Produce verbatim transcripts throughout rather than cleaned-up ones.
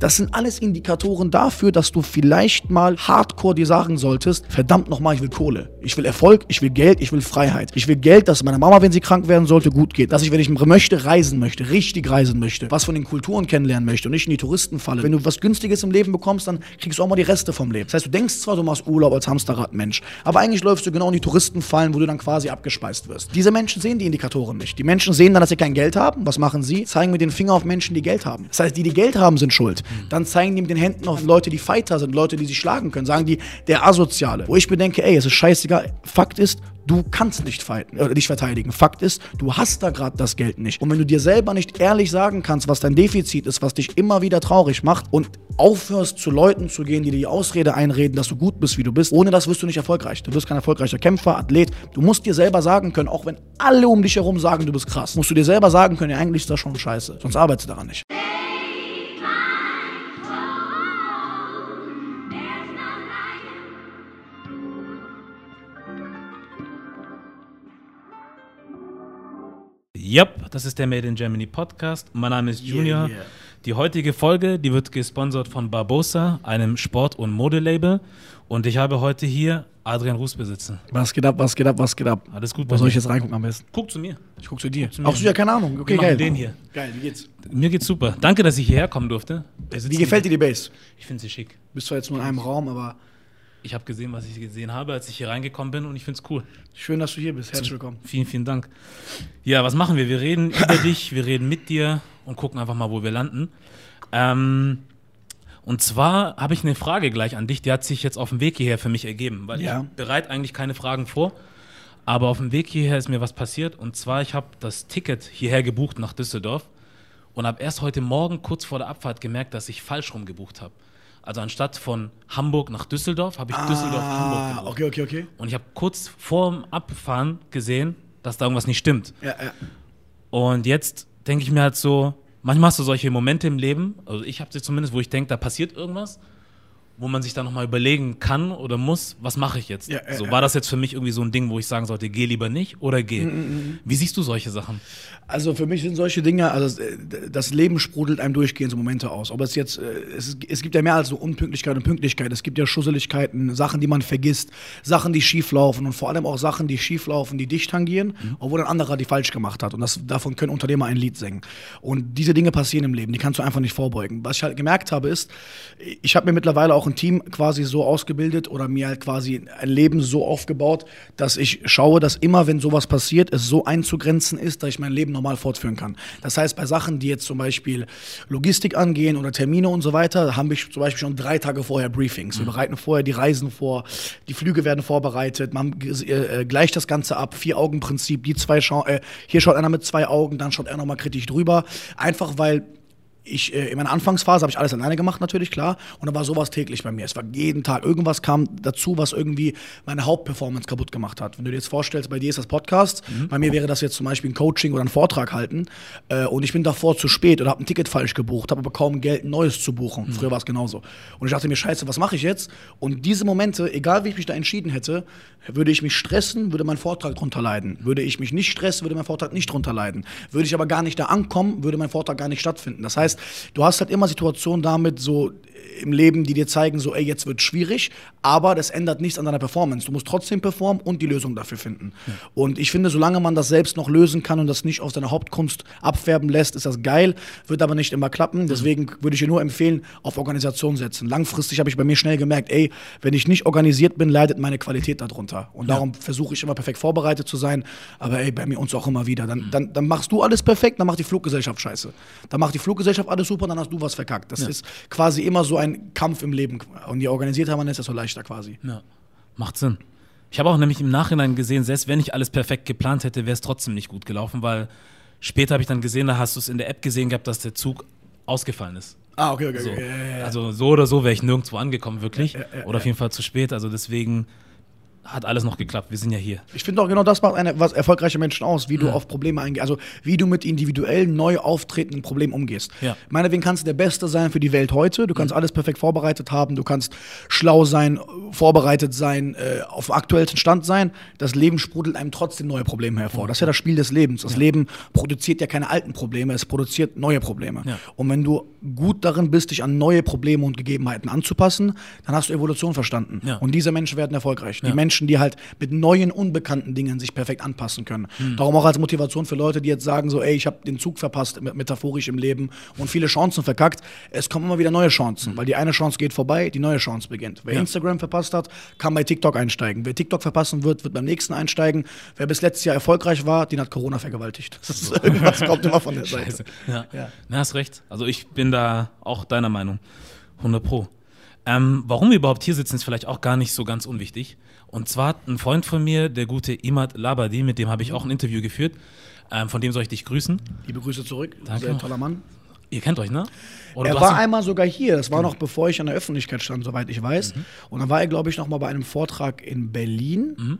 Das sind alles Indikatoren dafür, dass du vielleicht mal hardcore dir sagen solltest, verdammt nochmal, ich will Kohle. Ich will Erfolg, ich will Geld, ich will Freiheit. Ich will Geld, dass meiner Mama, wenn sie krank werden sollte, gut geht. Dass ich, wenn ich möchte, reisen möchte, richtig reisen möchte, was von den Kulturen kennenlernen möchte und nicht in die Touristenfalle. Wenn du was Günstiges im Leben bekommst, dann kriegst du auch mal die Reste vom Leben. Das heißt, du denkst zwar, du machst Urlaub als Hamsterradmensch, aber eigentlich läufst du genau in die Touristenfallen, wo du dann quasi abgespeist wirst. Diese Menschen sehen die Indikatoren nicht. Die Menschen sehen dann, dass sie kein Geld haben. Was machen sie? Zeigen mit den Finger auf Menschen, die Geld haben. Das heißt, die, die Geld haben, sind schuld. Dann zeigen die mit den Händen auf Leute, die Fighter sind, Leute, die sich schlagen können. Sagen die, der Asoziale. Wo ich bedenke, ey, es ist scheißegal. Fakt ist, du kannst nicht fighten, oder nicht verteidigen. Fakt ist, du hast da gerade das Geld nicht. Und wenn du dir selber nicht ehrlich sagen kannst, was dein Defizit ist, was dich immer wieder traurig macht und aufhörst, zu Leuten zu gehen, die dir die Ausrede einreden, dass du gut bist, wie du bist, ohne das wirst du nicht erfolgreich. Du wirst kein erfolgreicher Kämpfer, Athlet. Du musst dir selber sagen können, auch wenn alle um dich herum sagen, du bist krass, musst du dir selber sagen können, ja, eigentlich ist das schon scheiße. Sonst arbeitest du daran nicht. Yep, das ist der Made in Germany Podcast. Mein Name ist Junior. Yeah, yeah. Die heutige Folge, die wird gesponsert von Barbosa, einem Sport- und Modelabel. Und ich habe heute hier Adrian Ruspe sitzen. Was geht ab, was geht ab, was geht ab? Alles gut. Wo soll ich jetzt reingucken am besten? Guck zu mir. Ich guck zu dir. Guck zu mir. Auch so, ja, keine Ahnung. Okay, Wir geil. machen den hier. Geil, wie geht's? Mir geht's super. Danke, dass ich hierher kommen durfte. Wie gefällt dir die Base? Ich finde sie schick. Bist zwar jetzt nur in einem Raum, aber... Ich habe gesehen, was ich gesehen habe, als ich hier reingekommen bin, und ich finde es cool. Schön, dass du hier bist. Herzlich willkommen. Vielen, vielen Dank. Ja, was machen wir? Wir reden über dich, wir reden mit dir und gucken einfach mal, wo wir landen. Ähm, und zwar habe ich eine Frage gleich an dich, die hat sich jetzt auf dem Weg hierher für mich ergeben, weil ja. ich bereite eigentlich keine Fragen vor, aber auf dem Weg hierher ist mir was passiert, und zwar, ich habe das Ticket hierher gebucht nach Düsseldorf und habe erst heute Morgen kurz vor der Abfahrt gemerkt, dass ich falsch rum gebucht habe. Also anstatt von Hamburg nach Düsseldorf, habe ich ah, Düsseldorf-Hamburg gebucht. Okay, okay, okay. Und ich habe kurz vorm Abfahren gesehen, dass da irgendwas nicht stimmt. Ja, ja. Und jetzt denke ich mir halt so, manchmal hast du solche Momente im Leben, also ich habe sie zumindest, wo ich denke, da passiert irgendwas, wo man sich dann nochmal überlegen kann oder muss, was mache ich jetzt? Ja, ja, so, war das jetzt für mich irgendwie so ein Ding, wo ich sagen sollte, geh lieber nicht oder geh? Mm-mm. Wie siehst du solche Sachen? Also für mich sind solche Dinge, also das Leben sprudelt einem durchgehend so Momente aus. Ob es jetzt, es, es gibt ja mehr als so Unpünktlichkeit und Pünktlichkeit. Es gibt ja Schusseligkeiten, Sachen, die man vergisst, Sachen, die schief laufen und vor allem auch Sachen, die schief laufen, die dich tangieren, mhm. obwohl ein anderer die falsch gemacht hat. Und das, davon können Unternehmer ein Lied singen. Und diese Dinge passieren im Leben, die kannst du einfach nicht vorbeugen. Was ich halt gemerkt habe ist, ich habe mir mittlerweile auch ein Team quasi so ausgebildet oder mir halt quasi ein Leben so aufgebaut, dass ich schaue, dass immer, wenn sowas passiert, es so einzugrenzen ist, dass ich mein Leben normal fortführen kann. Das heißt, bei Sachen, die jetzt zum Beispiel Logistik angehen oder Termine und so weiter, haben wir zum Beispiel schon drei Tage vorher Briefings. Wir bereiten vorher die Reisen vor, die Flüge werden vorbereitet, man äh, gleicht das Ganze ab, Vier-Augen-Prinzip, die zwei schauen, äh, hier schaut einer mit zwei Augen, dann schaut er nochmal kritisch drüber. Einfach weil Ich, äh, in meiner Anfangsphase habe ich alles alleine gemacht, natürlich, klar. Und da war sowas täglich bei mir. Es war jeden Tag, irgendwas kam dazu, was irgendwie meine Hauptperformance kaputt gemacht hat. Wenn du dir jetzt vorstellst, bei dir ist das Podcast, mhm. bei mir wäre das jetzt zum Beispiel ein Coaching oder ein Vortrag halten. Äh, und ich bin davor zu spät oder habe ein Ticket falsch gebucht, habe aber kaum Geld, ein neues zu buchen. Mhm. Früher war es genauso. Und ich dachte mir, scheiße, was mache ich jetzt? Und diese Momente, egal wie ich mich da entschieden hätte, würde ich mich stressen, würde mein Vortrag drunter leiden. Würde ich mich nicht stressen, würde mein Vortrag nicht drunter leiden. Würde ich aber gar nicht da ankommen, würde mein Vortrag gar nicht stattfinden. Das heißt, du hast halt immer Situationen damit so im Leben, die dir zeigen, so, ey, jetzt wird schwierig, aber das ändert nichts an deiner Performance. Du musst trotzdem performen und die Lösung dafür finden. Ja. Und ich finde, solange man das selbst noch lösen kann und das nicht aus deiner Hauptkunst abfärben lässt, ist das geil, wird aber nicht immer klappen. Deswegen würde ich dir nur empfehlen, auf Organisation setzen. Langfristig habe ich bei mir schnell gemerkt, ey, wenn ich nicht organisiert bin, leidet meine Qualität darunter. Und darum ja. versuche ich immer perfekt vorbereitet zu sein, aber ey, bei mir uns auch immer wieder. Dann, mhm. dann, dann machst du alles perfekt, dann macht die Fluggesellschaft scheiße. Dann macht die Fluggesellschaft alles super, dann hast du was verkackt. Das ja. ist quasi immer so ein Kampf im Leben. Und je organisierter man ist, desto leichter quasi. Ja, macht Sinn. Ich habe auch nämlich im Nachhinein gesehen, selbst wenn ich alles perfekt geplant hätte, wäre es trotzdem nicht gut gelaufen, weil später habe ich dann gesehen, da hast du es in der App gesehen gehabt, dass der Zug ausgefallen ist. Ah, okay, okay. So. okay. Ja, ja, ja. Also so oder so wäre ich nirgendwo angekommen, wirklich. Ja, ja, ja, oder auf jeden Fall zu spät. Also deswegen hat alles noch geklappt. Wir sind ja hier. Ich finde auch genau das macht eine, was erfolgreiche Menschen aus, wie du ja. auf Probleme eingehst, also wie du mit individuell neu auftretenden Problemen umgehst. Ja. Meinetwegen kannst du der Beste sein für die Welt heute, du kannst mhm. alles perfekt vorbereitet haben, du kannst schlau sein, vorbereitet sein, äh, auf dem aktuellsten Stand sein. Das Leben sprudelt einem trotzdem neue Probleme hervor. Mhm. Das ist ja das Spiel des Lebens. Das ja. Leben produziert ja keine alten Probleme, es produziert neue Probleme. Ja. Und wenn du gut darin bist, dich an neue Probleme und Gegebenheiten anzupassen, dann hast du Evolution verstanden. Ja. Und diese Menschen werden erfolgreich. Ja. Die Menschen, die halt mit neuen, unbekannten Dingen sich perfekt anpassen können. Mhm. Darum auch als Motivation für Leute, die jetzt sagen so, ey, ich habe den Zug verpasst, metaphorisch im Leben und viele Chancen verkackt. Es kommen immer wieder neue Chancen, mhm. weil die eine Chance geht vorbei, die neue Chance beginnt. Wer ja. Instagram verpasst hat, kann bei TikTok einsteigen. Wer TikTok verpassen wird, wird beim nächsten einsteigen. Wer bis letztes Jahr erfolgreich war, den hat Corona vergewaltigt. Das ist irgendwas kommt immer von der Seite. Scheiße. Ja. Ja. Na, hast recht. Also ich bin da auch deiner Meinung. hundert Pro. Ähm, warum wir überhaupt hier sitzen, ist vielleicht auch gar nicht so ganz unwichtig. Und zwar hat ein Freund von mir, der gute Imad Labadi, mit dem habe ich auch ein Interview geführt. Ähm, von dem soll ich dich grüßen. Liebe Grüße zurück. Danke. Sehr toller Mann. Ihr kennt euch, ne? Oder er war einmal sogar hier. Das war mhm. noch bevor ich an der Öffentlichkeit stand, soweit ich weiß. Mhm. Und dann war er, glaube ich, noch mal bei einem Vortrag in Berlin. Mhm.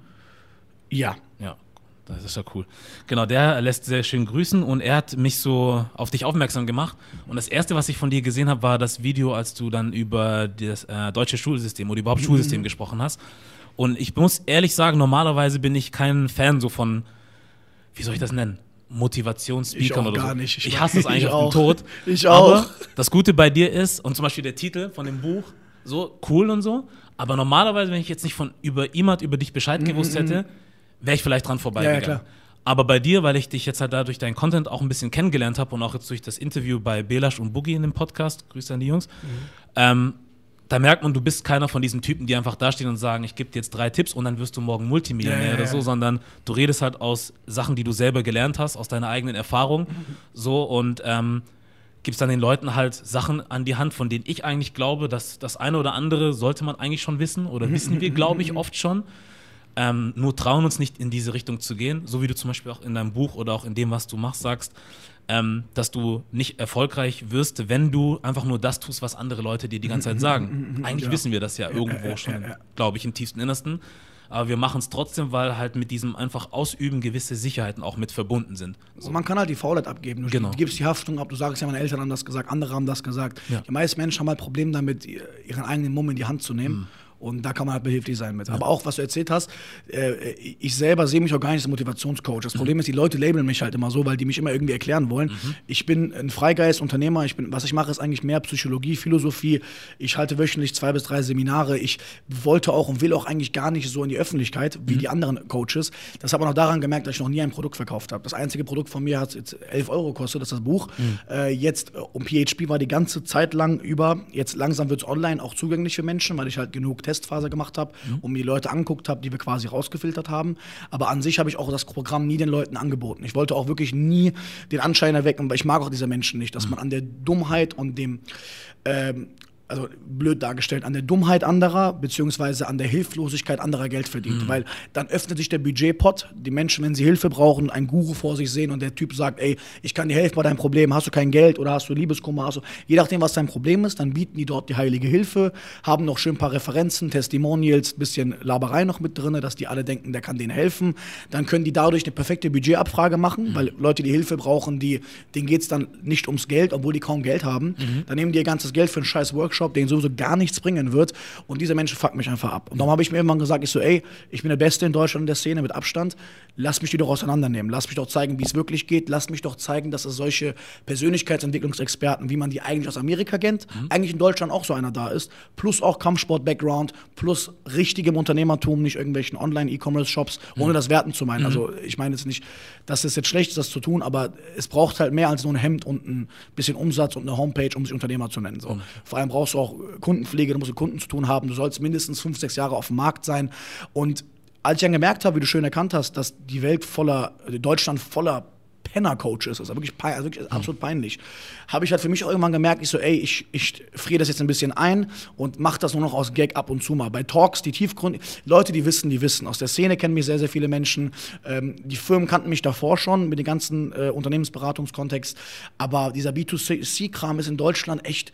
Ja. Ja. Das ist ja cool. Genau, der lässt sehr schön grüßen und er hat mich so auf dich aufmerksam gemacht. Und das Erste, was ich von dir gesehen habe, war das Video, als du dann über das äh, deutsche Schulsystem oder überhaupt Schulsystem mhm. gesprochen hast. Und ich muss ehrlich sagen, normalerweise bin ich kein Fan so von, wie soll ich das nennen? Motivationsspeakern oder so. Gar nicht. Ich, ich hasse es eigentlich auf den Tod. Ich auch. Aber das Gute bei dir ist, und zum Beispiel der Titel von dem Buch, so cool und so, aber normalerweise, wenn ich jetzt nicht von über jemand über dich Bescheid mhm. gewusst hätte, wäre ich vielleicht dran vorbeigegangen. Ja, ja, klar. Aber bei dir, weil ich dich jetzt halt da durch deinen Content auch ein bisschen kennengelernt habe und auch jetzt durch das Interview bei Belasch und Boogie in dem Podcast, Grüße an die Jungs, mhm. ähm, da merkt man, du bist keiner von diesen Typen, die einfach dastehen und sagen, ich gebe dir jetzt drei Tipps und dann wirst du morgen Multimillionär ja, oder so, sondern du redest halt aus Sachen, die du selber gelernt hast, aus deiner eigenen Erfahrung, mhm. so und ähm, gibst dann den Leuten halt Sachen an die Hand, von denen ich eigentlich glaube, dass das eine oder andere sollte man eigentlich schon wissen oder wissen wir, glaube ich, oft schon. Ähm, nur trauen uns nicht in diese Richtung zu gehen, so wie du zum Beispiel auch in deinem Buch oder auch in dem, was du machst, sagst, ähm, dass du nicht erfolgreich wirst, wenn du einfach nur das tust, was andere Leute dir die ganze Zeit sagen. Eigentlich ja. wissen wir das ja irgendwo ja, schon, ja, ja. glaube ich, im tiefsten Innersten. Aber wir machen es trotzdem, weil halt mit diesem einfach Ausüben gewisse Sicherheiten auch mit verbunden sind. So. Man kann halt die Faulheit abgeben. Du genau. gibst die Haftung ab, du sagst ja, meine Eltern haben das gesagt, andere haben das gesagt. Ja. Die meisten Menschen haben halt Probleme damit, ihren eigenen Mumm in die Hand zu nehmen. Mhm. Und da kann man halt behilflich sein mit. Ja. Aber auch, was du erzählt hast, äh, ich selber sehe mich auch gar nicht als Motivationscoach. Das mhm. Problem ist, die Leute labeln mich halt immer so, weil die mich immer irgendwie erklären wollen. Mhm. Ich bin ein Freigeist, Unternehmer. Ich bin, was ich mache, ist eigentlich mehr Psychologie, Philosophie. Ich halte wöchentlich zwei bis drei Seminare. Ich wollte auch und will auch eigentlich gar nicht so in die Öffentlichkeit wie mhm. die anderen Coaches. Das habe ich auch noch daran gemerkt, dass ich noch nie ein Produkt verkauft habe. Das einzige Produkt von mir hat jetzt elf Euro gekostet, das ist das Buch. Mhm. Äh, jetzt, um P H P war die ganze Zeit lang über. Jetzt langsam wird es online auch zugänglich für Menschen, weil ich halt genug Testphase gemacht habe mhm. und mir die Leute angeguckt habe, die wir quasi rausgefiltert haben. Aber an sich habe ich auch das Programm nie den Leuten angeboten. Ich wollte auch wirklich nie den Anschein erwecken, weil ich mag auch diese Menschen nicht, dass mhm. man an der Dummheit und dem ähm, also blöd dargestellt, an der Dummheit anderer, beziehungsweise an der Hilflosigkeit anderer Geld verdient. Mhm. Weil dann öffnet sich der Budgetpot, die Menschen, wenn sie Hilfe brauchen, einen Guru vor sich sehen und der Typ sagt, ey, ich kann dir helfen bei deinem Problem, hast du kein Geld oder hast du Liebeskummer, hast du, je nachdem, was dein Problem ist, dann bieten die dort die heilige Hilfe, haben noch schön ein paar Referenzen, Testimonials, bisschen Laberei noch mit drin, dass die alle denken, der kann denen helfen. Dann können die dadurch eine perfekte Budgetabfrage machen, mhm. weil Leute, die Hilfe brauchen, die, denen geht es dann nicht ums Geld, obwohl die kaum Geld haben. Mhm. Dann nehmen die ihr ganzes Geld für einen scheiß Workshop, den sowieso gar nichts bringen wird. Und diese Menschen fucken mich einfach ab. Und darum habe ich mir irgendwann gesagt, ich so, ey, ich bin der Beste in Deutschland in der Szene mit Abstand. Lass mich die doch auseinandernehmen. Lass mich doch zeigen, wie es wirklich geht. Lass mich doch zeigen, dass es solche Persönlichkeitsentwicklungsexperten, wie man die eigentlich aus Amerika kennt, mhm. eigentlich in Deutschland auch so einer da ist. Plus auch Kampfsport-Background, plus richtigem Unternehmertum, nicht irgendwelchen Online-E-Commerce-Shops, ohne mhm. das werten zu meinen. Mhm. Also ich meine jetzt nicht, dass es jetzt schlecht ist, das zu tun, aber es braucht halt mehr als nur ein Hemd und ein bisschen Umsatz und eine Homepage, um sich Unternehmer zu nennen. So. Mhm. Vor allem brauchst du auch Kundenpflege, du musst mit Kunden zu tun haben, du sollst mindestens fünf, sechs Jahre auf dem Markt sein. Und als ich dann gemerkt habe, wie du schön erkannt hast, dass die Welt voller, Deutschland voller Penner-Coaches ist, also wirklich, pein, also wirklich absolut peinlich, habe ich halt für mich auch irgendwann gemerkt, ich so, ey, ich, ich friere das jetzt ein bisschen ein und mache das nur noch aus Gag ab und zu mal. Bei Talks, die Tiefgrund, Leute, die wissen, die wissen. Aus der Szene kennen mich sehr, sehr viele Menschen. Ähm, die Firmen kannten mich davor schon mit dem ganzen äh, Unternehmensberatungskontext, aber dieser B zwei C-Kram ist in Deutschland echt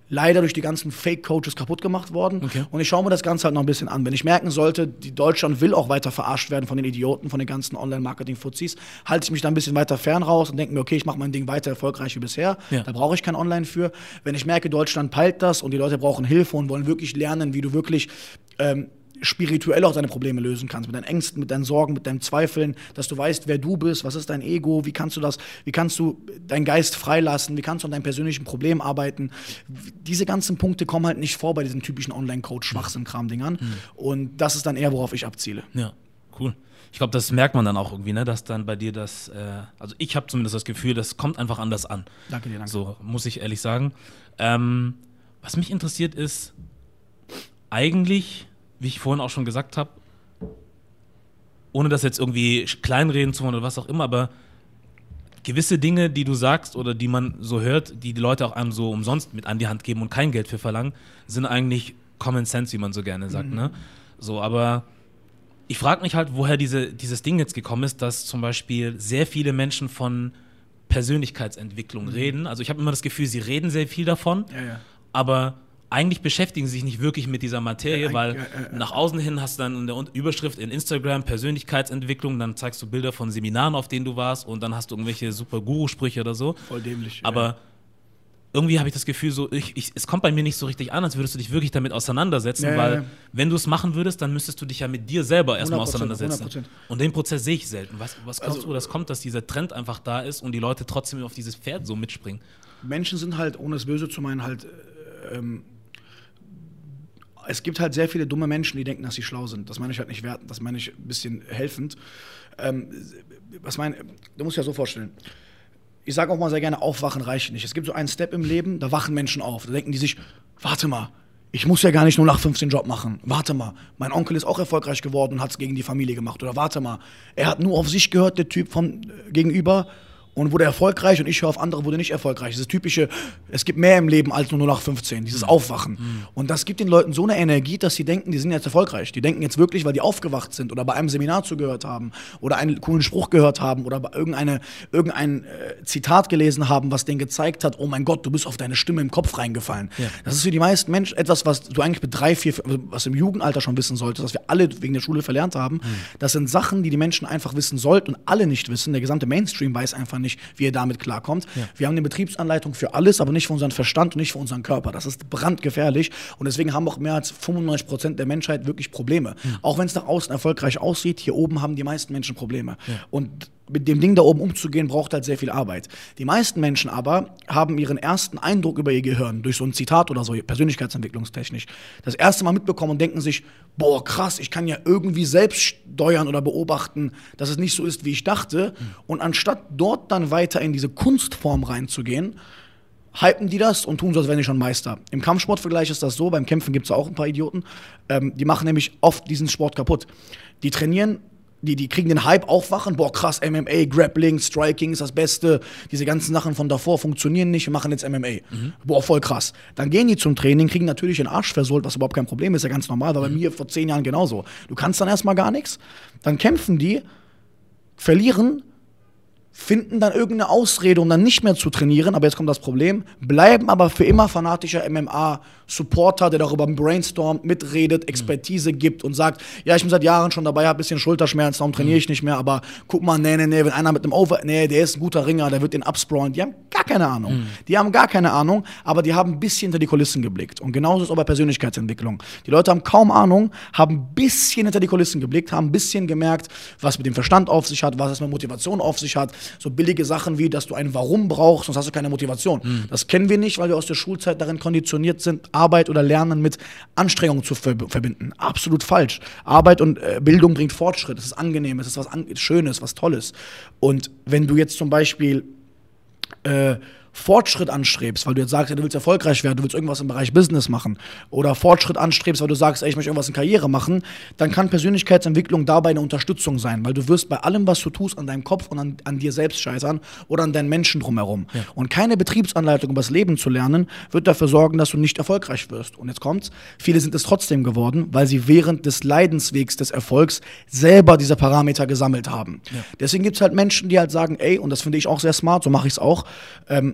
leider durch die ganzen Fake-Coaches kaputt gemacht worden. Okay. Und ich schaue mir das Ganze halt noch ein bisschen an. Wenn ich merken sollte, die Deutschland will auch weiter verarscht werden von den Idioten, von den ganzen Online-Marketing-Fuzis, halte ich mich da ein bisschen weiter fern raus und denke mir, okay, ich mache mein Ding weiter erfolgreich wie bisher. Ja. Da brauche ich kein Online für. Wenn ich merke, Deutschland peilt das und die Leute brauchen Hilfe und wollen wirklich lernen, wie du wirklich ähm, spirituell auch deine Probleme lösen kannst, mit deinen Ängsten, mit deinen Sorgen, mit deinen Zweifeln, dass du weißt, wer du bist, was ist dein Ego, wie kannst du das, wie kannst du deinen Geist freilassen, wie kannst du an deinem persönlichen Problem arbeiten. Diese ganzen Punkte kommen halt nicht vor bei diesen typischen Online-Coach-Schwachsinn-Kram-Dingern. Mhm. Und das ist dann eher, worauf ich abziele. Ja, cool. Ich glaube, das merkt man dann auch irgendwie, ne, dass dann bei dir das, äh, also ich habe zumindest das Gefühl, das kommt einfach anders an. Danke dir, danke. So, muss ich ehrlich sagen. Ähm, was mich interessiert ist, eigentlich, wie ich vorhin auch schon gesagt habe, ohne das jetzt irgendwie kleinreden zu wollen oder was auch immer, aber gewisse Dinge, die du sagst oder die man so hört, die die Leute auch einem so umsonst mit an die Hand geben und kein Geld für verlangen, sind eigentlich Common Sense, wie man so gerne sagt. Mhm. Ne? So, aber ich frage mich halt, woher diese, dieses Ding jetzt gekommen ist, dass zum Beispiel sehr viele Menschen von Persönlichkeitsentwicklung mhm. reden. Also ich habe immer das Gefühl, sie reden sehr viel davon, ja, ja. aber eigentlich beschäftigen sie sich nicht wirklich mit dieser Materie, ja, weil ja, ja, ja. nach außen hin hast du dann in der Überschrift in Instagram Persönlichkeitsentwicklung, dann zeigst du Bilder von Seminaren, auf denen du warst und dann hast du irgendwelche super Guru-Sprüche oder so. Voll dämlich. Aber ja. irgendwie habe ich das Gefühl, so ich, ich, es kommt bei mir nicht so richtig an, als würdest du dich wirklich damit auseinandersetzen, ja, weil ja, ja. wenn du es machen würdest, dann müsstest du dich ja mit dir selber erstmal auseinandersetzen. hundert Prozent. Und den Prozess sehe ich selten. Was, was glaubst also, du, das kommt, dass dieser Trend einfach da ist und die Leute trotzdem auf dieses Pferd so mitspringen? Menschen sind halt, ohne es böse zu meinen, halt ähm, es gibt halt sehr viele dumme Menschen, die denken, dass sie schlau sind. Das meine ich halt nicht wertend, das meine ich ein bisschen helfend. Ähm, was mein, du musst dir ja so vorstellen, ich sage auch mal sehr gerne, aufwachen reicht nicht. Es gibt so einen Step im Leben, da wachen Menschen auf. Da denken die sich, warte mal, ich muss ja gar nicht nur nach fünfzehn Job machen. Warte mal, mein Onkel ist auch erfolgreich geworden und hat es gegen die Familie gemacht. Oder warte mal, er hat nur auf sich gehört, der Typ vom äh, Gegenüber, und wurde erfolgreich und ich höre auf andere, wurde nicht erfolgreich. Dieses typische, es gibt mehr im Leben als nur null acht fünfzehn, dieses Aufwachen. Mhm. Und das gibt den Leuten so eine Energie, dass sie denken, die sind jetzt erfolgreich. Die denken jetzt wirklich, weil die aufgewacht sind oder bei einem Seminar zugehört haben oder einen coolen Spruch gehört haben oder bei irgendeine, irgendein äh, Zitat gelesen haben, was denen gezeigt hat, oh mein Gott, du bist auf deine Stimme im Kopf reingefallen. Ja. Das ist für die meisten Menschen etwas, was du eigentlich mit drei, vier, was im Jugendalter schon wissen solltest, was wir alle wegen der Schule verlernt haben. Mhm. Das sind Sachen, die die Menschen einfach wissen sollten und alle nicht wissen. Der gesamte Mainstream weiß einfach nicht, wie er damit klarkommt. Ja. Wir haben eine Betriebsanleitung für alles, aber nicht für unseren Verstand und nicht für unseren Körper. Das ist brandgefährlich und deswegen haben auch mehr als fünfundneunzig Prozent der Menschheit wirklich Probleme. Mhm. Auch wenn es nach außen erfolgreich aussieht, hier oben haben die meisten Menschen Probleme. Ja. Und mit dem Ding da oben umzugehen, braucht halt sehr viel Arbeit. Die meisten Menschen aber haben ihren ersten Eindruck über ihr Gehirn durch so ein Zitat oder so, persönlichkeitsentwicklungstechnisch, das erste Mal mitbekommen und denken sich, boah, krass, ich kann ja irgendwie selbst steuern oder beobachten, dass es nicht so ist, wie ich dachte. Mhm. Und anstatt dort dann weiter in diese Kunstform reinzugehen, hypen die das und tun so, als wären die schon Meister. Im Kampfsportvergleich ist das so, beim Kämpfen gibt es auch ein paar Idioten, ähm, die machen nämlich oft diesen Sport kaputt. Die trainieren, Die, die kriegen den Hype, aufwachen, boah krass, M M A, Grappling, Striking ist das Beste, diese ganzen Sachen von davor funktionieren nicht, wir machen jetzt M M A. Mhm. Boah, voll krass. Dann gehen die zum Training, kriegen natürlich den Arsch versohlt, was überhaupt kein Problem ist, ja ganz normal, war bei mhm. mir vor zehn Jahren genauso. Du kannst dann erstmal gar nichts, dann kämpfen die, verlieren, finden dann irgendeine Ausrede, um dann nicht mehr zu trainieren, aber jetzt kommt das Problem, bleiben aber für immer fanatischer M M A-Supporter, der darüber brainstormt, mitredet, Expertise mhm. gibt und sagt, ja, ich bin seit Jahren schon dabei, habe ein bisschen Schulterschmerzen, darum trainiere ich nicht mehr, aber guck mal, nee, nee, nee, wenn einer mit einem Over, nee, der ist ein guter Ringer, der wird den upsprawlen, die haben gar keine Ahnung. Mhm. Die haben gar keine Ahnung, aber die haben ein bisschen hinter die Kulissen geblickt. Und genauso ist es auch bei Persönlichkeitsentwicklung. Die Leute haben kaum Ahnung, haben ein bisschen hinter die Kulissen geblickt, haben ein bisschen gemerkt, was mit dem Verstand auf sich hat, was es mit Motivation auf sich hat. So billige Sachen wie, dass du ein Warum brauchst, sonst hast du keine Motivation. Mhm. Das kennen wir nicht, weil wir aus der Schulzeit darin konditioniert sind, Arbeit oder Lernen mit Anstrengung zu verbinden. Absolut falsch. Arbeit und äh, Bildung bringt Fortschritt. Es ist angenehm, es ist was an- Schönes, was Tolles. Und wenn du jetzt zum Beispiel äh, Fortschritt anstrebst, weil du jetzt sagst, ja, du willst erfolgreich werden, du willst irgendwas im Bereich Business machen oder Fortschritt anstrebst, weil du sagst, ey, ich möchte irgendwas in Karriere machen, dann kann Persönlichkeitsentwicklung dabei eine Unterstützung sein, weil du wirst bei allem, was du tust, an deinem Kopf und an, an dir selbst scheitern oder an deinen Menschen drumherum. Ja. Und keine Betriebsanleitung über das Leben zu lernen, wird dafür sorgen, dass du nicht erfolgreich wirst. Und jetzt kommt's, viele sind es trotzdem geworden, weil sie während des Leidenswegs des Erfolgs selber diese Parameter gesammelt haben. Ja. Deswegen gibt's halt Menschen, die halt sagen, ey, und das finde ich auch sehr smart, so mache ich es auch, ähm,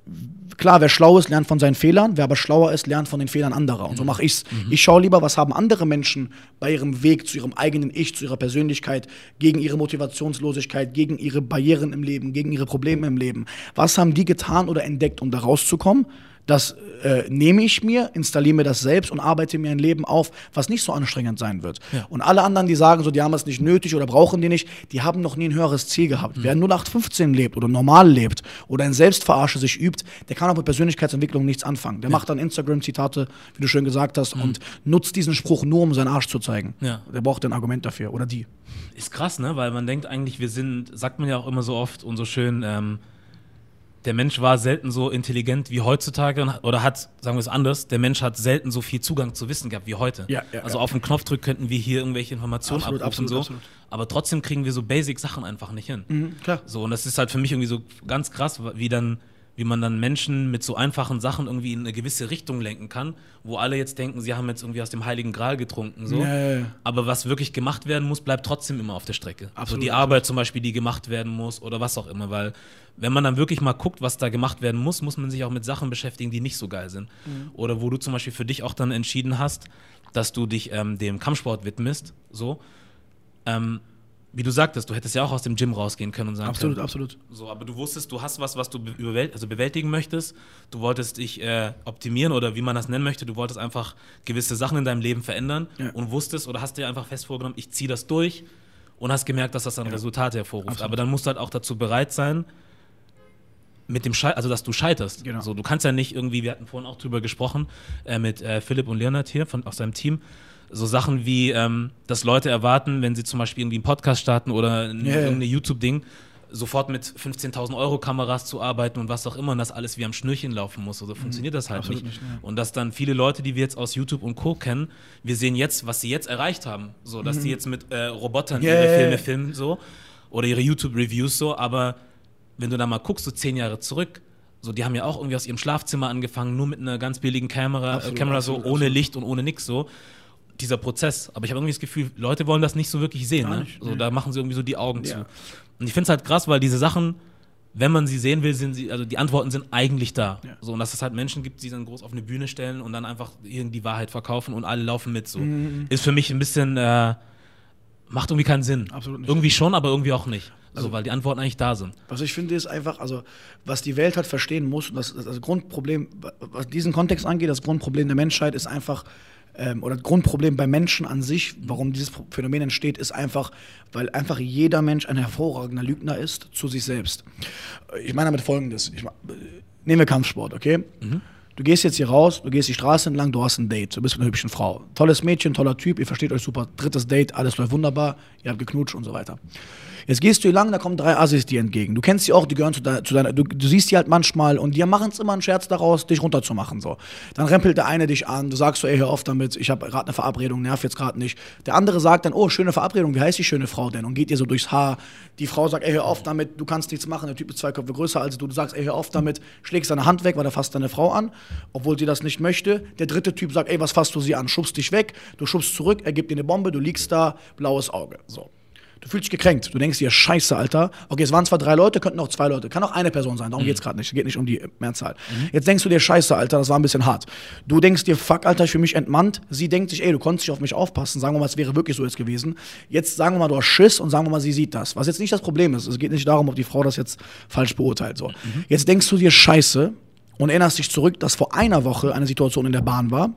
klar, wer schlau ist, lernt von seinen Fehlern, wer aber schlauer ist, lernt von den Fehlern anderer. Und so mache ich's. Mhm. Ich schaue lieber, was haben andere Menschen bei ihrem Weg zu ihrem eigenen Ich, zu ihrer Persönlichkeit, gegen ihre Motivationslosigkeit, gegen ihre Barrieren im Leben, gegen ihre Probleme im Leben. Was haben die getan oder entdeckt, um da rauszukommen? Das äh, nehme ich mir, installiere mir das selbst und arbeite mir ein Leben auf, was nicht so anstrengend sein wird. Ja. Und alle anderen, die sagen, so, die haben es nicht nötig oder brauchen die nicht, die haben noch nie ein höheres Ziel gehabt. Mhm. Wer null acht fünfzehn lebt oder normal lebt oder in Selbstverarsche sich übt, der kann auch mit Persönlichkeitsentwicklung nichts anfangen. Der ja. macht dann Instagram-Zitate, wie du schön gesagt hast, mhm. und nutzt diesen Spruch nur, um seinen Arsch zu zeigen. Ja. Der braucht ein Argument dafür, oder die. Ist krass, ne? Weil man denkt eigentlich, wir sind, sagt man ja auch immer so oft und so schön, ähm, der Mensch war selten so intelligent wie heutzutage oder hat, sagen wir es anders, der Mensch hat selten so viel Zugang zu Wissen gehabt wie heute. Ja, ja, also ja. auf den Knopfdruck könnten wir hier irgendwelche Informationen absolut, abrufen absolut, so, absolut. Aber trotzdem kriegen wir so Basic-Sachen einfach nicht hin. Mhm, klar. So, und das ist halt für mich irgendwie so ganz krass, wie dann wie man dann Menschen mit so einfachen Sachen irgendwie in eine gewisse Richtung lenken kann, wo alle jetzt denken, sie haben jetzt irgendwie aus dem Heiligen Gral getrunken. So. Ja, ja, ja. Aber was wirklich gemacht werden muss, bleibt trotzdem immer auf der Strecke. Absolut, also die absolut. Arbeit zum Beispiel, die gemacht werden muss oder was auch immer, weil wenn man dann wirklich mal guckt, was da gemacht werden muss, muss man sich auch mit Sachen beschäftigen, die nicht so geil sind. Mhm. Oder wo du zum Beispiel für dich auch dann entschieden hast, dass du dich ähm, dem Kampfsport widmest, so. Ähm, Wie du sagtest, du hättest ja auch aus dem Gym rausgehen können und sagen absolut, können. Absolut, absolut. So, aber du wusstest, du hast was, was du bewält- also bewältigen möchtest. Du wolltest dich äh, optimieren oder wie man das nennen möchte. Du wolltest einfach gewisse Sachen in deinem Leben verändern ja. und wusstest oder hast dir einfach fest vorgenommen, ich ziehe das durch und hast gemerkt, dass das dann ja. Resultate hervorruft. Absolut. Aber dann musst du halt auch dazu bereit sein, mit dem Schei- also dass du scheiterst. Genau. So, du kannst ja nicht irgendwie, wir hatten vorhin auch drüber gesprochen, äh, mit äh, Philipp und Leonard hier von, aus seinem Team, so Sachen wie, ähm, dass Leute erwarten, wenn sie zum Beispiel irgendwie einen Podcast starten oder ein, yeah. irgendein YouTube-Ding, sofort mit fünfzehntausend Euro Kameras zu arbeiten und was auch immer und das alles wie am Schnürchen laufen muss. So also funktioniert das halt nicht. nicht ja. Und dass dann viele Leute, die wir jetzt aus YouTube und Co. kennen, wir sehen jetzt, was sie jetzt erreicht haben. So, dass mhm. die jetzt mit äh, Robotern yeah. ihre Filme filmen so, oder ihre YouTube-Reviews so, aber wenn du da mal guckst, so zehn Jahre zurück, so, die haben ja auch irgendwie aus ihrem Schlafzimmer angefangen, nur mit einer ganz billigen Kamera, absolut, äh, Kamera absolut, so, ohne absolut. Licht und ohne nix so. Dieser Prozess. Aber ich habe irgendwie das Gefühl, Leute wollen das nicht so wirklich sehen. Ne? Nicht, so, nee. Da machen sie irgendwie so die Augen ja. zu. Und ich finde es halt krass, weil diese Sachen, wenn man sie sehen will, sind sie, also die Antworten sind eigentlich da. Ja. So, und dass es halt Menschen gibt, die dann groß auf eine Bühne stellen und dann einfach die Wahrheit verkaufen und alle laufen mit. So. Mhm. Ist für mich ein bisschen, äh, macht irgendwie keinen Sinn. Absolut nicht. Irgendwie schon, aber irgendwie auch nicht. Also, weil die Antworten eigentlich da sind. Was ich finde, ist einfach, also was die Welt halt verstehen muss, und das, das Grundproblem, was diesen Kontext angeht, das Grundproblem der Menschheit ist einfach, ähm, oder das Grundproblem bei Menschen an sich, warum dieses Phänomen entsteht, ist einfach, weil einfach jeder Mensch ein hervorragender Lügner ist zu sich selbst. Ich meine damit Folgendes, ich, nehmen wir Kampfsport, okay? Mhm. Du gehst jetzt hier raus, du gehst die Straße entlang, du hast ein Date, du bist mit einer hübschen Frau. Tolles Mädchen, toller Typ, ihr versteht euch super, drittes Date, alles läuft wunderbar, ihr habt geknutscht und so weiter. Jetzt gehst du hier lang, da kommen drei Assis dir entgegen. Du kennst sie auch, die gehören zu, de- zu deiner, du, du siehst die halt manchmal und die machen es immer einen Scherz daraus, dich runterzumachen. So. Dann rempelt der eine dich an, du sagst so, ey, hör auf damit, ich habe gerade eine Verabredung, nerv jetzt gerade nicht. Der andere sagt dann, oh, schöne Verabredung, wie heißt die schöne Frau denn? Und geht dir so durchs Haar. Die Frau sagt, ey, hör auf damit, du kannst nichts machen, der Typ ist zwei Köpfe größer als du. Du sagst, ey, hör auf damit, schlägst deine Hand weg, weil er fasst deine Frau an, obwohl sie das nicht möchte. Der dritte Typ sagt, ey, was fasst du sie an? Schubst dich weg, du schubst zurück, er gibt dir eine Bombe, du liegst da, blaues Auge. So. Du fühlst dich gekränkt. Du denkst dir, scheiße, Alter. Okay, es waren zwar drei Leute, könnten auch zwei Leute. Kann auch eine Person sein, darum mhm. geht's gerade nicht. Es geht nicht um die Mehrzahl. Mhm. Jetzt denkst du dir, scheiße, Alter, das war ein bisschen hart. Du denkst dir, fuck, Alter, ich fühle mich entmannt. Sie denkt sich, ey, du konntest nicht auf mich aufpassen. Sagen wir mal, es wäre wirklich so jetzt gewesen. Jetzt sagen wir mal, du hast Schiss und sagen wir mal, sie sieht das. Was jetzt nicht das Problem ist. Es geht nicht darum, ob die Frau das jetzt falsch beurteilt. So. Mhm. Jetzt denkst du dir, scheiße, und erinnerst dich zurück, dass vor einer Woche eine Situation in der Bahn war,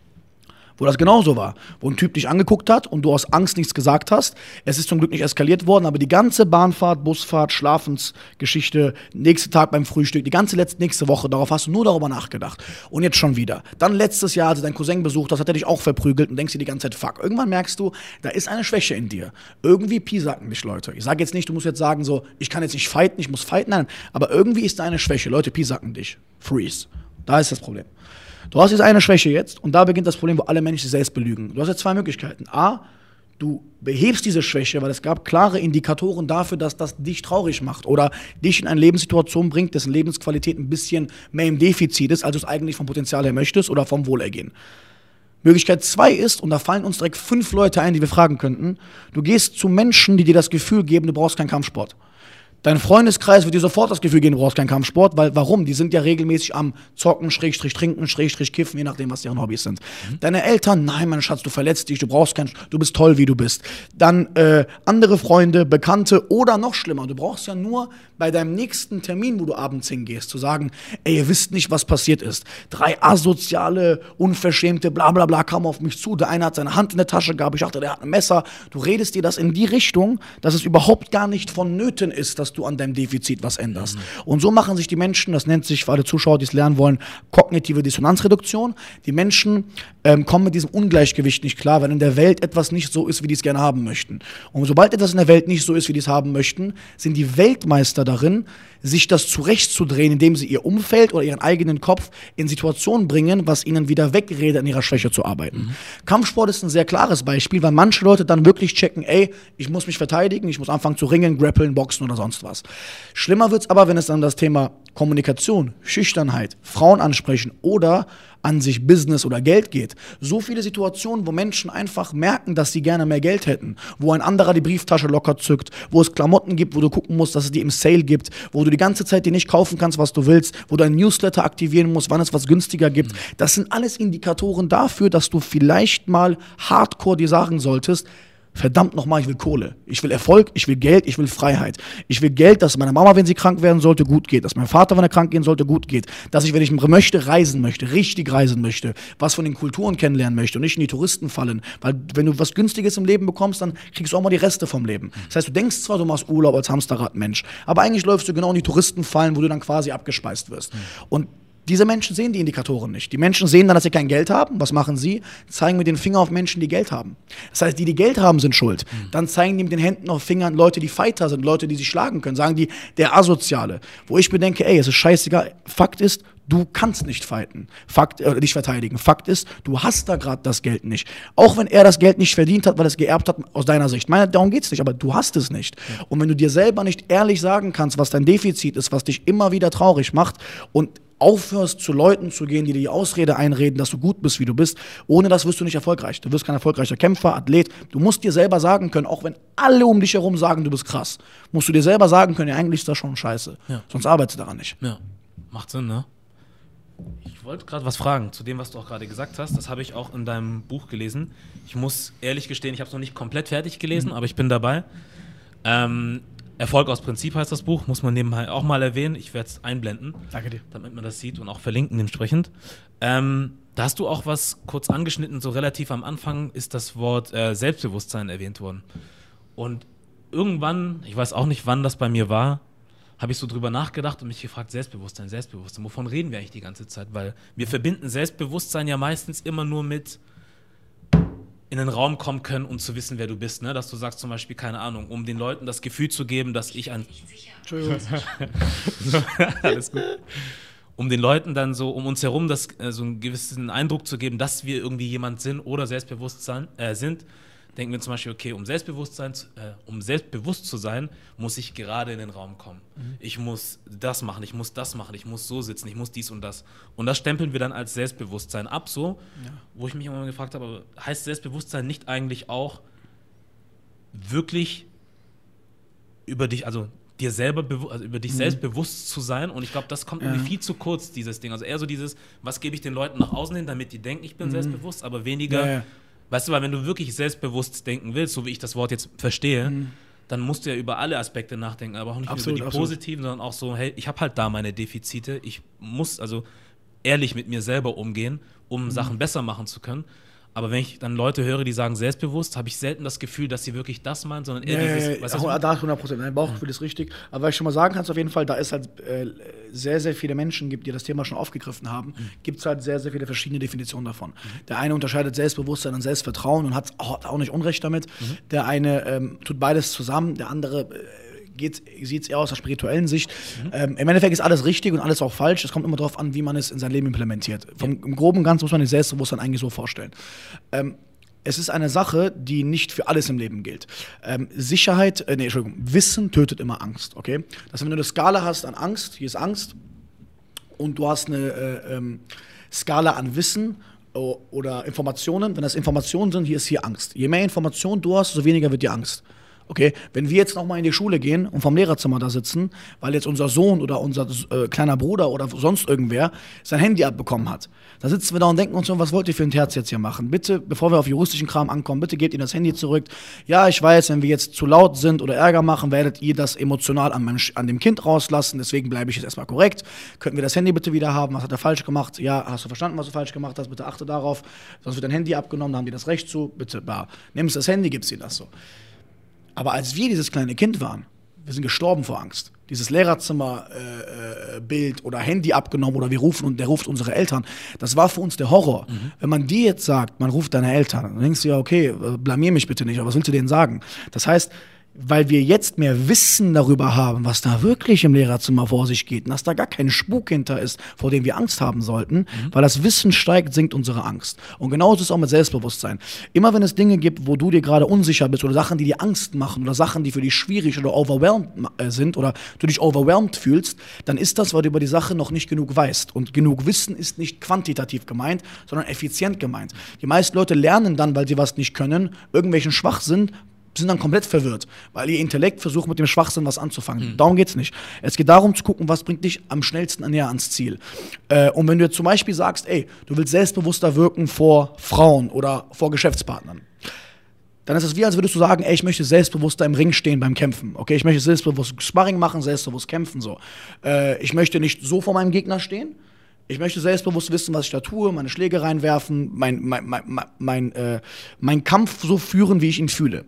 wo das genauso war, wo ein Typ dich angeguckt hat und du aus Angst nichts gesagt hast. Es ist zum Glück nicht eskaliert worden, aber die ganze Bahnfahrt, Busfahrt, Schlafensgeschichte, nächste Tag beim Frühstück, die ganze letzte, nächste Woche, darauf hast du nur darüber nachgedacht. Und jetzt schon wieder. Dann letztes Jahr, als du deinen Cousin besucht hast, hat er dich auch verprügelt und denkst dir die ganze Zeit, fuck. Irgendwann merkst du, da ist eine Schwäche in dir. Irgendwie piesacken dich Leute. Ich sage jetzt nicht, du musst jetzt sagen so, ich kann jetzt nicht fighten, ich muss fighten, nein, aber irgendwie ist da eine Schwäche. Leute piesacken dich. Freeze. Da ist das Problem. Du hast jetzt eine Schwäche jetzt und da beginnt das Problem, wo alle Menschen sich selbst belügen. Du hast jetzt zwei Möglichkeiten. A, du behebst diese Schwäche, weil es gab klare Indikatoren dafür, dass das dich traurig macht oder dich in eine Lebenssituation bringt, dessen Lebensqualität ein bisschen mehr im Defizit ist, als du es eigentlich vom Potenzial her möchtest oder vom Wohlergehen. Möglichkeit zwei ist, und da fallen uns direkt fünf Leute ein, die wir fragen könnten, du gehst zu Menschen, die dir das Gefühl geben, du brauchst keinen Kampfsport. Dein Freundeskreis wird dir sofort das Gefühl geben, du brauchst keinen Kampfsport, weil warum? Die sind ja regelmäßig am Zocken, Schrägstrich trinken, Schrägstrich kiffen, je nachdem, was deren Hobbys sind. Mhm. Deine Eltern, nein, mein Schatz, du verletzt dich, du brauchst keinen, du bist toll, wie du bist. Dann äh, andere Freunde, Bekannte oder noch schlimmer, du brauchst ja nur bei deinem nächsten Termin, wo du abends hingehst, zu sagen, ey, ihr wisst nicht, was passiert ist. Drei asoziale, unverschämte, bla bla bla kamen auf mich zu, der eine hat seine Hand in der Tasche gehabt, ich dachte, der hat ein Messer. Du redest dir das in die Richtung, dass es überhaupt gar nicht vonnöten ist, dass du an deinem Defizit was änderst. Mhm. Und so machen sich die Menschen, das nennt sich für alle Zuschauer, die es lernen wollen, kognitive Dissonanzreduktion. Die Menschen ähm, kommen mit diesem Ungleichgewicht nicht klar, wenn in der Welt etwas nicht so ist, wie die es gerne haben möchten. Und sobald etwas in der Welt nicht so ist, wie die es haben möchten, sind die Weltmeister darin, sich das zurechtzudrehen, indem sie ihr Umfeld oder ihren eigenen Kopf in Situationen bringen, was ihnen wieder wegredet, an ihrer Schwäche zu arbeiten. Mhm. Kampfsport ist ein sehr klares Beispiel, weil manche Leute dann wirklich checken, ey, ich muss mich verteidigen, ich muss anfangen zu ringen, grappeln, boxen oder sonst was. Schlimmer wird's aber, wenn es dann das Thema Kommunikation, Schüchternheit, Frauen ansprechen oder an sich Business oder Geld geht. So viele Situationen, wo Menschen einfach merken, dass sie gerne mehr Geld hätten, wo ein anderer die Brieftasche locker zückt, wo es Klamotten gibt, wo du gucken musst, dass es die im Sale gibt, wo du die ganze Zeit dir nicht kaufen kannst, was du willst, wo du ein Newsletter aktivieren musst, wann es was günstiger gibt. Mhm. Das sind alles Indikatoren dafür, dass du vielleicht mal hardcore dir sagen solltest, verdammt nochmal, ich will Kohle. Ich will Erfolg, ich will Geld, ich will Freiheit. Ich will Geld, dass meiner Mama, wenn sie krank werden sollte, gut geht. Dass mein Vater, wenn er krank gehen sollte, gut geht. Dass ich, wenn ich möchte, reisen möchte, richtig reisen möchte. Was von den Kulturen kennenlernen möchte und nicht in die Touristen fallen. Weil wenn du was Günstiges im Leben bekommst, dann kriegst du auch mal die Reste vom Leben. Das heißt, du denkst zwar, du machst Urlaub als Hamsterradmensch, aber eigentlich läufst du genau in die Touristenfallen, wo du dann quasi abgespeist wirst. Mhm. Und diese Menschen sehen die Indikatoren nicht. Die Menschen sehen dann, dass sie kein Geld haben. Was machen sie? Zeigen mit den Fingern auf Menschen, die Geld haben. Das heißt, die, die Geld haben, sind schuld. Mhm. Dann zeigen die mit den Händen auf Fingern Leute, die Fighter sind, Leute, die sich schlagen können. Sagen die, der Asoziale. Wo ich bedenke, ey, es ist scheißegal. Fakt ist, du kannst nicht fighten. Fakt, äh, nicht verteidigen. Fakt ist, du hast da gerade das Geld nicht. Auch wenn er das Geld nicht verdient hat, weil er es geerbt hat, aus deiner Sicht. Meine, darum geht's nicht, aber du hast es nicht. Mhm. Und wenn du dir selber nicht ehrlich sagen kannst, was dein Defizit ist, was dich immer wieder traurig macht und aufhörst, zu Leuten zu gehen, die dir die Ausrede einreden, dass du gut bist, wie du bist, ohne das wirst du nicht erfolgreich. Du wirst kein erfolgreicher Kämpfer, Athlet. Du musst dir selber sagen können, auch wenn alle um dich herum sagen, du bist krass, musst du dir selber sagen können, ja, eigentlich ist das schon scheiße. Ja. Sonst arbeitest du daran nicht. Ja, macht Sinn, ne? Ich wollte gerade was fragen zu dem, was du auch gerade gesagt hast. Das habe ich auch in deinem Buch gelesen. Ich muss ehrlich gestehen, ich habe es noch nicht komplett fertig gelesen, mhm. aber ich bin dabei. Ähm, Erfolg aus Prinzip heißt das Buch, muss man nebenbei auch mal erwähnen. Ich werde es einblenden, Danke dir. Damit man das sieht und auch verlinken entsprechend. Ähm, da hast du auch was kurz angeschnitten, so relativ am Anfang ist das Wort äh, Selbstbewusstsein erwähnt worden. Und irgendwann, ich weiß auch nicht, wann das bei mir war, habe ich so drüber nachgedacht und mich gefragt, Selbstbewusstsein, Selbstbewusstsein, wovon reden wir eigentlich die ganze Zeit? Weil wir verbinden Selbstbewusstsein ja meistens immer nur mit in den Raum kommen können und zu wissen, wer du bist, ne? Dass du sagst zum Beispiel, keine Ahnung, um den Leuten das Gefühl zu geben, dass ich ein... Entschuldigung. Alles gut. Um den Leuten dann so, um uns herum das, äh, so einen gewissen Eindruck zu geben, dass wir irgendwie jemand sind oder Selbstbewusstsein äh, sind, denken wir zum Beispiel, okay, um Selbstbewusstsein, äh, um selbstbewusst zu sein, muss ich gerade in den Raum kommen. Mhm. Ich muss das machen, ich muss das machen, ich muss so sitzen, ich muss dies und das. Und das stempeln wir dann als Selbstbewusstsein ab, so, ja. Wo ich mich immer gefragt habe, heißt Selbstbewusstsein nicht eigentlich auch wirklich über dich, also dir selber, also über dich mhm. selbst bewusst zu sein? Und ich glaube, das kommt ja. irgendwie viel zu kurz, dieses Ding. Also eher so dieses, was gebe ich den Leuten nach außen hin, damit die denken, ich bin mhm. selbstbewusst, aber weniger... Ja, ja. Weißt du, weil wenn du wirklich selbstbewusst denken willst, so wie ich das Wort jetzt verstehe, mhm. dann musst du ja über alle Aspekte nachdenken, aber auch nicht absolut, nur über die absolut. positiven, sondern auch so, hey, ich habe halt da meine Defizite, ich muss also ehrlich mit mir selber umgehen, um mhm. Sachen besser machen zu können. Aber wenn ich dann Leute höre, die sagen selbstbewusst, habe ich selten das Gefühl, dass sie wirklich das meinen, sondern eher ja, dieses... Ja, ja, ja. Da hundert Prozent. Dein Bauchgefühl ja. ist richtig. Aber was ich schon mal sagen kann, auf jeden Fall, da es halt äh, sehr, sehr viele Menschen gibt, die das Thema schon aufgegriffen haben, mhm. gibt es halt sehr, sehr viele verschiedene Definitionen davon. Mhm. Der eine unterscheidet Selbstbewusstsein und Selbstvertrauen und hat auch nicht Unrecht damit. Mhm. Der eine ähm, tut beides zusammen, der andere... Äh, sieht es eher aus der spirituellen Sicht. Mhm. Ähm, Im Endeffekt ist alles richtig und alles auch falsch. Es kommt immer darauf an, wie man es in sein Leben implementiert. Vom, ja. Im Groben und Ganzen muss man sich Selbstbewusstsein eigentlich so vorstellen. Ähm, es ist eine Sache, die nicht für alles im Leben gilt. Ähm, Sicherheit, äh, nee, Entschuldigung, Wissen tötet immer Angst, okay? Das heißt, wenn du eine Skala hast an Angst, hier ist Angst, und du hast eine äh, ähm, Skala an Wissen oder Informationen, wenn das Informationen sind, hier ist hier Angst. Je mehr Informationen du hast, so weniger wird dir Angst. Okay, wenn wir jetzt nochmal in die Schule gehen und vom Lehrerzimmer da sitzen, weil jetzt unser Sohn oder unser äh, kleiner Bruder oder sonst irgendwer sein Handy abbekommen hat, dann sitzen wir da und denken uns so, was wollt ihr für ein Terz jetzt hier machen? Bitte, bevor wir auf juristischen Kram ankommen, bitte gebt ihm das Handy zurück. Ja, ich weiß, wenn wir jetzt zu laut sind oder Ärger machen, werdet ihr das emotional an, meinem, an dem Kind rauslassen, deswegen bleibe ich jetzt erstmal korrekt. Könnten wir das Handy bitte wieder haben? Was hat er falsch gemacht? Ja, hast du verstanden, was du falsch gemacht hast? Bitte achte darauf. Sonst wird dein Handy abgenommen, da haben die das Recht zu. Bitte, bah, nimmst das Handy, gibst dir das so. Aber als wir dieses kleine Kind waren, wir sind gestorben vor Angst. Dieses Lehrerzimmer-Bild äh, oder Handy abgenommen oder wir rufen und der ruft unsere Eltern, das war für uns der Horror. Mhm. Wenn man dir jetzt sagt, man ruft deine Eltern, dann denkst du ja, okay, blamier mich bitte nicht, aber was willst du denen sagen? Das heißt, weil wir jetzt mehr Wissen darüber haben, was da wirklich im Lehrerzimmer vor sich geht und dass da gar kein Spuk hinter ist, vor dem wir Angst haben sollten, mhm. weil das Wissen steigt, sinkt unsere Angst. Und genauso ist es auch mit Selbstbewusstsein. Immer wenn es Dinge gibt, wo du dir gerade unsicher bist oder Sachen, die dir Angst machen oder Sachen, die für dich schwierig oder overwhelmed sind oder du dich overwhelmed fühlst, dann ist das, weil du über die Sache noch nicht genug weißt. Und genug Wissen ist nicht quantitativ gemeint, sondern effizient gemeint. Die meisten Leute lernen dann, weil sie was nicht können, irgendwelchen Schwachsinn, sind dann komplett verwirrt, weil ihr Intellekt versucht, mit dem Schwachsinn was anzufangen. Mhm. Darum geht's nicht. Es geht darum zu gucken, was bringt dich am schnellsten näher ans Ziel. Äh, und wenn du jetzt zum Beispiel sagst, ey, du willst selbstbewusster wirken vor Frauen oder vor Geschäftspartnern, dann ist es wie, als würdest du sagen, ey, ich möchte selbstbewusster im Ring stehen beim Kämpfen. Okay, ich möchte selbstbewusst Sparring machen, selbstbewusst kämpfen. So. Äh, ich möchte nicht so vor meinem Gegner stehen. Ich möchte selbstbewusst wissen, was ich da tue, meine Schläge reinwerfen, mein, mein, mein, mein, mein, äh, mein Kampf so führen, wie ich ihn fühle.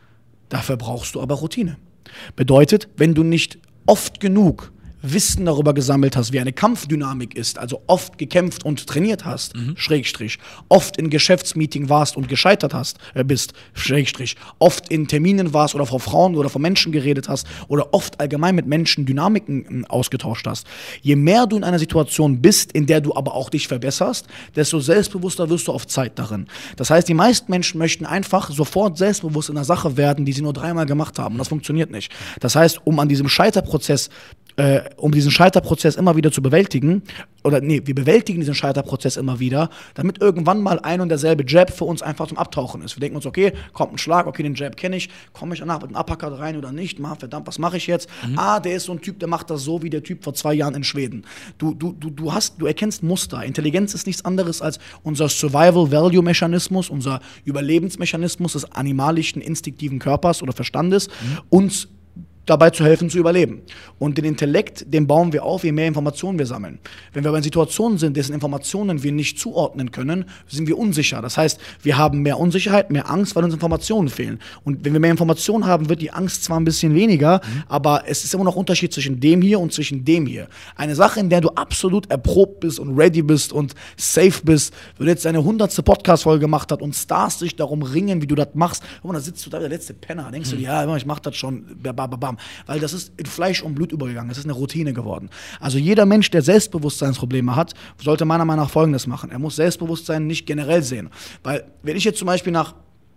Dafür brauchst du aber Routine. Bedeutet, wenn du nicht oft genug Wissen darüber gesammelt hast, wie eine Kampfdynamik ist, also oft gekämpft und trainiert hast, mhm. Schrägstrich, oft in Geschäftsmeeting warst und gescheitert hast, äh, bist, Schrägstrich, oft in Terminen warst oder vor Frauen oder vor Menschen geredet hast oder oft allgemein mit Menschen Dynamiken äh, ausgetauscht hast. Je mehr du in einer Situation bist, in der du aber auch dich verbesserst, desto selbstbewusster wirst du auf Zeit darin. Das heißt, die meisten Menschen möchten einfach sofort selbstbewusst in einer Sache werden, die sie nur dreimal gemacht haben. Und das funktioniert nicht. Das heißt, um an diesem Scheiterprozess Äh, um diesen Scheiterprozess immer wieder zu bewältigen, oder nee, wir bewältigen diesen Scheiterprozess immer wieder, damit irgendwann mal ein und derselbe Jab für uns einfach zum Abtauchen ist. Wir denken uns, okay, kommt ein Schlag, okay, den Jab kenne ich, komme ich danach mit einem Uppercut rein oder nicht, Ma, verdammt, was mache ich jetzt? Mhm. Ah, der ist so ein Typ, der macht das so wie der Typ vor zwei Jahren in Schweden. Du, du, du, du, hast, du erkennst Muster. Intelligenz ist nichts anderes als unser Survival-Value-Mechanismus, unser Überlebensmechanismus des animalischen, instinktiven Körpers oder Verstandes, mhm. uns dabei zu helfen, zu überleben. Und den Intellekt, den bauen wir auf, je mehr Informationen wir sammeln. Wenn wir aber in Situationen sind, dessen Informationen wir nicht zuordnen können, sind wir unsicher. Das heißt, wir haben mehr Unsicherheit, mehr Angst, weil uns Informationen fehlen. Und wenn wir mehr Informationen haben, wird die Angst zwar ein bisschen weniger, mhm. aber es ist immer noch ein Unterschied zwischen dem hier und zwischen dem hier. Eine Sache, in der du absolut erprobt bist und ready bist und safe bist, wenn du jetzt deine hundertste Podcast-Folge gemacht hast und Stars sich darum ringen, wie du das machst, und dann sitzt du da, der letzte Penner, denkst mhm. du, ja, ich mach das schon, bam. Weil das ist in Fleisch und Blut übergegangen. Das ist eine Routine geworden. Also jeder Mensch, der Selbstbewusstseinsprobleme hat, sollte meiner Meinung nach Folgendes machen. Er muss Selbstbewusstsein nicht generell sehen. Weil wenn ich jetzt zum Beispiel nach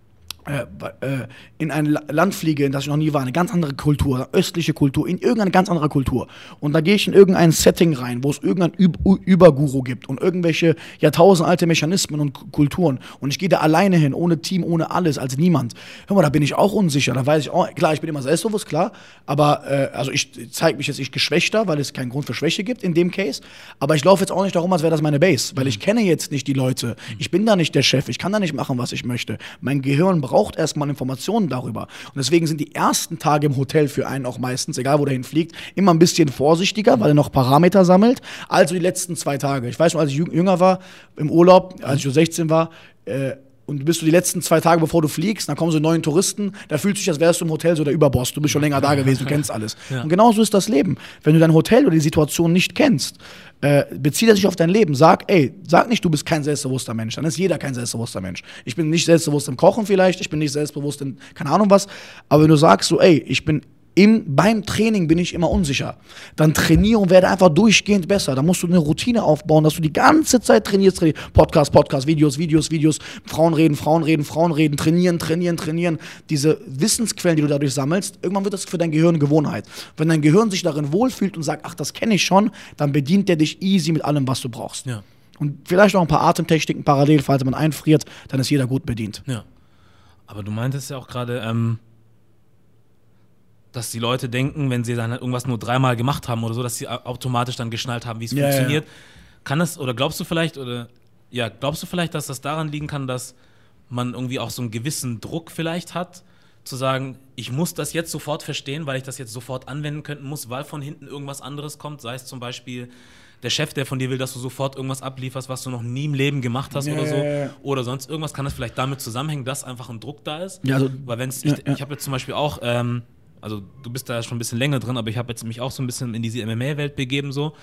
Äh, äh, in ein Land fliege, in das ich noch nie war, eine ganz andere Kultur, eine östliche Kultur, in irgendeine ganz andere Kultur. Und da gehe ich in irgendein Setting rein, wo es irgendein Ü- Überguru gibt und irgendwelche jahrtausendalte Mechanismen und K- Kulturen. Und ich gehe da alleine hin, ohne Team, ohne alles, als niemand. Hör mal, da bin ich auch unsicher. Da weiß ich auch, klar, ich bin immer selbstbewusst, klar. Aber, äh, also ich zeige mich jetzt nicht geschwächter, weil es keinen Grund für Schwäche gibt in dem Case. Aber ich laufe jetzt auch nicht darum, als wäre das meine Base. Weil ich kenne jetzt nicht die Leute. Ich bin da nicht der Chef. Ich kann da nicht machen, was ich möchte. Mein Gehirn braucht braucht erstmal Informationen darüber. Und deswegen sind die ersten Tage im Hotel für einen auch meistens, egal wo der hinfliegt, immer ein bisschen vorsichtiger, weil er noch Parameter sammelt. Also die letzten zwei Tage. Ich weiß noch, als ich jünger war, im Urlaub, als ich so sechzehn war, äh, und bist du die letzten zwei Tage, bevor du fliegst, dann kommen so neuen Touristen, da fühlst du dich, als wärst du im Hotel so der Überboss, du bist schon länger da gewesen, du kennst alles. Ja. Und genauso ist das Leben. Wenn du dein Hotel oder die Situation nicht kennst, äh, bezieht er sich auf dein Leben. Sag, ey, sag nicht, du bist kein selbstbewusster Mensch, dann ist jeder kein selbstbewusster Mensch. Ich bin nicht selbstbewusst im Kochen vielleicht, ich bin nicht selbstbewusst in, keine Ahnung was, aber wenn du sagst so, ey, ich bin Im, beim Training bin ich immer unsicher. Dann trainiere und werde einfach durchgehend besser. Da musst du eine Routine aufbauen, dass du die ganze Zeit trainierst. trainierst. Podcast, Podcast, Videos, Videos, Videos. Frauen reden, Frauen reden, Frauen reden. Trainieren, trainieren, trainieren. Diese Wissensquellen, die du dadurch sammelst, irgendwann wird das für dein Gehirn Gewohnheit. Wenn dein Gehirn sich darin wohlfühlt und sagt, ach, das kenne ich schon, dann bedient der dich easy mit allem, was du brauchst. Ja. Und vielleicht auch ein paar Atemtechniken parallel, falls man einfriert, dann ist jeder gut bedient. Ja. Aber du meintest ja auch gerade, ähm dass die Leute denken, wenn sie dann halt irgendwas nur dreimal gemacht haben oder so, dass sie automatisch dann geschnallt haben, wie es Ja, funktioniert. ja. Kann es, oder glaubst du vielleicht, oder ja, glaubst du vielleicht, dass das daran liegen kann, dass man irgendwie auch so einen gewissen Druck vielleicht hat, zu sagen, ich muss das jetzt sofort verstehen, weil ich das jetzt sofort anwenden könnten muss, weil von hinten irgendwas anderes kommt, sei es zum Beispiel der Chef, der von dir will, dass du sofort irgendwas ablieferst, was du noch nie im Leben gemacht hast Ja, oder so, ja, ja. oder sonst irgendwas, kann das vielleicht damit zusammenhängen, dass einfach ein Druck da ist? Ja, also, Weil wenn's, ja, ich, ja. ich habe jetzt zum Beispiel auch, ähm, also du bist da schon ein bisschen länger drin, aber ich habe jetzt mich auch so ein bisschen in diese M M A-Welt begeben so.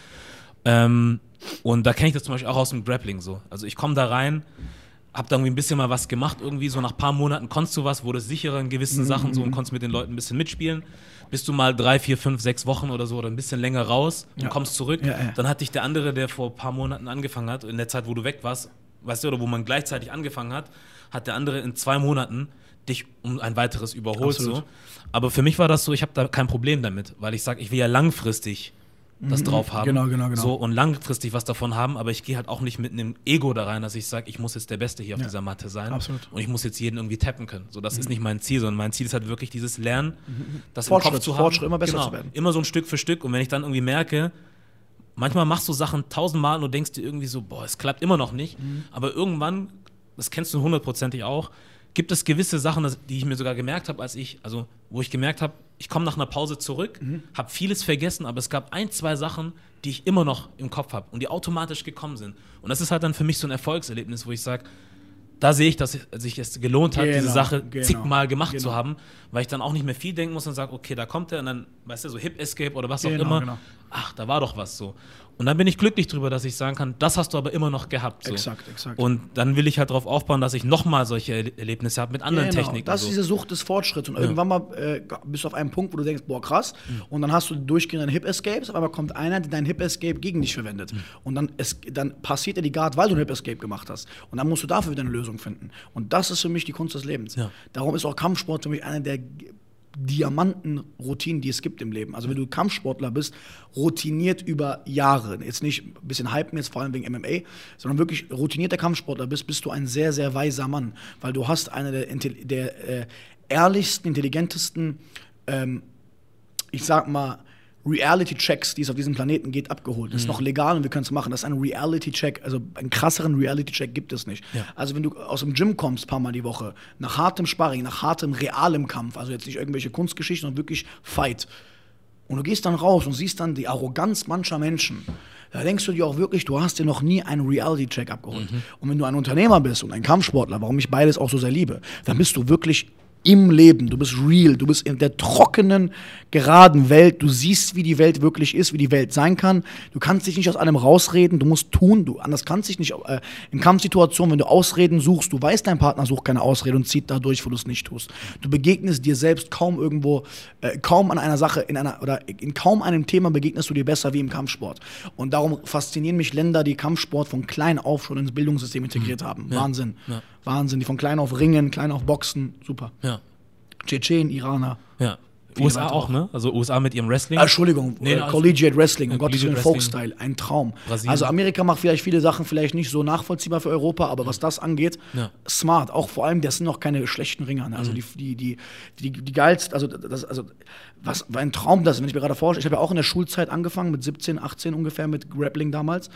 Ähm, und da kenne ich das zum Beispiel auch aus dem Grappling so. Also ich komme da rein, hab da irgendwie ein bisschen mal was gemacht, irgendwie so nach ein paar Monaten konntest du was, wurdest sicherer in gewissen Mhm. Sachen so und konntest mit den Leuten ein bisschen mitspielen. Bist du mal drei, vier, fünf, sechs Wochen oder so oder ein bisschen länger raus und Ja. kommst zurück, Ja, ja. dann hat dich der andere, der vor ein paar Monaten angefangen hat, in der Zeit, wo du weg warst, weißt du, oder wo man gleichzeitig angefangen hat, hat der andere in zwei Monaten dich um ein weiteres überholt. Absolut. So. Aber für mich war das so, ich habe da kein Problem damit, weil ich sage, ich will ja langfristig das Mhm. drauf haben. Genau, genau, genau. So, und langfristig was davon haben, aber ich gehe halt auch nicht mit einem Ego da rein, dass ich sage, ich muss jetzt der Beste hier auf Ja. dieser Matte sein. Absolut. Und ich muss jetzt jeden irgendwie tappen können. So, das ist nicht mein Ziel, sondern mein Ziel ist halt wirklich dieses Lernen, das im Fortschritt, Kopf zu haben. Fortschritt, immer besser genau, zu werden. Immer so ein Stück für Stück. Und wenn ich dann irgendwie merke, manchmal machst du Sachen tausendmal und denkst dir irgendwie so, boah, es klappt immer noch nicht. Mhm. Aber irgendwann, das kennst du hundertprozentig auch, gibt es gewisse Sachen, das- die ich mir sogar gemerkt habe, als ich, also wo ich gemerkt habe, ich komme nach einer Pause zurück, Mhm. habe vieles vergessen, aber es gab ein, zwei Sachen, die ich immer noch im Kopf habe und die automatisch gekommen sind. Und das ist halt dann für mich so ein Erfolgserlebnis, wo ich sage, da sehe ich, dass es sich es gelohnt hat, Genau, diese Sache genau, zigmal gemacht genau. zu haben, weil ich dann auch nicht mehr viel denken muss und sage, okay, da kommt er und dann, weißt du, so Hip Escape oder was auch Genau, immer. genau. Ach, da war doch was so. Und dann bin ich glücklich drüber, dass ich sagen kann, das hast du aber immer noch gehabt. So. Exakt, exakt. Und dann will ich halt darauf aufbauen, dass ich nochmal solche Er- Erlebnisse habe mit anderen Genau, Techniken. das so. ist diese Sucht des Fortschritts. Und irgendwann mal äh, bist du auf einem Punkt, wo du denkst, boah, krass. Und dann hast du durchgehende Hip-Escapes, auf einmal kommt einer, der dein Hip-Escape gegen dich verwendet. Und dann, es, dann passiert dir die Guard, weil du ein Hip-Escape gemacht hast. Und dann musst du dafür wieder eine Lösung finden. Und das ist für mich die Kunst des Lebens. Ja. Darum ist auch Kampfsport für mich einer der Diamantenroutinen, die es gibt im Leben. Also wenn du Kampfsportler bist, routiniert über Jahre, jetzt nicht ein bisschen hypen jetzt vor allem wegen M M A, sondern wirklich routinierter Kampfsportler bist, bist du ein sehr, sehr weiser Mann, weil du hast eine der, Intelli- der äh, ehrlichsten, intelligentesten, ähm, ich sag mal, Reality-Checks, die es auf diesem Planeten geht, abgeholt. Das ist noch legal und wir können es machen. Das ist ein Reality-Check, also einen krasseren Reality-Check gibt es nicht. Ja. Also wenn du aus dem Gym kommst, ein paar Mal die Woche, nach hartem Sparring, nach hartem, realem Kampf, also jetzt nicht irgendwelche Kunstgeschichten, sondern wirklich Fight, und du gehst dann raus und siehst dann die Arroganz mancher Menschen, da denkst du dir auch wirklich, du hast dir noch nie einen Reality-Check abgeholt. Mhm. Und wenn du ein Unternehmer bist und ein Kampfsportler, warum ich beides auch so sehr liebe, dann bist du wirklich im Leben, du bist real, du bist in der trockenen, geraden Welt, du siehst, wie die Welt wirklich ist, wie die Welt sein kann, du kannst dich nicht aus allem rausreden, du musst tun, du anders kannst dich nicht, äh, in Kampfsituationen, wenn du Ausreden suchst, du weißt, dein Partner sucht keine Ausrede und zieht dadurch, wo du es nicht tust. Du begegnest dir selbst kaum irgendwo, äh, kaum an einer Sache, in einer, oder in kaum einem Thema begegnest du dir besser wie im Kampfsport. Und darum faszinieren mich Länder, die Kampfsport von klein auf schon ins Bildungssystem integriert haben. Ja. Wahnsinn. Ja. Wahnsinn, die von klein auf ringen, klein auf boxen, super. Ja, Tschetschen, Iraner. ja. Viele U S A weitere auch, ne? Also U S A mit ihrem Wrestling. Ah, Entschuldigung, Nee, äh, also- Collegiate Wrestling, um Ja, Gottes Willen, Collegiate Folk-Style, ein Traum. Brasilien. Also Amerika macht vielleicht viele Sachen vielleicht nicht so nachvollziehbar für Europa, aber was das angeht, Ja. smart. Auch vor allem, das sind noch keine schlechten Ringer. Ne? Also die, die, die, die, die geilsten, also das, also was war ein Traum das, wenn ich mir gerade vorstelle, ich habe ja auch in der Schulzeit angefangen, mit siebzehn, achtzehn ungefähr, mit Grappling damals.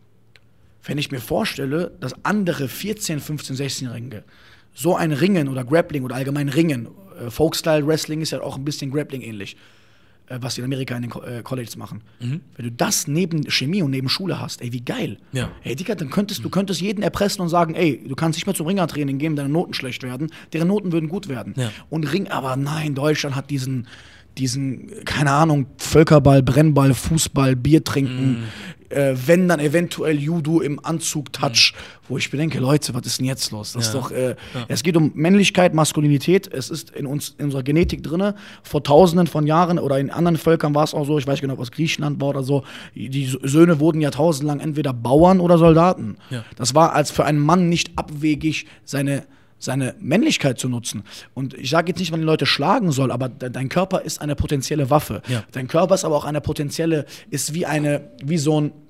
Wenn ich mir vorstelle, dass andere vierzehn, fünfzehn, sechzehnjährige so ein Ringen oder Grappling oder allgemein Ringen, äh, Folkstyle-Wrestling ist ja auch ein bisschen Grappling ähnlich, äh, was die in Amerika in den Co äh, Colleges machen. Wenn du das neben Chemie und neben Schule hast, ey, wie geil. Ja. Ey, Digga, dann könntest du könntest jeden erpressen und sagen, ey, du kannst nicht mehr zum Ringertraining gehen, deine Noten schlecht werden, deren Noten würden gut werden. Ja. Und Ring, aber nein, Deutschland hat diesen, diesen, keine Ahnung, Völkerball, Brennball, Fußball, Bier trinken, äh, wenn dann eventuell Judo im Anzug-Touch, wo ich mir denke, Leute, was ist denn jetzt los? Das ist Ja. doch, äh, es geht um Männlichkeit, Maskulinität, es ist in uns, in unserer Genetik drin, vor tausenden von Jahren oder in anderen Völkern war es auch so, ich weiß nicht genau, ob es Griechenland war oder so, die Söhne wurden jahrtausendlang entweder Bauern oder Soldaten. Ja. Das war als für einen Mann nicht abwegig, seine seine Männlichkeit zu nutzen. Und ich sage jetzt nicht, man die Leute schlagen soll, aber de dein Körper ist eine potenzielle Waffe. Ja. Dein Körper ist aber auch eine potenzielle, ist wie eine, wie so ein,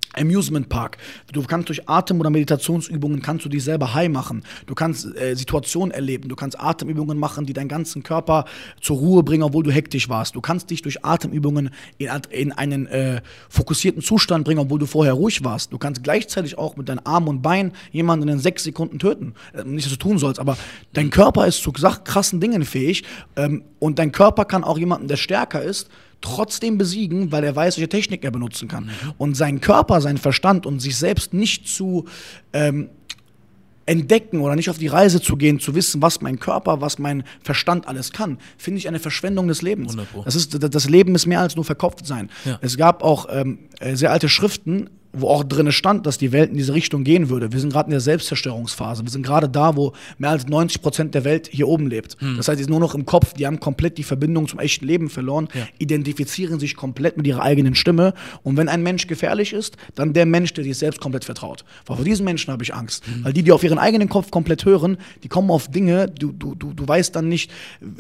Amusement Park. Du kannst durch Atem- oder Meditationsübungen kannst du dich selber high machen. Du kannst äh, Situationen erleben. Du kannst Atemübungen machen, die deinen ganzen Körper zur Ruhe bringen, obwohl du hektisch warst. Du kannst dich durch Atemübungen in, in einen äh, fokussierten Zustand bringen, obwohl du vorher ruhig warst. Du kannst gleichzeitig auch mit deinen Armen und Beinen jemanden in sechs Sekunden töten. Äh, nicht, dass du tun sollst, aber dein Körper ist zu krassen Dingen fähig. Ähm, und dein Körper kann auch jemanden, der stärker ist, trotzdem besiegen, weil er weiß, welche Technik er benutzen kann. Mhm. Und sein Körper, sein Verstand und sich selbst nicht zu ähm, entdecken oder nicht auf die Reise zu gehen, zu wissen, was mein Körper, was mein Verstand alles kann, finde ich eine Verschwendung des Lebens. Das ist, das Leben ist mehr als nur verkopft sein. Ja. Es gab auch ähm, sehr alte Schriften, wo auch drin stand, dass die Welt in diese Richtung gehen würde. Wir sind gerade in der Selbstzerstörungsphase. Wir sind gerade da, wo mehr als neunzig Prozent der Welt hier oben lebt. Hm. Das heißt, die sind nur noch im Kopf, die haben komplett die Verbindung zum echten Leben verloren, ja. identifizieren sich komplett mit ihrer eigenen Stimme. Und wenn ein Mensch gefährlich ist, dann der Mensch, der sich selbst komplett vertraut. Weil vor diesen Menschen habe ich Angst. Hm. Weil die, die auf ihren eigenen Kopf komplett hören, die kommen auf Dinge, du, du, du, du weißt dann nicht,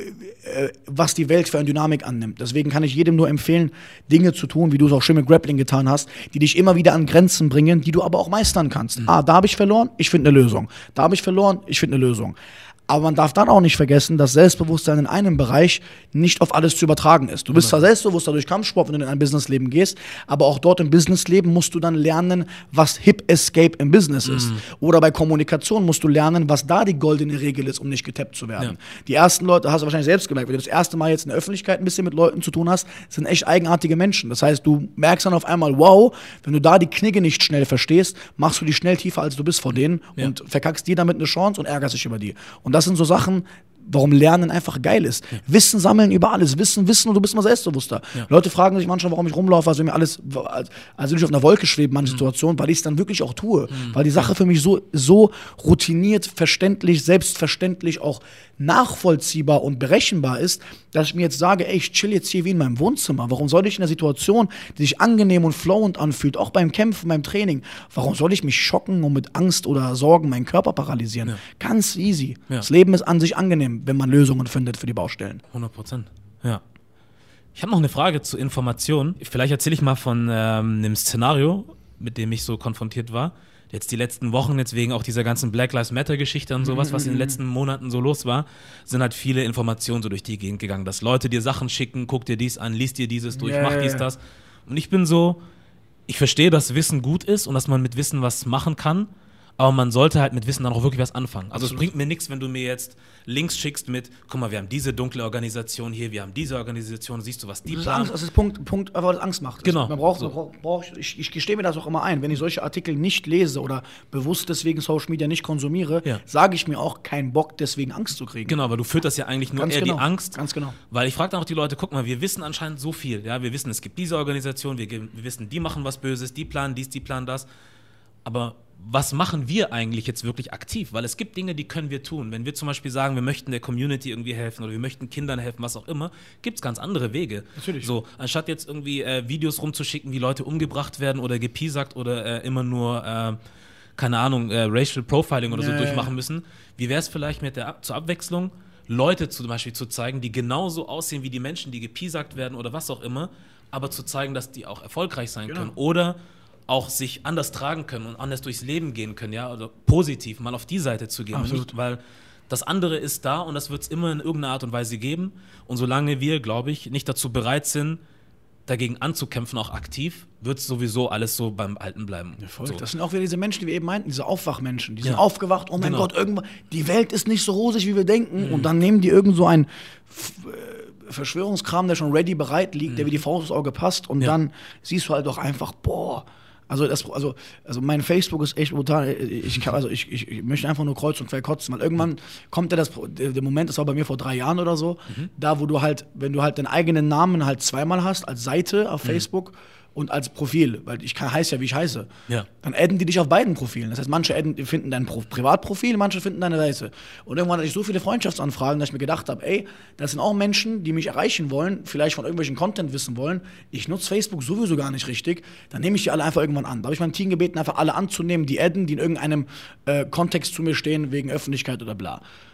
was die Welt für eine Dynamik annimmt. Deswegen kann ich jedem nur empfehlen, Dinge zu tun, wie du es auch schön mit Grappling getan hast, die dich immer wieder an Grenzen bringen, die du aber auch meistern kannst. Mhm. Ah, da habe ich verloren, ich finde eine Lösung. Da habe ich verloren, ich finde eine Lösung. Aber man darf dann auch nicht vergessen, dass Selbstbewusstsein in einem Bereich nicht auf alles zu übertragen ist. Du bist zwar selbstbewusster durch Kampfsport, wenn du in ein Businessleben gehst, aber auch dort im Businessleben musst du dann lernen, was Hip Escape im Business ist. Mhm. Oder bei Kommunikation musst du lernen, was da die goldene Regel ist, um nicht getappt zu werden. Ja. Die ersten Leute, hast du wahrscheinlich selbst gemerkt, wenn du das erste Mal jetzt in der Öffentlichkeit ein bisschen mit Leuten zu tun hast, sind echt eigenartige Menschen. Das heißt, du merkst dann auf einmal, wow, wenn du da die Knigge nicht schnell verstehst, machst du die schnell tiefer, als du bist vor denen ja. und verkackst dir damit eine Chance und ärgerst dich über die. Und das sind so Sachen, warum Lernen einfach geil ist. Ja. Wissen sammeln über alles. Wissen, wissen und du bist mal selbstbewusster. Ja. Leute fragen sich manchmal, warum ich rumlaufe, also mir alles, also nicht auf einer Wolke schweben, manche mhm. Situationen, weil ich es dann wirklich auch tue. Mhm. Weil die Sache für mich so, so routiniert, verständlich, selbstverständlich auch nachvollziehbar und berechenbar ist, dass ich mir jetzt sage, ey, ich chill jetzt hier wie in meinem Wohnzimmer. Warum soll ich in einer Situation, die sich angenehm und flowend anfühlt, auch beim Kämpfen, beim Training, warum soll ich mich schocken und mit Angst oder Sorgen meinen Körper paralysieren? Ja. Ganz easy. Ja. Das Leben ist an sich angenehm, wenn man Lösungen findet für die Baustellen. hundert Prozent, ja. Ich habe noch eine Frage zu Informationen. Vielleicht erzähle ich mal von ähm, einem Szenario, mit dem ich so konfrontiert war. Jetzt die letzten Wochen, jetzt wegen auch dieser ganzen Black Lives Matter-Geschichte und sowas, was in den letzten Monaten so los war, sind halt viele Informationen so durch die Gegend gegangen, dass Leute dir Sachen schicken, guck dir dies an, liest dir dieses durch, yeah. mach dies, das. Und ich bin so, ich verstehe, dass Wissen gut ist und dass man mit Wissen was machen kann, aber man sollte halt mit Wissen dann auch wirklich was anfangen. Also Absolut. Es bringt mir nichts, wenn du mir jetzt Links schickst mit, guck mal, wir haben diese dunkle Organisation hier, wir haben diese Organisation, siehst du, was die das planen? Angst, das ist Punkt, Punkt, weil das Angst macht. Genau. Man braucht, so. man braucht, ich, ich gestehe mir das auch immer ein, wenn ich solche Artikel nicht lese oder bewusst deswegen Social Media nicht konsumiere, ja. sage ich mir auch, keinen Bock, deswegen Angst zu kriegen. Genau, aber du führst das ja eigentlich nur Ganz eher genau. die Angst. Ganz genau. Weil ich frage dann auch die Leute, guck mal, wir wissen anscheinend so viel. Ja, wir wissen, es gibt diese Organisation, wir, wir wissen, die machen was Böses, die planen dies, die planen das. Aber was machen wir eigentlich jetzt wirklich aktiv? Weil es gibt Dinge, die können wir tun. Wenn wir zum Beispiel sagen, wir möchten der Community irgendwie helfen oder wir möchten Kindern helfen, was auch immer, gibt es ganz andere Wege. Natürlich. So, anstatt jetzt irgendwie äh, Videos rumzuschicken, wie Leute umgebracht werden oder gepiesackt oder äh, immer nur, äh, keine Ahnung, äh, Racial Profiling oder so ja, durchmachen ja. müssen, wie wäre es vielleicht mit der Ab- zur Abwechslung, Leute zum Beispiel zu zeigen, die genauso aussehen wie die Menschen, die gepiesackt werden oder was auch immer, aber zu zeigen, dass die auch erfolgreich sein genau. können oder auch sich anders tragen können und anders durchs Leben gehen können, ja, oder positiv mal auf die Seite zu gehen. Nicht, weil das andere ist da und das wird es immer in irgendeiner Art und Weise geben. Und solange wir, glaube ich, nicht dazu bereit sind, dagegen anzukämpfen, auch aktiv, wird es sowieso alles so beim Alten bleiben. Ja, voll. So. Das sind auch wieder diese Menschen, die wir eben meinten, diese Aufwachmenschen. Die sind ja. aufgewacht, oh mein genau. Gott, irgendwann, die Welt ist nicht so rosig, wie wir denken. Mhm. Und dann nehmen die irgend so ein Verschwörungskram, der schon ready bereit liegt, mhm. der wie die Faust aufs Auge passt. Und ja. dann siehst du halt doch einfach, boah, Also, das, also, also mein Facebook ist echt brutal. Ich, kann, also ich, ich, ich möchte einfach nur kreuz und quer kotzen, weil irgendwann kommt ja das, der Moment, das war bei mir vor drei Jahren oder so, mhm. da wo du halt, wenn du halt deinen eigenen Namen halt zweimal hast, als Seite auf mhm. Facebook und als Profil, weil ich kann, heiße ja, wie ich heiße, ja. dann adden die dich auf beiden Profilen. Das heißt, manche adden, finden dein Pro- Privatprofil, manche finden deine Seite. Und irgendwann hatte ich so viele Freundschaftsanfragen, dass ich mir gedacht habe, ey, das sind auch Menschen, die mich erreichen wollen, vielleicht von irgendwelchen Content wissen wollen. Ich nutze Facebook sowieso gar nicht richtig. Dann nehme ich die alle einfach irgendwann an. Da habe ich mein Team gebeten, einfach alle anzunehmen, die adden, die in irgendeinem äh, Kontext zu mir stehen, wegen Öffentlichkeit oder bla.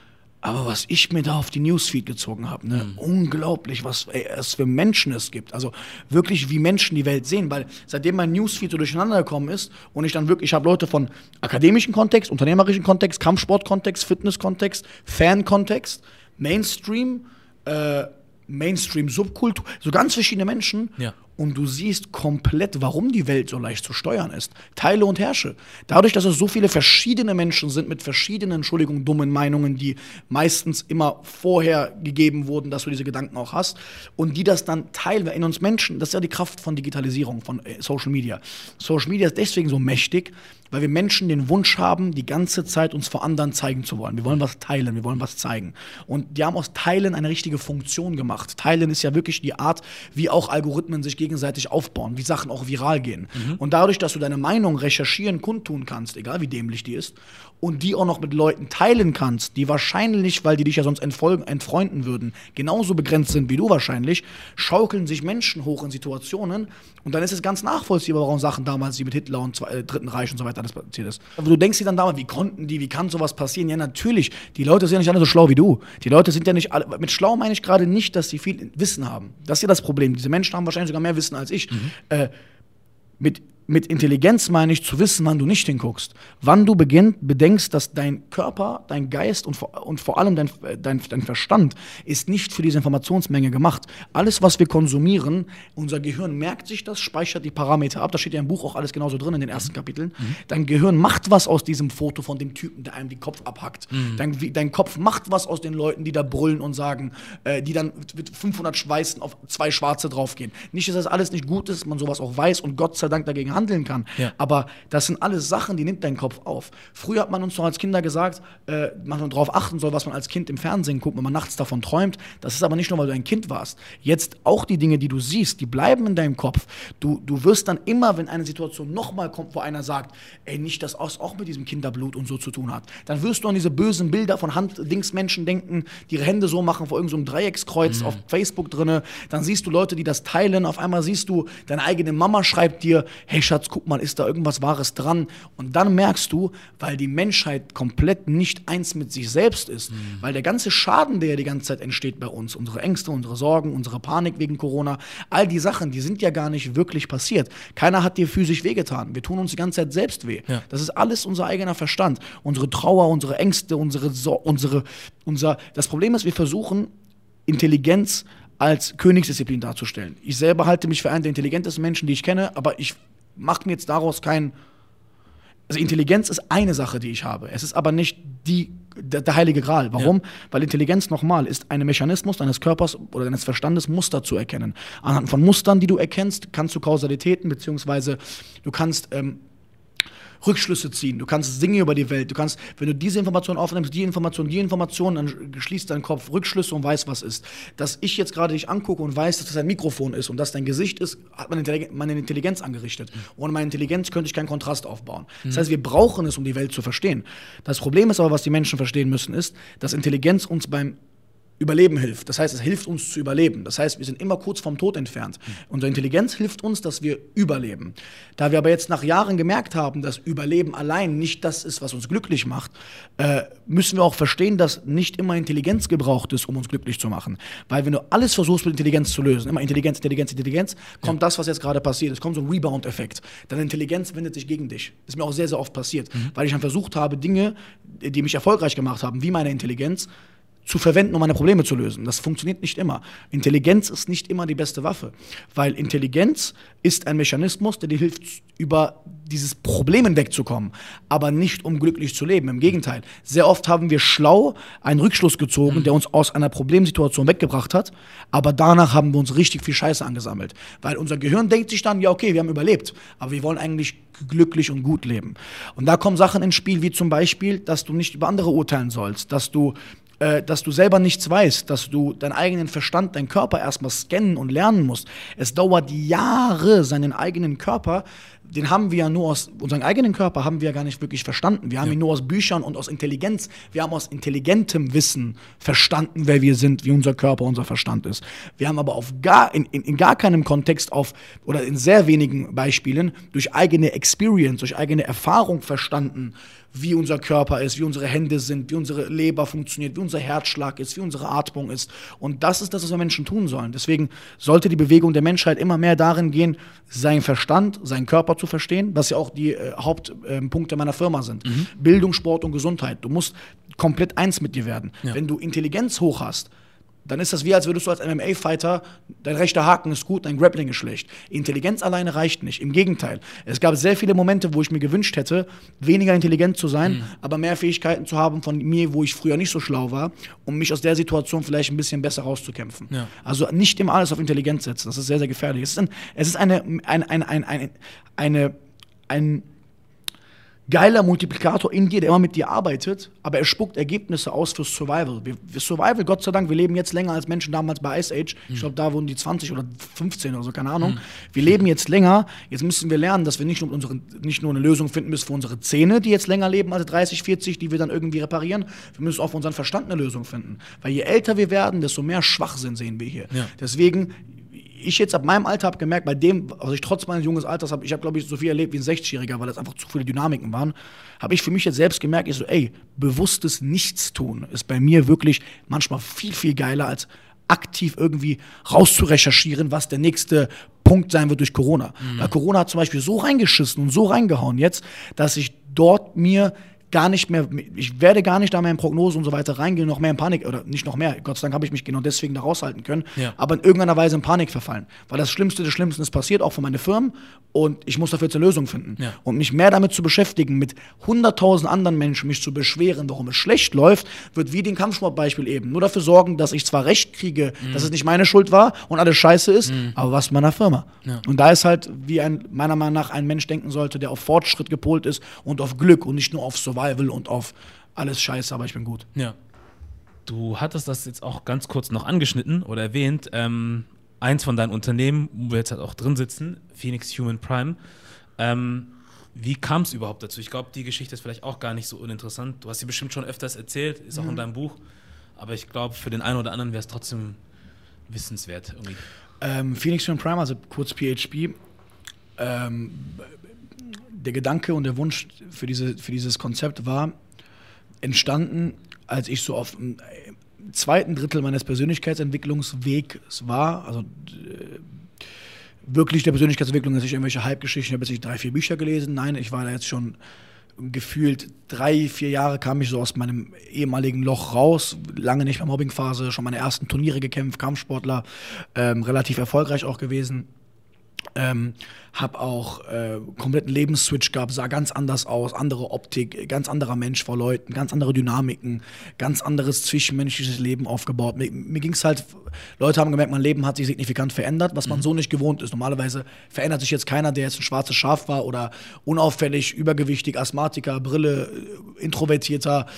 Aber was ich mir da auf die Newsfeed gezogen habe, ne? Mhm. Unglaublich, was ey, es für Menschen es gibt. Also wirklich, wie Menschen die Welt sehen. Weil seitdem mein Newsfeed so durcheinander gekommen ist und ich dann wirklich, ich habe Leute von akademischen Kontext, unternehmerischen Kontext, Kampfsport-Kontext, Fitness-Kontext, Fan-Kontext, Mainstream, äh, Mainstream-Subkultur, so ganz verschiedene Menschen. Ja. Und du siehst komplett, warum die Welt so leicht zu steuern ist. Teile und herrsche. Dadurch, dass es so viele verschiedene Menschen sind mit verschiedenen, Entschuldigung, dummen Meinungen, die meistens immer vorher gegeben wurden, dass du diese Gedanken auch hast. Und die das dann teilen. In uns Menschen, das ist ja die Kraft von Digitalisierung, von äh, Social Media. Social Media ist deswegen so mächtig, weil wir Menschen den Wunsch haben, die ganze Zeit uns vor anderen zeigen zu wollen. Wir wollen was teilen, wir wollen was zeigen. Und die haben aus Teilen eine richtige Funktion gemacht. Teilen ist ja wirklich die Art, wie auch Algorithmen sich gegenseitig aufbauen, wie Sachen auch viral gehen. Mhm. Und dadurch, dass du deine Meinung recherchieren, kundtun kannst, egal wie dämlich die ist, und die auch noch mit Leuten teilen kannst, die wahrscheinlich, weil die dich ja sonst entfolgen, entfreunden würden, genauso begrenzt sind wie du wahrscheinlich, schaukeln sich Menschen hoch in Situationen und dann ist es ganz nachvollziehbar, warum Sachen damals, wie mit Hitler und zwei, äh, Dritten Reich und so weiter, das passiert ist. Aber du denkst dir dann damals, wie konnten die, wie kann sowas passieren? Ja, natürlich, die Leute sind ja nicht alle so schlau wie du. Die Leute sind ja nicht alle, mit schlau meine ich gerade nicht, dass sie viel Wissen haben. Das ist ja das Problem. Diese Menschen haben wahrscheinlich sogar mehr Wissen als ich. Mhm. Äh, mit Mit Intelligenz meine ich zu wissen, wann du nicht hinguckst. Wann du beginnt, bedenkst, dass dein Körper, dein Geist und vor, und vor allem dein, dein, dein Verstand ist nicht für diese Informationsmenge gemacht. Alles, was wir konsumieren, unser Gehirn merkt sich das, speichert die Parameter ab. Da steht ja im Buch auch alles genauso drin in den ersten Kapiteln. Mhm. Dein Gehirn macht was aus diesem Foto von dem Typen, der einem den Kopf abhackt. Mhm. Dein, dein Kopf macht was aus den Leuten, die da brüllen und sagen, äh, die dann mit fünfhundert Schweißen auf zwei Schwarze draufgehen. Nicht, dass das alles nicht gut ist, dass man sowas auch weiß und Gott sei Dank dagegen handeln kann. Ja. Aber das sind alles Sachen, die nimmt dein Kopf auf. Früher hat man uns noch als Kinder gesagt, äh, man darauf achten soll, was man als Kind im Fernsehen guckt, wenn man nachts davon träumt. Das ist aber nicht nur, weil du ein Kind warst. Jetzt auch die Dinge, die du siehst, die bleiben in deinem Kopf. Du, du wirst dann immer, wenn eine Situation nochmal kommt, wo einer sagt, ey, nicht, dass das auch mit diesem Kinderblut und so zu tun hat, dann wirst du an diese bösen Bilder von Handdingsmenschen denken, die ihre Hände so machen vor irgendeinem so Dreieckskreuz mhm. auf Facebook drinne. Dann siehst du Leute, die das teilen. Auf einmal siehst du, deine eigene Mama schreibt dir, hey Schatz, guck mal, ist da irgendwas Wahres dran? Und dann merkst du, weil die Menschheit komplett nicht eins mit sich selbst ist, mhm. weil der ganze Schaden, der ja die ganze Zeit entsteht bei uns, unsere Ängste, unsere Sorgen, unsere Panik wegen Corona, all die Sachen, die sind ja gar nicht wirklich passiert. Keiner hat dir physisch wehgetan. Wir tun uns die ganze Zeit selbst weh. Ja. Das ist alles unser eigener Verstand. Unsere Trauer, unsere Ängste, unsere, so unsere, unser. Das Problem ist, wir versuchen, Intelligenz als Königsdisziplin darzustellen. Ich selber halte mich für einen der intelligentesten Menschen, die ich kenne, aber ich mache mir jetzt daraus kein... Also Intelligenz ist eine Sache, die ich habe. Es ist aber nicht die, der, der heilige Gral. Warum? Ja. Weil Intelligenz, nochmal, ist ein Mechanismus deines Körpers oder deines Verstandes, Muster zu erkennen. Anhand von Mustern, die du erkennst, kannst du Kausalitäten, beziehungsweise du kannst... Ähm, Rückschlüsse ziehen, du kannst Dinge über die Welt, du kannst, wenn du diese Information aufnimmst, die Information, die Information, dann schließt dein Kopf Rückschlüsse und weiß, was ist. Dass ich jetzt gerade dich angucke und weiß, dass das ein Mikrofon ist und dass dein Gesicht ist, hat meine Intelligenz, meine Intelligenz angerichtet. Ohne meine Intelligenz könnte ich keinen Kontrast aufbauen. Mhm. Das heißt, wir brauchen es, um die Welt zu verstehen. Das Problem ist aber, was die Menschen verstehen müssen, ist, dass Intelligenz uns beim Überleben hilft. Das heißt, es hilft uns zu überleben. Das heißt, wir sind immer kurz vom Tod entfernt. Mhm. Unsere Intelligenz hilft uns, dass wir überleben. Da wir aber jetzt nach Jahren gemerkt haben, dass Überleben allein nicht das ist, was uns glücklich macht, äh, müssen wir auch verstehen, dass nicht immer Intelligenz gebraucht ist, um uns glücklich zu machen. Weil wenn du alles versuchst, mit Intelligenz zu lösen, immer Intelligenz, Intelligenz, Intelligenz, kommt ja. das, was jetzt gerade passiert. Es kommt so ein Rebound-Effekt. Deine Intelligenz wendet sich gegen dich. Das ist mir auch sehr, sehr oft passiert. Mhm. Weil ich dann versucht habe, Dinge, die mich erfolgreich gemacht haben, wie meine Intelligenz, zu verwenden, um meine Probleme zu lösen. Das funktioniert nicht immer. Intelligenz ist nicht immer die beste Waffe, weil Intelligenz ist ein Mechanismus, der dir hilft, über dieses Problem hinwegzukommen, aber nicht, um glücklich zu leben. Im Gegenteil. Sehr oft haben wir schlau einen Rückschluss gezogen, der uns aus einer Problemsituation weggebracht hat, aber danach haben wir uns richtig viel Scheiße angesammelt. Weil unser Gehirn denkt sich dann, ja okay, wir haben überlebt, aber wir wollen eigentlich glücklich und gut leben. Und da kommen Sachen ins Spiel, wie zum Beispiel, dass du nicht über andere urteilen sollst, dass du Äh, dass du selber nichts weißt, dass du deinen eigenen Verstand, deinen Körper erstmal scannen und lernen musst. Es dauert Jahre, seinen eigenen Körper, den haben wir ja nur aus, unseren eigenen Körper haben wir ja gar nicht wirklich verstanden. Wir haben ja. ihn nur aus Büchern und aus Intelligenz, wir haben aus intelligentem Wissen verstanden, wer wir sind, wie unser Körper, unser Verstand ist. Wir haben aber auf gar, in, in, in gar keinem Kontext auf, oder in sehr wenigen Beispielen, durch eigene Experience, durch eigene Erfahrung verstanden, wie unser Körper ist, wie unsere Hände sind, wie unsere Leber funktioniert, wie unser Herzschlag ist, wie unsere Atmung ist. Und das ist das, was wir Menschen tun sollen. Deswegen sollte die Bewegung der Menschheit immer mehr darin gehen, seinen Verstand, seinen Körper zu verstehen, was ja auch die äh, Hauptpunkte äh, meiner Firma sind. Mhm. Bildung, Sport und Gesundheit. Du musst komplett eins mit dir werden. Ja. Wenn du Intelligenz hoch hast, dann ist das wie, als würdest du als M M A-Fighter, dein rechter Haken ist gut, dein Grappling ist schlecht. Intelligenz alleine reicht nicht. Im Gegenteil. Es gab sehr viele Momente, wo ich mir gewünscht hätte, weniger intelligent zu sein, mhm. aber mehr Fähigkeiten zu haben von mir, wo ich früher nicht so schlau war, um mich aus der Situation vielleicht ein bisschen besser rauszukämpfen. Ja. Also nicht immer alles auf Intelligenz setzen. Das ist sehr, sehr gefährlich. Es ist, ein, es ist eine, ein, ein, ein, ein, eine, ein geiler Multiplikator in dir, der immer mit dir arbeitet, aber er spuckt Ergebnisse aus fürs Survival. Wir, wir Survival, Gott sei Dank, wir leben jetzt länger als Menschen damals bei Ice Age. Ich glaube, da wurden die zwanzig oder fünfzehn oder so, keine Ahnung. Mhm. Wir leben jetzt länger. Jetzt müssen wir lernen, dass wir nicht nur, unsere, nicht nur eine Lösung finden müssen für unsere Zähne, die jetzt länger leben als dreißig, vierzig, die wir dann irgendwie reparieren. Wir müssen auch für unseren Verstand eine Lösung finden. Weil je älter wir werden, desto mehr Schwachsinn sehen wir hier. Ja. Deswegen ich jetzt ab meinem Alter habe gemerkt, bei dem, was ich trotz meines jungen Alters habe, ich habe, glaube ich, so viel erlebt wie ein sechzigjähriger, weil das einfach zu viele Dynamiken waren, habe ich für mich jetzt selbst gemerkt, ich so, ey, bewusstes Nichtstun ist bei mir wirklich manchmal viel, viel geiler, als aktiv irgendwie rauszurecherchieren, was der nächste Punkt sein wird durch Corona. Mhm. Weil Corona hat zum Beispiel so reingeschissen und so reingehauen jetzt, dass ich dort mir gar nicht mehr, ich werde gar nicht da mehr in Prognosen und so weiter reingehen, noch mehr in Panik, oder nicht noch mehr, Gott sei Dank habe ich mich genau deswegen da raushalten können, ja. aber in irgendeiner Weise in Panik verfallen. Weil das Schlimmste des Schlimmsten ist passiert, auch für meine Firmen, und ich muss dafür jetzt eine Lösung finden. Ja. Und mich mehr damit zu beschäftigen, mit hunderttausend anderen Menschen mich zu beschweren, warum es schlecht läuft, wird wie den Kampfsportbeispiel eben nur dafür sorgen, dass ich zwar Recht kriege, mhm. dass es nicht meine Schuld war und alles scheiße ist, mhm. aber was meiner Firma. Ja. Und da ist halt, wie ein, meiner Meinung nach ein Mensch denken sollte, der auf Fortschritt gepolt ist und auf Glück und nicht nur auf Survival und auf alles scheiße, aber ich bin gut. Ja. Du hattest das jetzt auch ganz kurz noch angeschnitten oder erwähnt. Ähm, eins von deinen Unternehmen, wo wir jetzt halt auch drin sitzen, Phoenix Human Prime. Ähm, wie kam es überhaupt dazu? Ich glaube, die Geschichte ist vielleicht auch gar nicht so uninteressant. Du hast sie bestimmt schon öfters erzählt, ist auch mhm. in deinem Buch. Aber ich glaube, für den einen oder anderen wäre es trotzdem wissenswert irgendwie. Ähm, Phoenix Human Prime, also kurz P H P, ähm, der Gedanke und der Wunsch für, diese, für dieses Konzept war entstanden, als ich so auf dem zweiten Drittel meines Persönlichkeitsentwicklungswegs war. Also äh, wirklich der Persönlichkeitsentwicklung, dass ich irgendwelche Halbgeschichten, ich habe jetzt nicht drei, vier Bücher gelesen. Nein, ich war da jetzt schon gefühlt drei, vier Jahre, kam ich so aus meinem ehemaligen Loch raus. Lange nicht mehr Mobbingphase, schon meine ersten Turniere gekämpft, Kampfsportler, ähm, relativ erfolgreich auch gewesen. Ähm, hab auch äh, kompletten Lebensswitch gehabt, sah ganz anders aus, andere Optik, ganz anderer Mensch vor Leuten, ganz andere Dynamiken, ganz anderes zwischenmenschliches Leben aufgebaut. Mir, mir ging es halt, Leute haben gemerkt, mein Leben hat sich signifikant verändert, was man mhm. so nicht gewohnt ist. Normalerweise verändert sich jetzt keiner, der jetzt ein schwarzes Schaf war oder unauffällig, übergewichtig, Asthmatiker, Brille, introvertierter.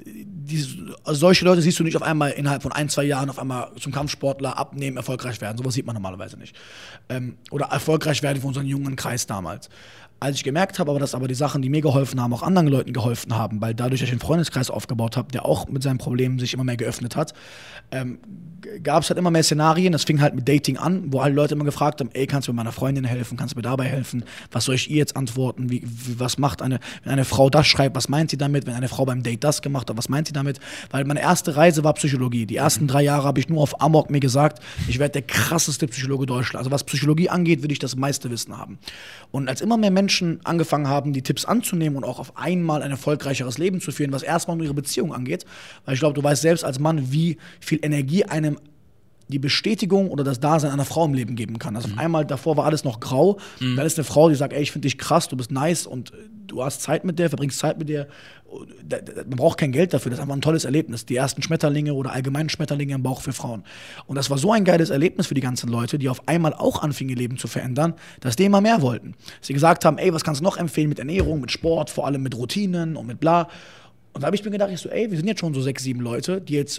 Die, also solche Leute siehst du nicht auf einmal innerhalb von ein, zwei Jahren auf einmal zum Kampfsportler abnehmen, erfolgreich werden. Sowas sieht man normalerweise nicht. Ähm, oder erfolgreich werden für unseren jungen Kreis damals. Als ich gemerkt habe, aber dass aber die Sachen, die mir geholfen haben, auch anderen Leuten geholfen haben, weil dadurch, dass ich einen Freundeskreis aufgebaut habe, der auch mit seinen Problemen sich immer mehr geöffnet hat, ähm, gab es halt immer mehr Szenarien. Das fing halt mit Dating an, wo alle Leute immer gefragt haben, ey, kannst du mir meiner Freundin helfen, kannst du mir dabei helfen, was soll ich ihr jetzt antworten, wie, wie, was macht eine, wenn eine Frau das schreibt, was meint sie damit, wenn eine Frau beim Date das gemacht hat, was meint sie damit, weil meine erste Reise war Psychologie. Die ersten drei Jahre habe ich nur auf Amok mir gesagt, ich werde der krasseste Psychologe Deutschlands. Also was Psychologie angeht, will ich das meiste Wissen haben. Und als immer mehr Menschen angefangen haben, die Tipps anzunehmen und auch auf einmal ein erfolgreicheres Leben zu führen, was erstmal nur ihre Beziehung angeht, weil ich glaube, du weißt selbst als Mann, wie viel Energie einem die Bestätigung oder das Dasein einer Frau im Leben geben kann. Also mhm. auf einmal, davor war alles noch grau, mhm. dann ist eine Frau, die sagt, ey, ich finde dich krass, du bist nice und du hast Zeit mit der, verbringst Zeit mit der. Man braucht kein Geld dafür, das ist einfach ein tolles Erlebnis. Die ersten Schmetterlinge oder allgemeinen Schmetterlinge im Bauch für Frauen. Und das war so ein geiles Erlebnis für die ganzen Leute, die auf einmal auch anfingen, ihr Leben zu verändern, dass die immer mehr wollten. Sie gesagt haben, ey, was kannst du noch empfehlen mit Ernährung, mit Sport, vor allem mit Routinen und mit bla. Und da habe ich mir gedacht, ich so, ey, wir sind jetzt schon so sechs, sieben Leute, die jetzt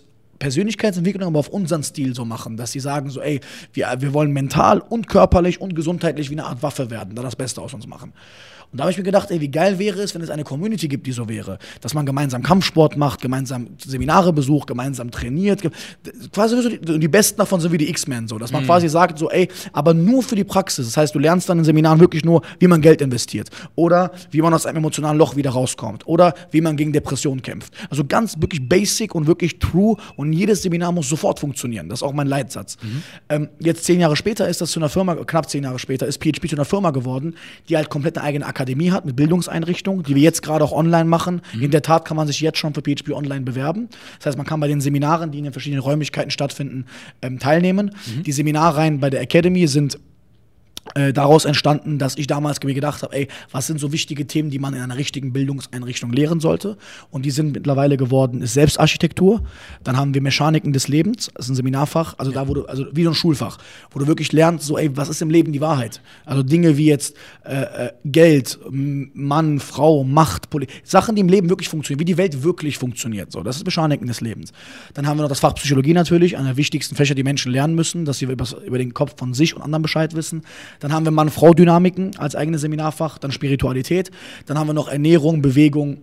Persönlichkeitsentwicklung, aber auf unseren Stil so machen, dass sie sagen so, ey, wir, wir wollen mental und körperlich und gesundheitlich wie eine Art Waffe werden, da das Beste aus uns machen. Und da habe ich mir gedacht, ey, wie geil wäre es, wenn es eine Community gibt, die so wäre. Dass man gemeinsam Kampfsport macht, gemeinsam Seminare besucht, gemeinsam trainiert. Ge quasi so die, die Besten davon sind wie die X-Men. So. Dass man mhm. quasi sagt, so, ey, aber nur für die Praxis. Das heißt, du lernst dann in Seminaren wirklich nur, wie man Geld investiert. Oder wie man aus einem emotionalen Loch wieder rauskommt. Oder wie man gegen Depressionen kämpft. Also ganz wirklich basic und wirklich true. Und jedes Seminar muss sofort funktionieren. Das ist auch mein Leitsatz. Mhm. Ähm, jetzt zehn Jahre später ist das zu einer Firma, knapp zehn Jahre später, ist P H P zu einer Firma geworden, die halt komplett eine eigene Akademie Akademie hat mit Bildungseinrichtungen, die wir jetzt gerade auch online machen. Mhm. In der Tat kann man sich jetzt schon für P H P Online bewerben. Das heißt, man kann bei den Seminaren, die in den verschiedenen Räumlichkeiten stattfinden, ähm, teilnehmen. Mhm. Die Seminarreihen bei der Academy sind Äh, daraus entstanden, dass ich damals mir gedacht habe, ey, was sind so wichtige Themen, die man in einer richtigen Bildungseinrichtung lehren sollte? Und die sind mittlerweile geworden, ist Selbstarchitektur. Dann haben wir Mechaniken des Lebens, das ist ein Seminarfach, also ja. da, wo du, also wie so ein Schulfach, wo du wirklich lernst, so, ey, was ist im Leben die Wahrheit? Also Dinge wie jetzt äh, äh, Geld, Mann, Frau, Macht, Politik, Sachen, die im Leben wirklich funktionieren, wie die Welt wirklich funktioniert. So, das ist Mechaniken des Lebens. Dann haben wir noch das Fach Psychologie natürlich, einer der wichtigsten Fächer, die Menschen lernen müssen, dass sie über, über den Kopf von sich und anderen Bescheid wissen. Dann haben wir Mann-Frau-Dynamiken als eigenes Seminarfach, dann Spiritualität, dann haben wir noch Ernährung, Bewegung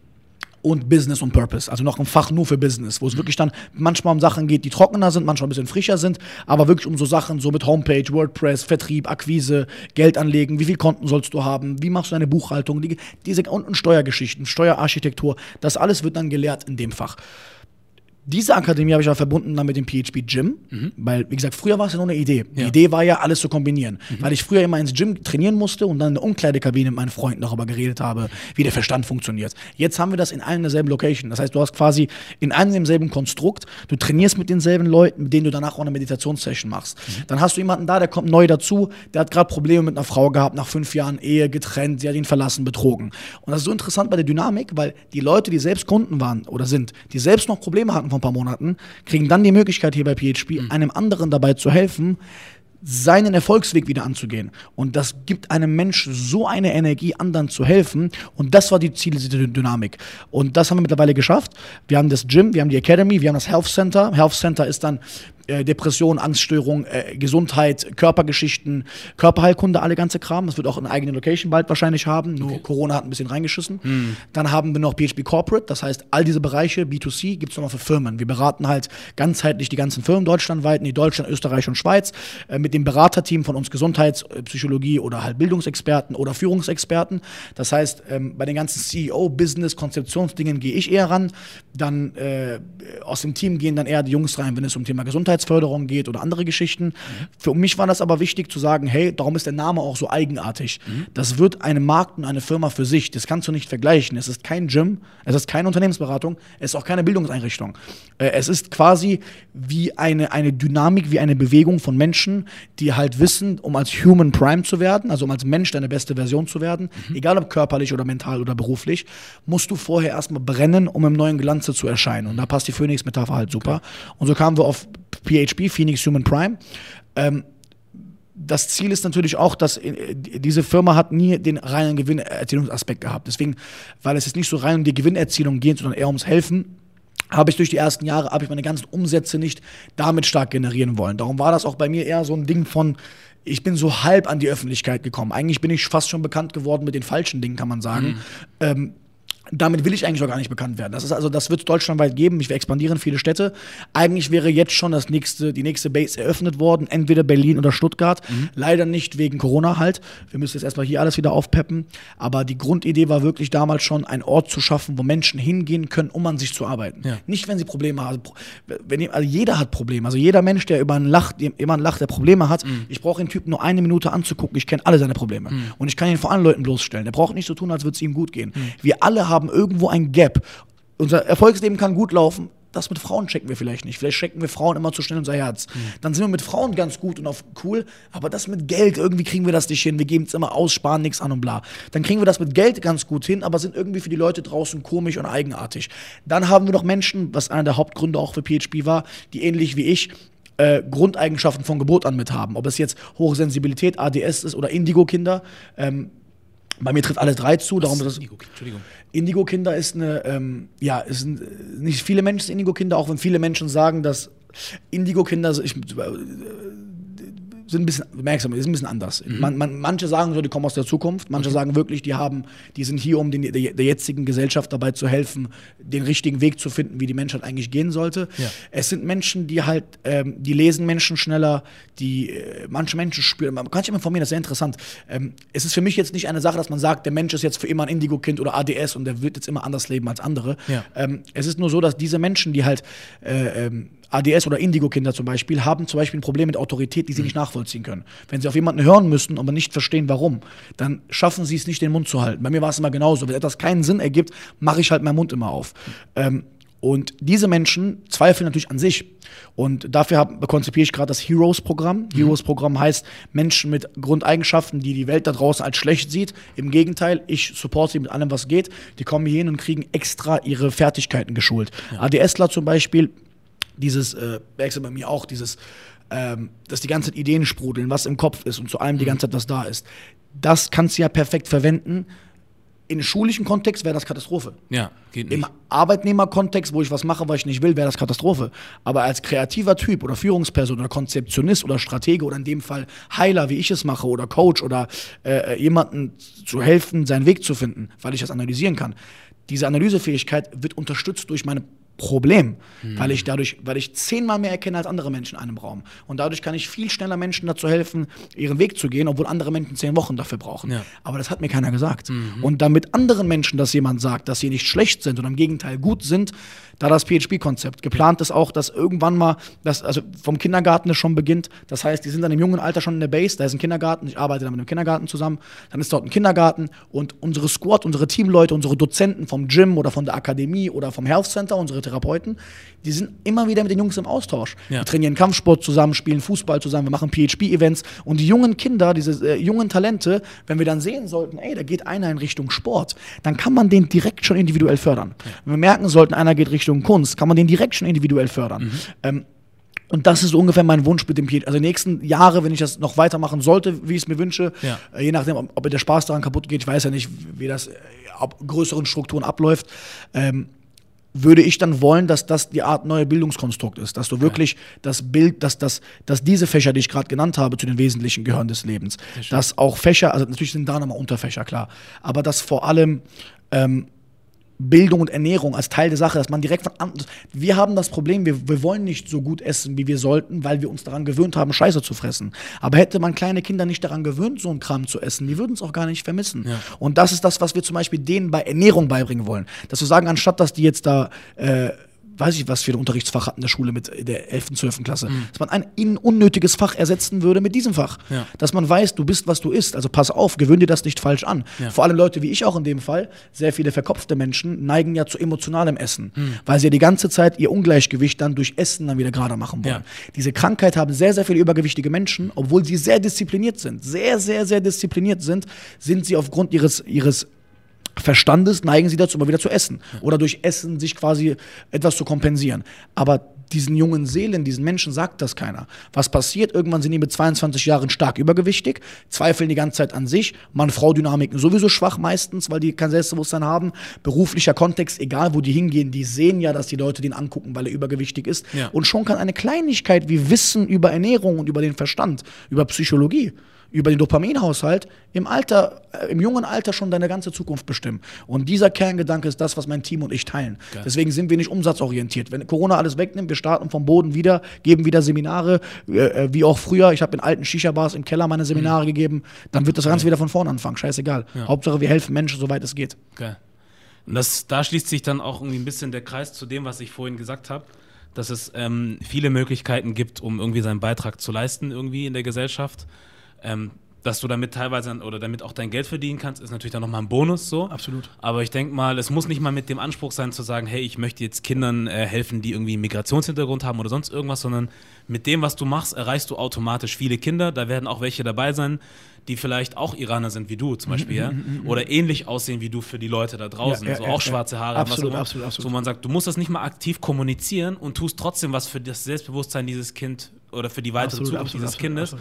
und Business und Purpose, also noch ein Fach nur für Business, wo es mhm. wirklich dann manchmal um Sachen geht, die trockener sind, manchmal ein bisschen frischer sind, aber wirklich um so Sachen, so mit Homepage, WordPress, Vertrieb, Akquise, Geld anlegen, wie viele Konten sollst du haben, wie machst du deine Buchhaltung, die, diese und Steuergeschichten, Steuerarchitektur, das alles wird dann gelehrt in dem Fach. Diese Akademie habe ich aber verbunden dann mit dem P H P Gym, mhm. weil, wie gesagt, früher war es ja nur eine Idee. Die ja. Idee war ja, alles zu kombinieren. Mhm. Weil ich früher immer ins Gym trainieren musste und dann in der Umkleidekabine mit meinen Freunden darüber geredet habe, wie der Verstand funktioniert. Jetzt haben wir das in einer derselben Location. Das heißt, du hast quasi in einem demselben Konstrukt, du trainierst mit denselben Leuten, mit denen du danach auch eine Meditationssession machst. Mhm. Dann hast du jemanden da, der kommt neu dazu, der hat gerade Probleme mit einer Frau gehabt, nach fünf Jahren Ehe, getrennt, sie hat ihn verlassen, betrogen. Und das ist so interessant bei der Dynamik, weil die Leute, die selbst Kunden waren oder sind, die selbst noch Probleme hatten vor ein paar Monaten, kriegen dann die Möglichkeit hier bei P H P, mhm. einem anderen dabei zu helfen, seinen Erfolgsweg wieder anzugehen. Und das gibt einem Menschen so eine Energie, anderen zu helfen. Und das war die Ziel dieser Dynamik. Und das haben wir mittlerweile geschafft. Wir haben das Gym, wir haben die Academy, wir haben das Health Center. Health Center ist dann äh, Depression, Angststörung, äh, Gesundheit, Körpergeschichten, Körperheilkunde, alle ganze Kram. Das wird auch eine eigene Location bald wahrscheinlich haben. Nur okay. Corona hat ein bisschen reingeschissen. Hm. Dann haben wir noch P H P Corporate. Das heißt, all diese Bereiche, B zwei C, gibt es nochmal für Firmen. Wir beraten halt ganzheitlich die ganzen Firmen deutschlandweit, in Deutschland, Österreich und Schweiz, äh, mit dem Beraterteam von uns Gesundheitspsychologie oder halt Bildungsexperten oder Führungsexperten. Das heißt, ähm, bei den ganzen C E O, Business, Konzeptionsdingen gehe ich eher ran. Dann äh, aus dem Team gehen dann eher die Jungs rein, wenn es um Thema Gesundheitsförderung geht oder andere Geschichten. Mhm. Für mich war das aber wichtig zu sagen, hey, darum ist der Name auch so eigenartig. Mhm. Das wird eine Markt und eine Firma für sich. Das kannst du nicht vergleichen. Es ist kein Gym, es ist keine Unternehmensberatung, es ist auch keine Bildungseinrichtung. Äh, es ist quasi wie eine, eine Dynamik, wie eine Bewegung von Menschen, die halt wissen, um als Human Prime zu werden, also um als Mensch deine beste Version zu werden, mhm. egal ob körperlich oder mental oder beruflich, musst du vorher erstmal brennen, um im neuen Glanze zu erscheinen. Und da passt die Phoenix-Metapher halt super. Okay. Und so kamen wir auf P H P, Phoenix Human Prime. Ähm, das Ziel ist natürlich auch, dass diese Firma hat nie den reinen Gewinnerzielungsaspekt gehabt. Deswegen, weil es jetzt nicht so rein um die Gewinnerzielung geht, sondern eher ums Helfen, habe ich durch die ersten Jahre, habe ich meine ganzen Umsätze nicht damit stark generieren wollen. Darum war das auch bei mir eher so ein Ding von, ich bin so halb an die Öffentlichkeit gekommen. Eigentlich bin ich fast schon bekannt geworden mit den falschen Dingen, kann man sagen. Mhm. Ähm, Damit will ich eigentlich auch gar nicht bekannt werden. Das ist also, das wird es deutschlandweit geben. Ich will expandieren, viele Städte. Eigentlich wäre jetzt schon das nächste, die nächste Base eröffnet worden, entweder Berlin oder Stuttgart. Mhm. Leider nicht wegen Corona halt. Wir müssen jetzt erstmal hier alles wieder aufpeppen. Aber die Grundidee war wirklich damals schon, einen Ort zu schaffen, wo Menschen hingehen können, um an sich zu arbeiten. Ja. Nicht, wenn sie Probleme haben. Wenn, also jeder hat Probleme. Also jeder Mensch, der über einen lacht, jemanden lacht, der Probleme hat, mhm. ich brauche den Typen nur eine Minute anzugucken. Ich kenne alle seine Probleme. Mhm. Und ich kann ihn vor allen Leuten bloßstellen. Der braucht nicht so tun, als würde es ihm gut gehen. Mhm. Wir alle haben irgendwo ein Gap. Unser Erfolgsleben kann gut laufen. Das mit Frauen checken wir vielleicht nicht. Vielleicht schenken wir Frauen immer zu schnell unser Herz. Mhm. Dann sind wir mit Frauen ganz gut und auf cool, aber das mit Geld, irgendwie kriegen wir das nicht hin. Wir geben es immer aus, sparen nichts an und bla. Dann kriegen wir das mit Geld ganz gut hin, aber sind irgendwie für die Leute draußen komisch und eigenartig. Dann haben wir noch Menschen, was einer der Hauptgründe auch für P H P war, die ähnlich wie ich Äh, Grundeigenschaften von Geburt an mit haben. Ob es jetzt Hochsensibilität, A D S ist oder Indigo-Kinder. Ähm, Bei mir trifft alles drei zu. Was Darum ist ist das Indigo? Entschuldigung. Indigo-Kinder ist eine, ähm, ja, es sind nicht viele Menschen sind Indigo-Kinder, auch wenn viele Menschen sagen, dass Indigo-Kinder, ich, sind ein bisschen, du merkst, ist ein bisschen anders. Mhm. Man, man, manche sagen so, die kommen aus der Zukunft, manche okay. sagen wirklich, die haben, die sind hier, um den, der, der jetzigen Gesellschaft dabei zu helfen, den richtigen Weg zu finden, wie die Menschheit eigentlich gehen sollte. Ja. Es sind Menschen, die halt, ähm, die lesen Menschen schneller, die äh, manche Menschen spüren, man kann sich immer informieren, das ist sehr interessant. Ähm, es ist für mich jetzt nicht eine Sache, dass man sagt, der Mensch ist jetzt für immer ein Indigo-Kind oder A D S und der wird jetzt immer anders leben als andere. Ja. Ähm, es ist nur so, dass diese Menschen, die halt äh, ähm, A D S oder Indigo-Kinder zum Beispiel, haben zum Beispiel ein Problem mit Autorität, die sie mhm. nicht nachvollziehen können. Wenn sie auf jemanden hören müssen, aber nicht verstehen, warum, dann schaffen sie es nicht, den Mund zu halten. Bei mir war es immer genauso. Wenn etwas keinen Sinn ergibt, mache ich halt meinen Mund immer auf. Mhm. Ähm, und diese Menschen zweifeln natürlich an sich. Und dafür hab, konzipiere ich gerade das Heroes-Programm. Mhm. Heroes-Programm heißt, Menschen mit Grundeigenschaften, die die Welt da draußen als schlecht sieht. Im Gegenteil, ich supporte sie mit allem, was geht. Die kommen hier hin und kriegen extra ihre Fertigkeiten geschult. Ja. ADSler zum Beispiel, dieses, äh, merkst du bei mir auch, dieses, ähm, dass die ganze Zeit Ideen sprudeln, was im Kopf ist und zu allem die ganze Zeit was da ist. Das kannst du ja perfekt verwenden. Im schulischen Kontext wäre das Katastrophe. Ja, geht nicht. Im Arbeitnehmerkontext, wo ich was mache, was ich nicht will, wäre das Katastrophe. Aber als kreativer Typ oder Führungsperson oder Konzeptionist oder Stratege oder in dem Fall Heiler, wie ich es mache, oder Coach oder äh, jemandem zu helfen, seinen Weg zu finden, weil ich das analysieren kann. Diese Analysefähigkeit wird unterstützt durch meine Problem, hm. weil ich dadurch, weil ich zehnmal mehr erkenne als andere Menschen in einem Raum. Und dadurch kann ich viel schneller Menschen dazu helfen, ihren Weg zu gehen, obwohl andere Menschen zehn Wochen dafür brauchen. Ja. Aber das hat mir keiner gesagt. Mhm. Und damit anderen Menschen das jemand sagt, dass sie nicht schlecht sind und im Gegenteil gut sind, da das P H P-Konzept. Geplant ist auch, dass irgendwann mal, das, also vom Kindergarten es schon beginnt. Das heißt, die sind dann im jungen Alter schon in der Base, da ist ein Kindergarten, ich arbeite dann mit einem Kindergarten zusammen, dann ist dort ein Kindergarten und unsere Squad, unsere Teamleute, unsere Dozenten vom Gym oder von der Akademie oder vom Health Center, unsere Therapeuten, die sind immer wieder mit den Jungs im Austausch. Ja. Wir trainieren Kampfsport zusammen, spielen Fußball zusammen, wir machen P H P-Events und die jungen Kinder, diese äh, jungen Talente, wenn wir dann sehen sollten, ey, da geht einer in Richtung Sport, dann kann man den direkt schon individuell fördern. Ja. Wenn wir merken sollten, einer geht Richtung Kunst, kann man den direkt schon individuell fördern. Mhm. Ähm, Und das ist so ungefähr mein Wunsch mit dem P H P. Also die nächsten Jahre, wenn ich das noch weitermachen sollte, wie ich es mir wünsche, ja. äh, je nachdem, ob, ob der Spaß daran kaputt geht, ich weiß ja nicht, wie das äh, ab größeren Strukturen abläuft, ähm, würde ich dann wollen, dass das die Art neue Bildungskonstrukt ist, dass du wirklich ja. das Bild, dass, dass, dass diese Fächer, die ich gerade genannt habe, zu den wesentlichen gehören des Lebens, dass auch Fächer, also natürlich sind da nochmal Unterfächer, klar, aber dass vor allem ähm, Bildung und Ernährung als Teil der Sache, dass man direkt von an, wir haben das Problem, wir, wir wollen nicht so gut essen, wie wir sollten, weil wir uns daran gewöhnt haben, Scheiße zu fressen. Aber hätte man kleine Kinder nicht daran gewöhnt, so einen Kram zu essen, die würden es auch gar nicht vermissen. Ja. Und das ist das, was wir zum Beispiel denen bei Ernährung beibringen wollen. Dass wir sagen, anstatt dass die jetzt da äh, weiß ich, was für ein Unterrichtsfach hat in der Schule mit der elften, zwölften Klasse, mhm. dass man ein ihnen unnötiges Fach ersetzen würde mit diesem Fach. Ja. Dass man weiß, du bist, was du isst. Also pass auf, gewöhn dir das nicht falsch an. Ja. Vor allem Leute wie ich auch in dem Fall, sehr viele verkopfte Menschen, neigen ja zu emotionalem Essen, mhm. weil sie ja die ganze Zeit ihr Ungleichgewicht dann durch Essen dann wieder gerade machen wollen. Ja. Diese Krankheit haben sehr, sehr viele übergewichtige Menschen, obwohl sie sehr diszipliniert sind, sehr, sehr, sehr diszipliniert sind, sind sie aufgrund ihres, ihres Verstandes neigen sie dazu, immer wieder zu essen. Ja. Oder durch Essen sich quasi etwas zu kompensieren. Aber diesen jungen Seelen, diesen Menschen sagt das keiner. Was passiert? Irgendwann sind die mit zweiundzwanzig Jahren stark übergewichtig, zweifeln die ganze Zeit an sich, Mann-Frau-Dynamiken sowieso schwach meistens, weil die kein Selbstbewusstsein haben. Beruflicher Kontext, egal wo die hingehen, die sehen ja, dass die Leute den angucken, weil er übergewichtig ist. Ja. Und schon kann eine Kleinigkeit wie Wissen über Ernährung und über den Verstand, über Psychologie, über den Dopaminhaushalt im Alter, äh, im jungen Alter schon deine ganze Zukunft bestimmen. Und dieser Kerngedanke ist das, was mein Team und ich teilen. Geil. Deswegen sind wir nicht umsatzorientiert. Wenn Corona alles wegnimmt, wir starten vom Boden wieder, geben wieder Seminare, äh, wie auch früher. Ich habe in alten Shisha-Bars im Keller meine Seminare mhm. gegeben. Dann wird das Ganze wieder von vorne anfangen. Scheißegal. Ja. Hauptsache, wir helfen Menschen, soweit es geht. Geil. Und das, da schließt sich dann auch irgendwie ein bisschen der Kreis zu dem, was ich vorhin gesagt habe, dass es ähm, viele Möglichkeiten gibt, um irgendwie seinen Beitrag zu leisten irgendwie in der Gesellschaft. Ähm, dass du damit teilweise oder damit auch dein Geld verdienen kannst, ist natürlich dann nochmal ein Bonus so. Absolut. Aber ich denke mal, es muss nicht mal mit dem Anspruch sein zu sagen, hey, ich möchte jetzt Kindern äh, helfen, die irgendwie einen Migrationshintergrund haben oder sonst irgendwas, sondern mit dem, was du machst, erreichst du automatisch viele Kinder. Da werden auch welche dabei sein, die vielleicht auch Iraner sind wie du zum Beispiel, ja? Oder ähnlich aussehen wie du für die Leute da draußen, ja, ja, so auch ja, schwarze Haare. Absolut, was absolut, absolut. So man sagt, du musst das nicht mal aktiv kommunizieren und tust trotzdem was für das Selbstbewusstsein dieses Kind oder für die weitere absolut, Zukunft absolut, dieses absolut, Kindes. Absolut.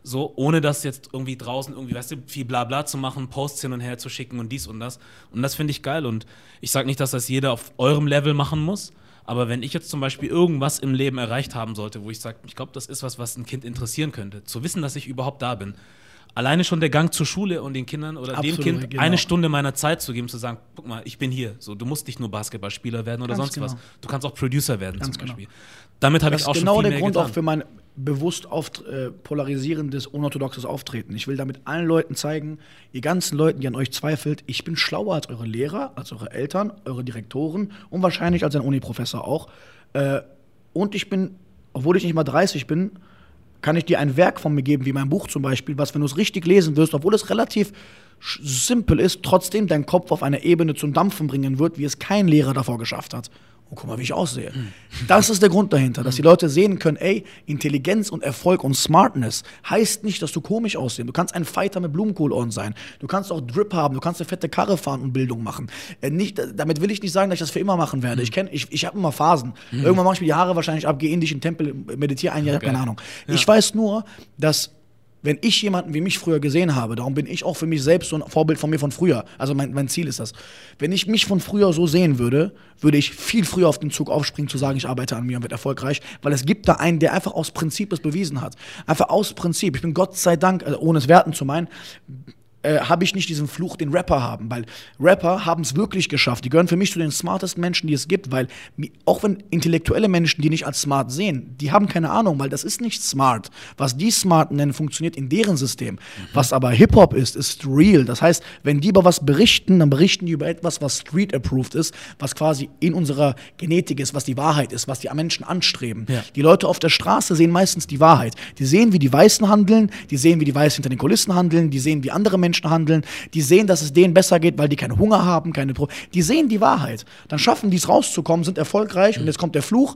So, ohne das jetzt irgendwie draußen irgendwie, weißt du, viel Blabla zu machen, Posts hin und her zu schicken und dies und das. Und das finde ich geil. Und ich sage nicht, dass das jeder auf eurem Level machen muss. Aber wenn ich jetzt zum Beispiel irgendwas im Leben erreicht haben sollte, wo ich sage, ich glaube, das ist was, was ein Kind interessieren könnte, zu wissen, dass ich überhaupt da bin. Alleine schon der Gang zur Schule und den Kindern oder Absolut, dem Kind genau. eine Stunde meiner Zeit zu geben, zu sagen, guck mal, ich bin hier. So, du musst nicht nur Basketballspieler werden oder Ganz sonst was. genau. Du kannst auch Producer werden Ganz zum Beispiel. genau. Damit habe Das ich auch ist schon genau viel der mehr Grund getan. auch für mein bewusst auft äh, polarisierendes, unorthodoxes Auftreten. Ich will damit allen Leuten zeigen, ihr ganzen Leuten, die an euch zweifelt, ich bin schlauer als eure Lehrer, als eure Eltern, eure Direktoren und wahrscheinlich als ein Uni-Professor auch. Äh, und ich bin, obwohl ich nicht mal dreißig bin, kann ich dir ein Werk von mir geben, wie mein Buch zum Beispiel, was, wenn du es richtig lesen wirst, obwohl es relativ simpel ist, trotzdem deinen Kopf auf eine Ebene zum Dampfen bringen wird, wie es kein Lehrer davor geschafft hat. Oh, guck mal, wie ich aussehe. Mhm. Das ist der Grund dahinter, dass die Leute sehen können, ey, Intelligenz und Erfolg und Smartness heißt nicht, dass du komisch aussiehst. Du kannst ein Fighter mit Blumenkohlohren sein. Du kannst auch Drip haben, du kannst eine fette Karre fahren und Bildung machen. Äh, nicht, damit will ich nicht sagen, dass ich das für immer machen werde. Mhm. Ich, kenn, ich, ich habe immer Phasen. Mhm. Irgendwann mache ich mir die Haare wahrscheinlich ab, gehe in dich in den Tempel, meditiere ein Jahr, okay. Keine Ahnung. Ja. Ich weiß nur, dass wenn ich jemanden wie mich früher gesehen habe, darum bin ich auch für mich selbst so ein Vorbild von mir von früher. Also mein, mein Ziel ist das. Wenn ich mich von früher so sehen würde, würde ich viel früher auf den Zug aufspringen, zu sagen, ich arbeite an mir und werde erfolgreich. Weil es gibt da einen, der einfach aus Prinzip es bewiesen hat. Einfach aus Prinzip. Ich bin Gott sei Dank, also ohne es werten zu meinen, Äh, habe ich nicht diesen Fluch, den Rapper haben, weil Rapper haben es wirklich geschafft. Die gehören für mich zu den smartesten Menschen, die es gibt, weil auch wenn intellektuelle Menschen die nicht als smart sehen, die haben keine Ahnung, weil das ist nicht smart. Was die smart nennen, funktioniert in deren System. Mhm. Was aber Hip-Hop ist, ist real. Das heißt, wenn die über was berichten, dann berichten die über etwas, was street-approved ist, was quasi in unserer Genetik ist, was die Wahrheit ist, was die Menschen anstreben. Ja. Die Leute auf der Straße sehen meistens die Wahrheit. Die sehen, wie die Weißen handeln, die sehen, wie die Weißen hinter den Kulissen handeln, die sehen, wie andere Menschen handeln, die sehen, dass es denen besser geht, weil die keinen Hunger haben, keine Pro- die sehen die Wahrheit. Dann schaffen die es rauszukommen, sind erfolgreich mhm. und jetzt kommt der Fluch.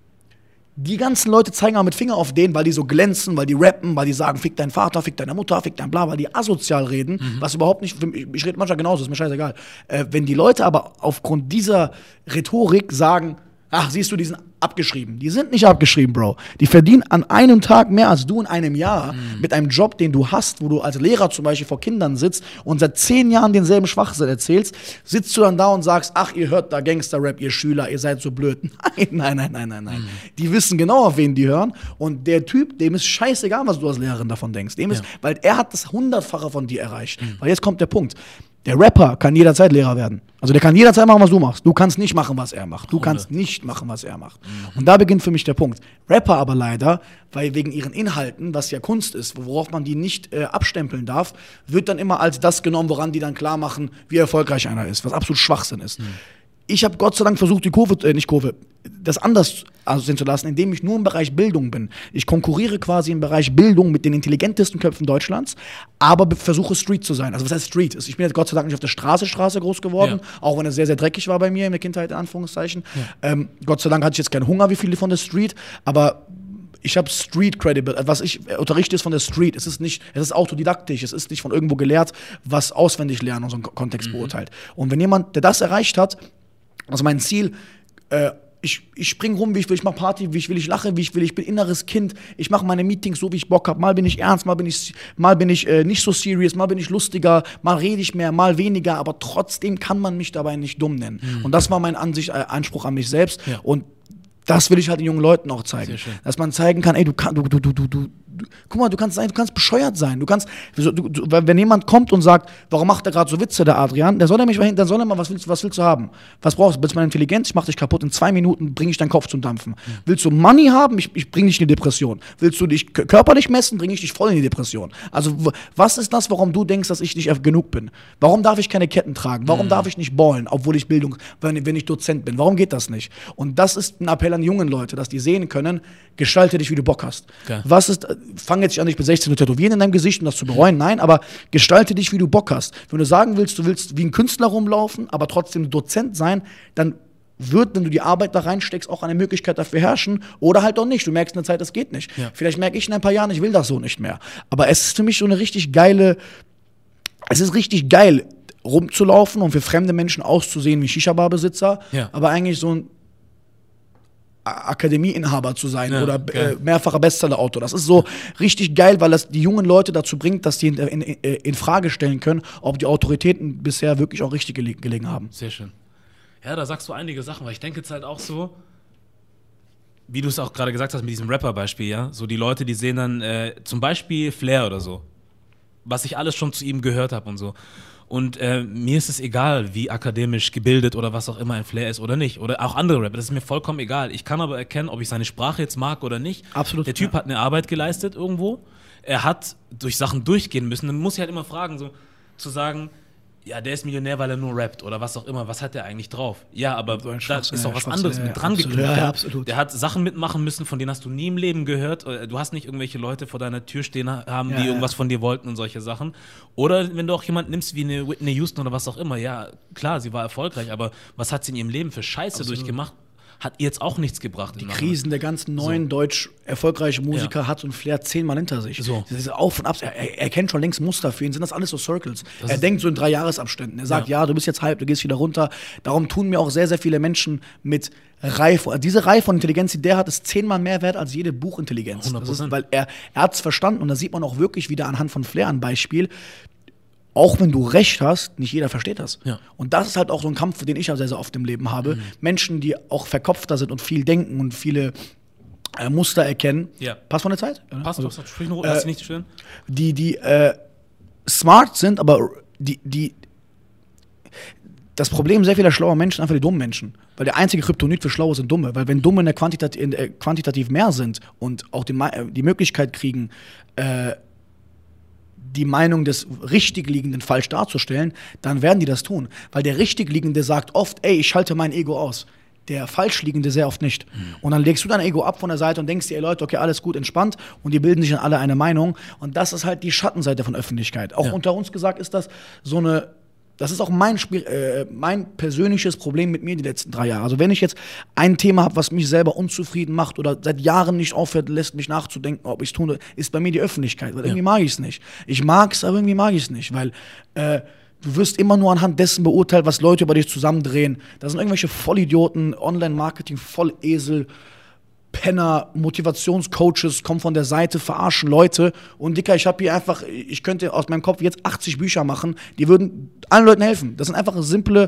Die ganzen Leute zeigen auch mit Finger auf denen, weil die so glänzen, weil die rappen, weil die sagen, fick deinen Vater, fick deine Mutter, fick dein Bla, weil die asozial reden, mhm. was überhaupt nicht, ich, ich rede manchmal genauso, ist mir scheißegal. Äh, wenn die Leute aber aufgrund dieser Rhetorik sagen, ach, siehst du, die sind abgeschrieben. Die sind nicht abgeschrieben, Bro. Die verdienen an einem Tag mehr als du in einem Jahr mhm. mit einem Job, den du hast, wo du als Lehrer zum Beispiel vor Kindern sitzt und seit zehn Jahren denselben Schwachsinn erzählst, sitzt du dann da und sagst, ach, ihr hört da Gangster-Rap, ihr Schüler, ihr seid so blöd. Nein, nein, nein, nein, nein, nein. Mhm. Die wissen genau, auf wen die hören und der Typ, dem ist scheißegal, was du als Lehrerin davon denkst. Dem ja. ist, weil er hat das Hundertfache von dir erreicht. Mhm. Weil jetzt kommt der Punkt. Der Rapper kann jederzeit Lehrer werden. Also der kann jederzeit machen, was du machst. Du kannst nicht machen, was er macht. Du Runde. kannst nicht machen, was er macht. Mhm. Und da beginnt für mich der Punkt. Rapper aber leider, weil wegen ihren Inhalten, was ja Kunst ist, worauf man die nicht äh, abstempeln darf, wird dann immer als das genommen, woran die dann klar machen, wie erfolgreich einer ist, was absolut Schwachsinn ist. Mhm. Ich habe Gott sei Dank versucht, die Kurve, äh, nicht Kurve, das anders aussehen zu lassen, indem ich nur im Bereich Bildung bin. Ich konkurriere quasi im Bereich Bildung mit den intelligentesten Köpfen Deutschlands, aber be- versuche Street zu sein. Also was heißt Street? Ich bin jetzt Gott sei Dank nicht auf der Straße Straße groß geworden, ja. auch wenn es sehr, sehr dreckig war bei mir in der Kindheit, in Anführungszeichen. Ja. Ähm, Gott sei Dank hatte ich jetzt keinen Hunger wie viele von der Street, aber ich habe Street Credible, was ich unterrichte ist von der Street. Es ist nicht, es ist autodidaktisch, es ist nicht von irgendwo gelehrt, was auswendig lernen und so einen Kontext mhm. beurteilt. Und wenn jemand, der das erreicht hat, also mein Ziel, äh, ich, ich spring rum, wie ich will, ich mach Party, wie ich will, ich lache, wie ich will, ich bin inneres Kind, ich mache meine Meetings so, wie ich Bock habe. Mal bin ich ernst, mal bin ich, mal bin ich äh, nicht so serious, mal bin ich lustiger, mal rede ich mehr, mal weniger, aber trotzdem kann man mich dabei nicht dumm nennen. Mhm. Und das war mein Ansicht, äh, Anspruch an mich selbst. Ja. Und das will ich halt den jungen Leuten auch zeigen. Dass man zeigen kann, ey, du kannst, du, du, du, du, du, guck mal, du kannst sein, du kannst bescheuert sein. Du kannst, du, du, wenn jemand kommt und sagt, warum macht er gerade so Witze, der Adrian, der soll er mich mal, dann soll er mal, was willst, was willst du haben? Was brauchst du? Willst du meine Intelligenz? Ich mach dich kaputt. In zwei Minuten bringe ich deinen Kopf zum Dampfen. Mhm. Willst du Money haben? Ich, ich bringe dich in die Depression. Willst du dich körperlich messen? Bringe ich dich voll in die Depression. Also, was ist das, warum du denkst, dass ich nicht genug bin? Warum darf ich keine Ketten tragen? Warum mhm. darf ich nicht ballen, obwohl ich Bildung, wenn, wenn ich Dozent bin? Warum geht das nicht? Und das ist ein Appell an die jungen Leute, dass die sehen können, gestalte dich, wie du Bock hast. Okay. Was ist, fang jetzt nicht an, ich bin sechzehn zu tätowieren in deinem Gesicht und das zu bereuen, nein, aber gestalte dich, wie du Bock hast. Wenn du sagen willst, du willst wie ein Künstler rumlaufen, aber trotzdem Dozent sein, dann wird, wenn du die Arbeit da reinsteckst, auch eine Möglichkeit dafür herrschen oder halt auch nicht. Du merkst in der Zeit, das geht nicht. Ja. Vielleicht merke ich in ein paar Jahren, ich will das so nicht mehr. Aber es ist für mich so eine richtig geile, es ist richtig geil, rumzulaufen und für fremde Menschen auszusehen wie Shisha-Bar-Besitzer, ja. aber eigentlich so ein Akademieinhaber zu sein Ja, oder geil. äh, mehrfacher Bestsellerautor. Das ist so richtig geil, weil das die jungen Leute dazu bringt, dass die in, in, in Frage stellen können, ob die Autoritäten bisher wirklich auch richtig gele gelegen haben. Sehr schön. Ja, da sagst du einige Sachen, weil ich denke jetzt halt auch so, wie du es auch gerade gesagt hast mit diesem Rapper-Beispiel, ja, so die Leute, die sehen dann äh, zum Beispiel Flair oder so, was ich alles schon zu ihm gehört habe und so. Und äh, mir ist es egal, wie akademisch gebildet oder was auch immer ein Flair ist oder nicht. Oder auch andere Rapper, das ist mir vollkommen egal. Ich kann aber erkennen, ob ich seine Sprache jetzt mag oder nicht. Absolut. Der Typ ja. hat eine Arbeit geleistet irgendwo. Er hat durch Sachen durchgehen müssen. Dann muss ich halt immer fragen, so zu sagen, ja, der ist Millionär, weil er nur rappt oder was auch immer. Was hat der eigentlich drauf? Ja, aber So ein da Schwachsinn, ist doch ja, was Schwachsinn, anderes ja, mit dran absolut, geknüpft. ja, ja, Der- absolut. Der hat Sachen mitmachen müssen, von denen hast du nie im Leben gehört. Du hast nicht irgendwelche Leute vor deiner Tür stehen haben, Ja, die ja. irgendwas von dir wollten und solche Sachen. Oder wenn du auch jemanden nimmst wie eine Whitney Houston oder was auch immer. Ja, klar, sie war erfolgreich, aber was hat sie in ihrem Leben für Scheiße Absolut. durchgemacht? Hat ihr jetzt auch nichts gebracht. Die Krisen der ganzen neuen deutsch erfolgreichen Musiker Ja. hat so ein Flair zehnmal hinter sich. So. Das ist Auf und Ab. Er, er, er kennt schon längst Muster. Für ihn sind das alles so Circles. Das er ist- denkt so in drei Jahresabständen. Er sagt, ja. Ja. du bist jetzt Hype, du gehst wieder runter. Darum tun mir auch sehr, sehr viele Menschen mit Reife. Diese Reihe von Intelligenz, die der hat, ist zehnmal mehr wert als jede Buchintelligenz. hundert Das ist, Prozent. weil er, er hat es verstanden und da sieht man auch wirklich wieder anhand von Flair ein Beispiel. Auch wenn du recht hast, nicht jeder versteht das. Ja. Und das ist halt auch so ein Kampf, den ich ja sehr, sehr oft im Leben habe. Mhm. Menschen, die auch verkopfter sind und viel denken und viele äh, Muster erkennen. Ja. Passt von der Zeit? Ja, ne? Passt, Also, passt, sprich nur, lass dich nicht stören. die, die äh, smart sind, aber die, die das Problem sehr vieler schlauer Menschen sind einfach die dummen Menschen. Weil der einzige Kryptonit für Schlaue sind Dumme. Weil wenn Dumme in der Quantitat, in der quantitativ mehr sind und auch die, Ma- die Möglichkeit kriegen, äh, die Meinung des Richtigliegenden falsch darzustellen, dann werden die das tun. Weil der Richtigliegende sagt oft, ey, ich schalte mein Ego aus. Der Falschliegende sehr oft nicht. Mhm. Und dann legst du dein Ego ab von der Seite und denkst dir, ey Leute, okay, alles gut, entspannt. Und die bilden sich dann alle eine Meinung. Und das ist halt die Schattenseite von Öffentlichkeit. Auch Ja. unter uns gesagt ist das so eine, das ist auch mein, Spiel, äh, mein persönliches Problem mit mir die letzten drei Jahre. Also wenn ich jetzt ein Thema habe, was mich selber unzufrieden macht oder seit Jahren nicht aufhört, lässt mich nachzudenken, ob ich es tue, ist bei mir die Öffentlichkeit. Weil Ja. irgendwie mag ich es nicht. Ich mag es, aber irgendwie mag ich es nicht. Weil äh, du wirst immer nur anhand dessen beurteilt, was Leute über dich zusammendrehen. Das sind irgendwelche Vollidioten, Online-Marketing, Vollesel, Penner, Motivationscoaches kommen von der Seite, verarschen Leute. Und Dicker, ich habe hier einfach, ich könnte aus meinem Kopf jetzt achtzig Bücher machen, die würden allen Leuten helfen. Das sind einfach simple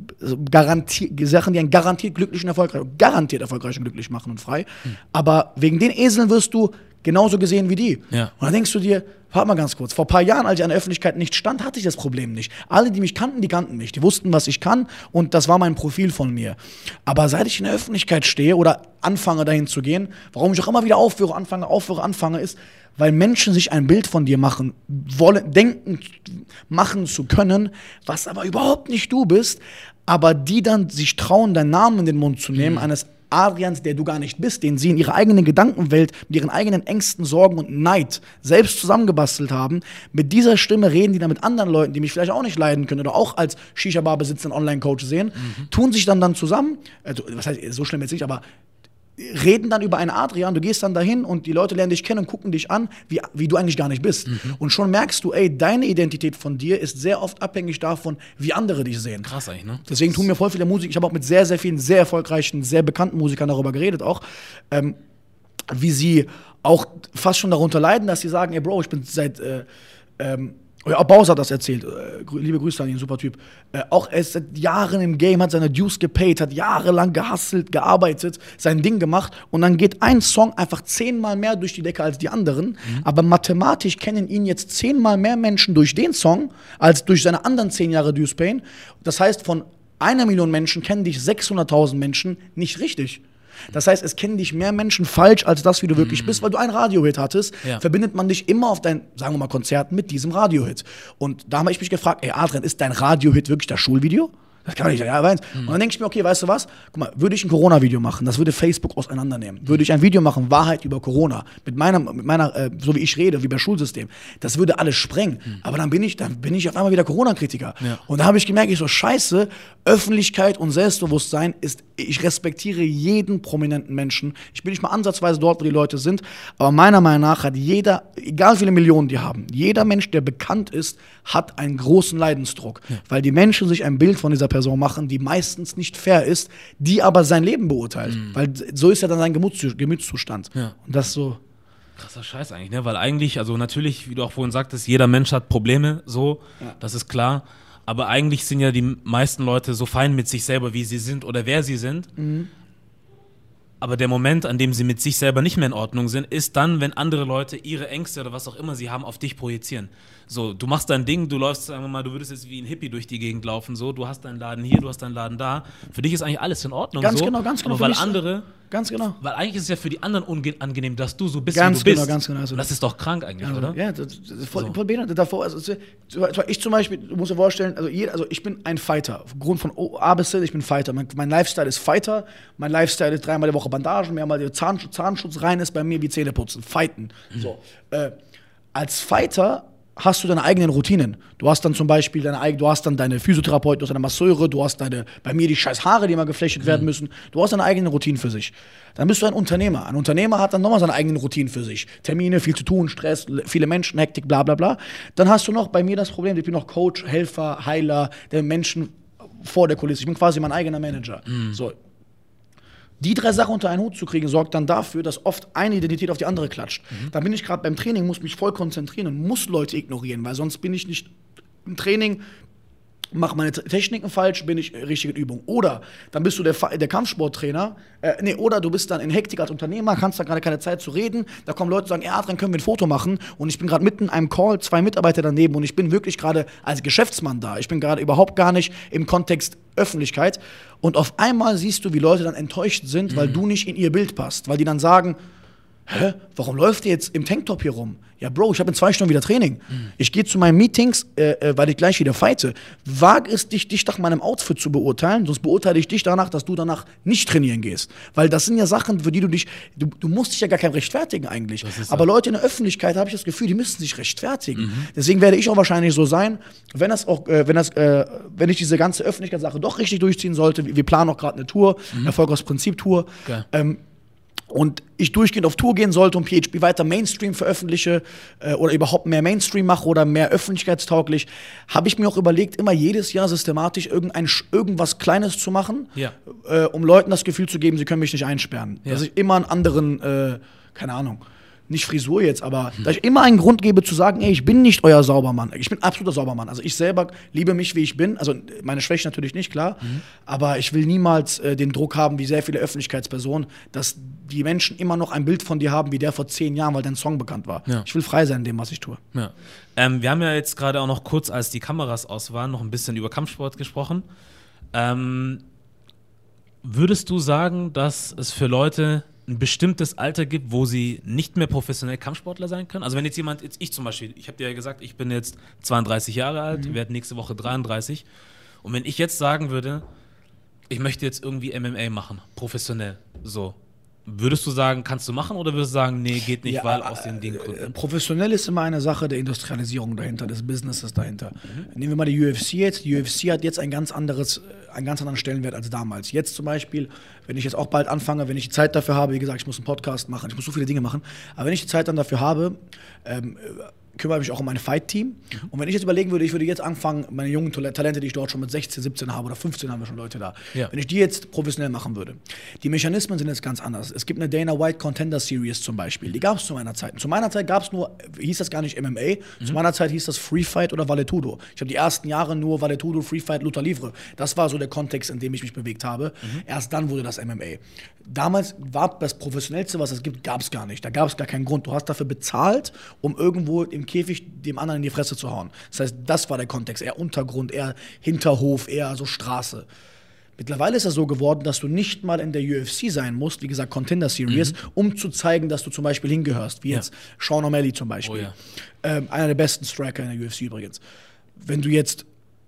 Garantie Sachen, die einen garantiert glücklichen, erfolgreich, garantiert erfolgreich und glücklich machen und frei. Hm. Aber wegen den Eseln wirst du genauso gesehen wie die. Ja. Und dann denkst du dir, warte mal ganz kurz, vor ein paar Jahren, als ich an der Öffentlichkeit nicht stand, hatte ich das Problem nicht. Alle, die mich kannten, die kannten mich. Die wussten, was ich kann und das war mein Profil von mir. Aber seit ich in der Öffentlichkeit stehe oder anfange, dahin zu gehen, warum ich auch immer wieder aufhöre, anfange, aufhöre, anfange, ist, weil Menschen sich ein Bild von dir machen, wollen, denken, machen zu können, was aber überhaupt nicht du bist, aber die dann sich trauen, deinen Namen in den Mund zu nehmen, eines Adrians, der du gar nicht bist, den sie in ihrer eigenen Gedankenwelt, mit ihren eigenen Ängsten, Sorgen und Neid selbst zusammengebastelt haben. Mit dieser Stimme reden die dann mit anderen Leuten, die mich vielleicht auch nicht leiden können oder auch als Shisha-Bar-Besitzer einen Online-Coach sehen, tun sich dann dann zusammen, also was heißt, so schlimm jetzt nicht, aber reden dann über einen Adrian, du gehst dann dahin und die Leute lernen dich kennen und gucken dich an, wie, wie du eigentlich gar nicht bist. Und schon merkst du, ey, deine Identität von dir ist sehr oft abhängig davon, wie andere dich sehen. Krass eigentlich, ne? Deswegen tun mir voll viele Musik. Ich habe auch mit sehr, sehr vielen sehr erfolgreichen, sehr bekannten Musikern darüber geredet, auch ähm, wie sie auch fast schon darunter leiden, dass sie sagen, ey Bro, ich bin seit äh, ähm, ja, auch Bowser hat das erzählt. Äh, grü- liebe Grüße an ihn, super Typ. Äh, auch er ist seit Jahren im Game, hat seine Dues gepaid, hat jahrelang gehustelt, gearbeitet, sein Ding gemacht und dann geht ein Song einfach zehnmal mehr durch die Decke als die anderen. Mhm. Aber mathematisch kennen ihn jetzt zehnmal mehr Menschen durch den Song als durch seine anderen zehn Jahre Dues Pain. Das heißt, von einer Million Menschen kennen dich sechshunderttausend Menschen nicht richtig. Das heißt, es kennen dich mehr Menschen falsch als das, wie du wirklich bist, weil du einen Radiohit hattest, Ja. verbindet verbindet man dich immer auf dein, sagen wir mal, Konzerten mit diesem Radiohit. Und da habe ich mich gefragt, ey Adrian, ist dein Radiohit wirklich das Schulvideo? Das kann doch nicht sein, ja, aber eins. Und dann denke ich mir, okay, weißt du was? Guck mal, würde ich ein Corona-Video machen, das würde Facebook auseinandernehmen. Würde ich ein Video machen, Wahrheit über Corona, mit meiner, mit meiner äh, so wie ich rede, wie bei Schulsystem, das würde alles sprengen. Aber dann bin ich, dann bin ich auf einmal wieder Corona-Kritiker. Ja. Und da habe ich gemerkt, ich so, scheiße, Öffentlichkeit und Selbstbewusstsein ist, ich respektiere jeden prominenten Menschen. Ich bin nicht mal ansatzweise dort, wo die Leute sind, aber meiner Meinung nach hat jeder, egal wie viele Millionen die haben, jeder Mensch, der bekannt ist, hat einen großen Leidensdruck, weil die Menschen sich ein Bild von dieser Person machen, die meistens nicht fair ist, die aber sein Leben beurteilt. Mhm. Weil so ist ja dann sein Gemütszustand. Ja. Und das so. Krasser Scheiß eigentlich, ne? Weil eigentlich, also natürlich, wie du auch vorhin sagtest, jeder Mensch hat Probleme, so, ja. Das ist klar. Aber eigentlich sind ja die meisten Leute so fein mit sich selber, wie sie sind oder wer sie sind. Mhm. Aber der Moment, an dem sie mit sich selber nicht mehr in Ordnung sind, ist dann, wenn andere Leute ihre Ängste oder was auch immer sie haben, auf dich projizieren. So, du machst dein Ding, du läufst, sagen wir mal, du würdest jetzt wie ein Hippie durch die Gegend laufen, so, du hast deinen Laden hier, du hast deinen Laden da. Für dich ist eigentlich alles in Ordnung. Ganz so, genau, ganz genau. Aber weil andere, ganz genau. Weil eigentlich ist es ja für die anderen unangenehm, dass du so bist, ganz wie du genau, bist. Ganz genau, ganz genau. Das ist doch krank eigentlich, also, oder? Ja, das, das ist voll, so. voll behindert. Davor, also, ich zum Beispiel, du musst dir vorstellen, also, jeder, also ich bin ein Fighter. Aufgrund von A bis Z, ich bin Fighter. Mein, mein Lifestyle ist Fighter. Mein Lifestyle ist dreimal die Woche Bandagen, mehrmal die Zahnschutz, Zahnschutz rein ist bei mir wie Zähne putzen. Fighten. Mhm. So. Äh, als Fighter hast du deine eigenen Routinen. Du hast dann zum Beispiel deine eigene, du hast dann deine Physiotherapeuten, du hast deine Masseure, du hast deine, bei mir die scheiß Haare, die immer geflechtet mhm. werden müssen. Du hast deine eigenen Routinen für sich. Dann bist du ein Unternehmer. Ein Unternehmer hat dann nochmal seine eigenen Routinen für sich. Termine, viel zu tun, Stress, viele Menschen, Hektik, bla bla bla. Dann hast du noch bei mir das Problem, ich bin noch Coach, Helfer, Heiler der Menschen vor der Kulisse. Ich bin quasi mein eigener Manager. Mhm. So. Die drei Sachen unter einen Hut zu kriegen, sorgt dann dafür, dass oft eine Identität auf die andere klatscht. Mhm. Da bin ich gerade beim Training, muss mich voll konzentrieren und muss Leute ignorieren, weil sonst bin ich nicht im Training, mache meine Techniken falsch, bin ich richtig in Übung. Oder dann bist du der, der Kampfsporttrainer, äh, nee, oder du bist dann in Hektik als Unternehmer, kannst da gerade keine Zeit zu reden, da kommen Leute und sagen, ja, dran können wir ein Foto machen und ich bin gerade mitten in einem Call, zwei Mitarbeiter daneben und ich bin wirklich gerade als Geschäftsmann da. Ich bin gerade überhaupt gar nicht im Kontext Öffentlichkeit und auf einmal siehst du, wie Leute dann enttäuscht sind, mhm. weil du nicht in ihr Bild passt, weil die dann sagen, hä, warum läuft ihr jetzt im Tanktop hier rum? Ja, Bro, ich habe in zwei Stunden wieder Training. Mhm. Ich gehe zu meinen Meetings, äh, äh, weil ich gleich wieder fighte. Wag es dich, dich nach meinem Outfit zu beurteilen, sonst beurteile ich dich danach, dass du danach nicht trainieren gehst. Weil das sind ja Sachen, für die du dich, du, du musst dich ja gar kein rechtfertigen eigentlich. Aber Leute in der Öffentlichkeit, habe ich das Gefühl, die müssen sich rechtfertigen. Mhm. Deswegen werde ich auch wahrscheinlich so sein, wenn das auch, äh, wenn das, äh, wenn ich diese ganze Öffentlichkeitssache doch richtig durchziehen sollte. Wir planen auch gerade eine Tour, mhm. Erfolg aus Prinzip Tour. Okay. Ähm, und ich durchgehend auf Tour gehen sollte und P H P weiter Mainstream veröffentliche äh, oder überhaupt mehr Mainstream mache oder mehr öffentlichkeitstauglich, habe ich mir auch überlegt, immer jedes Jahr systematisch irgendein, irgendwas Kleines zu machen, ja. äh, um Leuten das Gefühl zu geben, sie können mich nicht einsperren. Ja. Dass ich immer einen anderen, äh, keine Ahnung, nicht Frisur jetzt, aber hm. dass ich immer einen Grund gebe zu sagen, ey, ich bin nicht euer Saubermann. Ich bin absoluter Saubermann. Also ich selber liebe mich, wie ich bin. Also meine Schwäche natürlich nicht, klar. Mhm. Aber ich will niemals äh, den Druck haben, wie sehr viele Öffentlichkeitspersonen, dass die Menschen immer noch ein Bild von dir haben, wie der vor zehn Jahren, weil dein Song bekannt war. Ja. Ich will frei sein in dem, was ich tue. Ja. Ähm, wir haben ja jetzt gerade auch noch kurz, als die Kameras aus waren, noch ein bisschen über Kampfsport gesprochen. Ähm, würdest du sagen, dass es für Leute ein bestimmtes Alter gibt, wo sie nicht mehr professionell Kampfsportler sein können? Also wenn jetzt jemand, jetzt ich zum Beispiel, ich habe dir ja gesagt, ich bin jetzt zweiunddreißig Jahre alt, mhm. werde nächste Woche dreiunddreißig und wenn ich jetzt sagen würde, ich möchte jetzt irgendwie M M A machen, professionell, so, würdest du sagen, kannst du machen oder würdest du sagen, nee, geht nicht, ja, weil aus den Dingen Gründen? Professionell ist immer eine Sache der Industrialisierung dahinter, des Businesses dahinter. Mhm. Nehmen wir mal die U F C jetzt. Die U F C hat jetzt ein ganz anderes, einen ganz anderen Stellenwert als damals. Jetzt zum Beispiel, wenn ich jetzt auch bald anfange, wenn ich die Zeit dafür habe, wie gesagt, ich muss einen Podcast machen, ich muss so viele Dinge machen, aber wenn ich die Zeit dann dafür habe, ähm, kümmere mich auch um mein Fight-Team. Mhm. Und wenn ich jetzt überlegen würde, ich würde jetzt anfangen, meine jungen Talente, die ich dort schon mit sechzehn, siebzehn habe oder fünfzehn haben wir schon Leute da, ja. wenn ich die jetzt professionell machen würde. Die Mechanismen sind jetzt ganz anders. Es gibt eine Dana White Contender Series zum Beispiel, die gab es zu meiner Zeit. Zu meiner Zeit gab es nur, hieß das gar nicht M M A, mhm. zu meiner Zeit hieß das Free Fight oder Valetudo. Ich habe die ersten Jahre nur Valetudo, Free Fight, Luta Livre. Das war so der Kontext, in dem ich mich bewegt habe. Mhm. Erst dann wurde das M M A. Damals war das Professionellste, was es gibt, gab es gar nicht. Da gab es gar keinen Grund. Du hast dafür bezahlt, um irgendwo im Käfig dem anderen in die Fresse zu hauen. Das heißt, das war der Kontext. Eher Untergrund, eher Hinterhof, eher so Straße. Mittlerweile ist es so geworden, dass du nicht mal in der U F C sein musst, wie gesagt, Contender Series, mhm. um zu zeigen, dass du zum Beispiel hingehörst. Wie ja. jetzt Sean O'Malley zum Beispiel. Oh, ja. ähm, einer der besten Striker in der U F C übrigens. Wenn du jetzt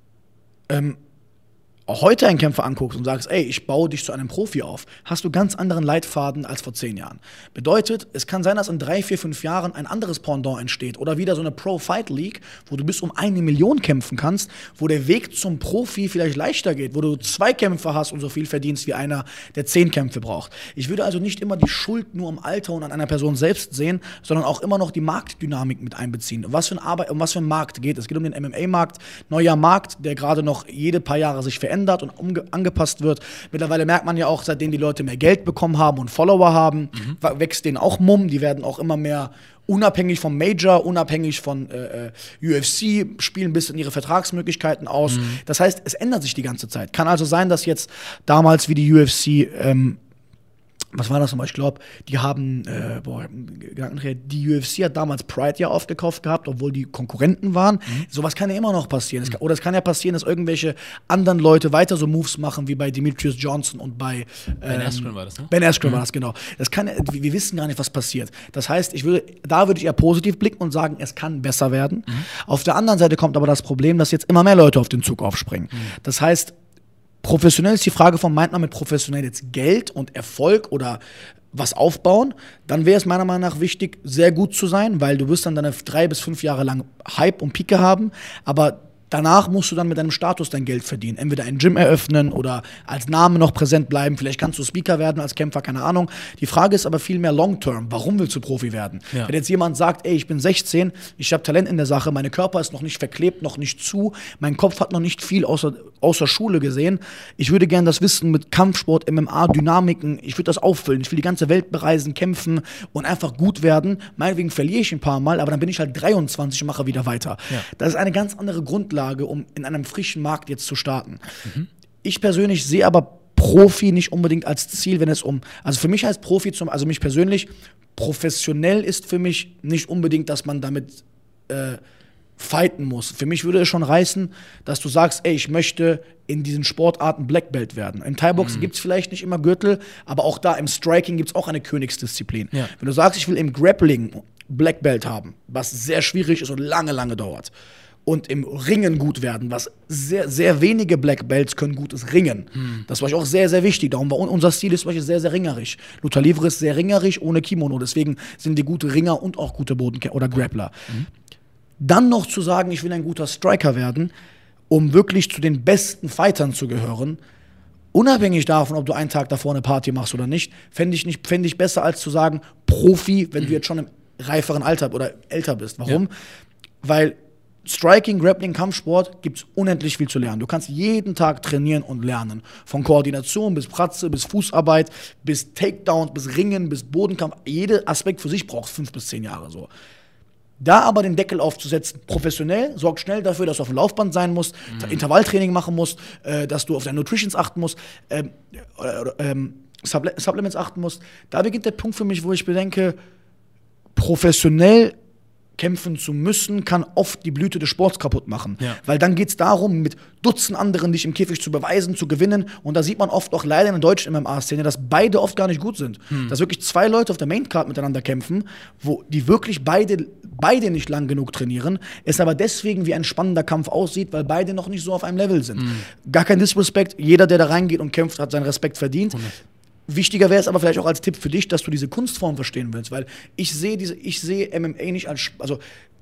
ähm, auch heute einen Kämpfer anguckst und sagst, ey, ich baue dich zu einem Profi auf, hast du ganz anderen Leitfaden als vor zehn Jahren. Bedeutet, es kann sein, dass in drei, vier, fünf Jahren ein anderes Pendant entsteht oder wieder so eine Pro-Fight-League, wo du bis um eine Million kämpfen kannst, wo der Weg zum Profi vielleicht leichter geht, wo du zwei Kämpfe hast und so viel verdienst wie einer, der zehn Kämpfe braucht. Ich würde also nicht immer die Schuld nur am Alter und an einer Person selbst sehen, sondern auch immer noch die Marktdynamik mit einbeziehen. Um was für ein, Arbeit, um was für ein Markt geht es? Es geht um den M M A-Markt, neuer Markt, der gerade noch jede paar Jahre sich verändert. geändert und angepasst wird. Mittlerweile merkt man ja auch, seitdem die Leute mehr Geld bekommen haben und Follower haben, mhm. wächst denen auch Mumm. Die werden auch immer mehr unabhängig vom Major, unabhängig von äh, U F C, spielen bis in ihre Vertragsmöglichkeiten aus. Mhm. Das heißt, es ändert sich die ganze Zeit. Kann also sein, dass jetzt damals wie die U F C ähm, was war das nochmal? Ich glaube, die haben, äh, boah, die U F C hat damals Pride ja aufgekauft gehabt, obwohl die Konkurrenten waren. Mhm. Sowas kann ja immer noch passieren. Es kann, oder es kann ja passieren, dass irgendwelche anderen Leute weiter so Moves machen wie bei Demetrius Johnson und bei ähm, Ben Askren war das, ne? Ben Askren mhm. war das, genau. Das kann, wir, wir wissen gar nicht, was passiert. Das heißt, ich würde, da würde ich eher positiv blicken und sagen, es kann besser werden. Mhm. Auf der anderen Seite kommt aber das Problem, dass jetzt immer mehr Leute auf den Zug aufspringen. Mhm. Das heißt, professionell ist die Frage von, meint man mit professionell jetzt Geld und Erfolg oder was aufbauen, dann wäre es meiner Meinung nach wichtig, sehr gut zu sein, weil du wirst dann deine drei bis fünf Jahre lang Hype und Pike haben, aber danach musst du dann mit deinem Status dein Geld verdienen. Entweder ein Gym eröffnen oder als Name noch präsent bleiben. Vielleicht kannst du Speaker werden als Kämpfer, keine Ahnung. Die Frage ist aber viel mehr long-term. Warum willst du Profi werden? Ja. Wenn jetzt jemand sagt, ey, ich bin sechzehn, ich habe Talent in der Sache, mein Körper ist noch nicht verklebt, noch nicht zu, mein Kopf hat noch nicht viel außer, außer Schule gesehen. Ich würde gerne das Wissen mit Kampfsport, M M A, Dynamiken, ich würde das auffüllen. Ich will die ganze Welt bereisen, kämpfen und einfach gut werden. Meinetwegen verliere ich ein paar Mal, aber dann bin ich halt dreiundzwanzig und mache wieder weiter. Ja. Das ist eine ganz andere Grundlage, um in einem frischen Markt jetzt zu starten. Mhm. Ich persönlich sehe aber Profi nicht unbedingt als Ziel, wenn es um, also für mich heißt Profi, zum, also mich persönlich, professionell ist für mich nicht unbedingt, dass man damit äh, fighten muss. Für mich würde es schon reißen, dass du sagst, ey, ich möchte in diesen Sportarten Black Belt werden. Im Thai-Boxen mhm. gibt es vielleicht nicht immer Gürtel, aber auch da im Striking gibt es auch eine Königsdisziplin. Ja. Wenn du sagst, ich will im Grappling Black Belt haben, was sehr schwierig ist und lange, lange dauert, und im Ringen gut werden, was sehr, sehr wenige Black Belts können gutes Ringen. Hm. Das war auch sehr, sehr wichtig. Darum war unser Stil ist zum Beispiel sehr, sehr ringerisch. Luther Livre ist sehr ringerisch, ohne Kimono. Deswegen sind wir gute Ringer und auch gute Bodenkämpfer oder Grappler. Mhm. Dann noch zu sagen, ich will ein guter Striker werden, um wirklich zu den besten Fightern zu gehören, unabhängig davon, ob du einen Tag davor eine Party machst oder nicht, fände ich, nicht, fänd ich besser, als zu sagen, Profi, wenn mhm. du jetzt schon im reiferen Alter oder älter bist. Warum? Ja. Weil Striking, Grappling, Kampfsport gibt es unendlich viel zu lernen. Du kannst jeden Tag trainieren und lernen. Von Koordination bis Pratze, bis Fußarbeit, bis Takedowns, bis Ringen, bis Bodenkampf. Jeder Aspekt für sich braucht fünf bis zehn Jahre so. Da aber den Deckel aufzusetzen, professionell, sorgt schnell dafür, dass du auf dem Laufband sein musst, mhm. Intervalltraining machen musst, äh, dass du auf deine Nutritions achten musst, äh, äh, äh, Supplements achten musst. Da beginnt der Punkt für mich, wo ich bedenke, professionell kämpfen zu müssen, kann oft die Blüte des Sports kaputt machen. Ja. Weil dann geht es darum, mit Dutzend anderen dich im Käfig zu beweisen, zu gewinnen. Und da sieht man oft auch leider in der deutschen M M A-Szene, dass beide oft gar nicht gut sind. Hm. Dass wirklich zwei Leute auf der Maincard miteinander kämpfen, wo die wirklich beide, beide nicht lang genug trainieren, es aber deswegen wie ein spannender Kampf aussieht, weil beide noch nicht so auf einem Level sind. Hm. Gar kein Disrespect. Jeder, der da reingeht und kämpft, hat seinen Respekt verdient. hundert Wichtiger wäre es aber vielleicht auch als Tipp für dich, dass du diese Kunstform verstehen willst, weil ich sehe diese, ich sehe M M A nicht als, also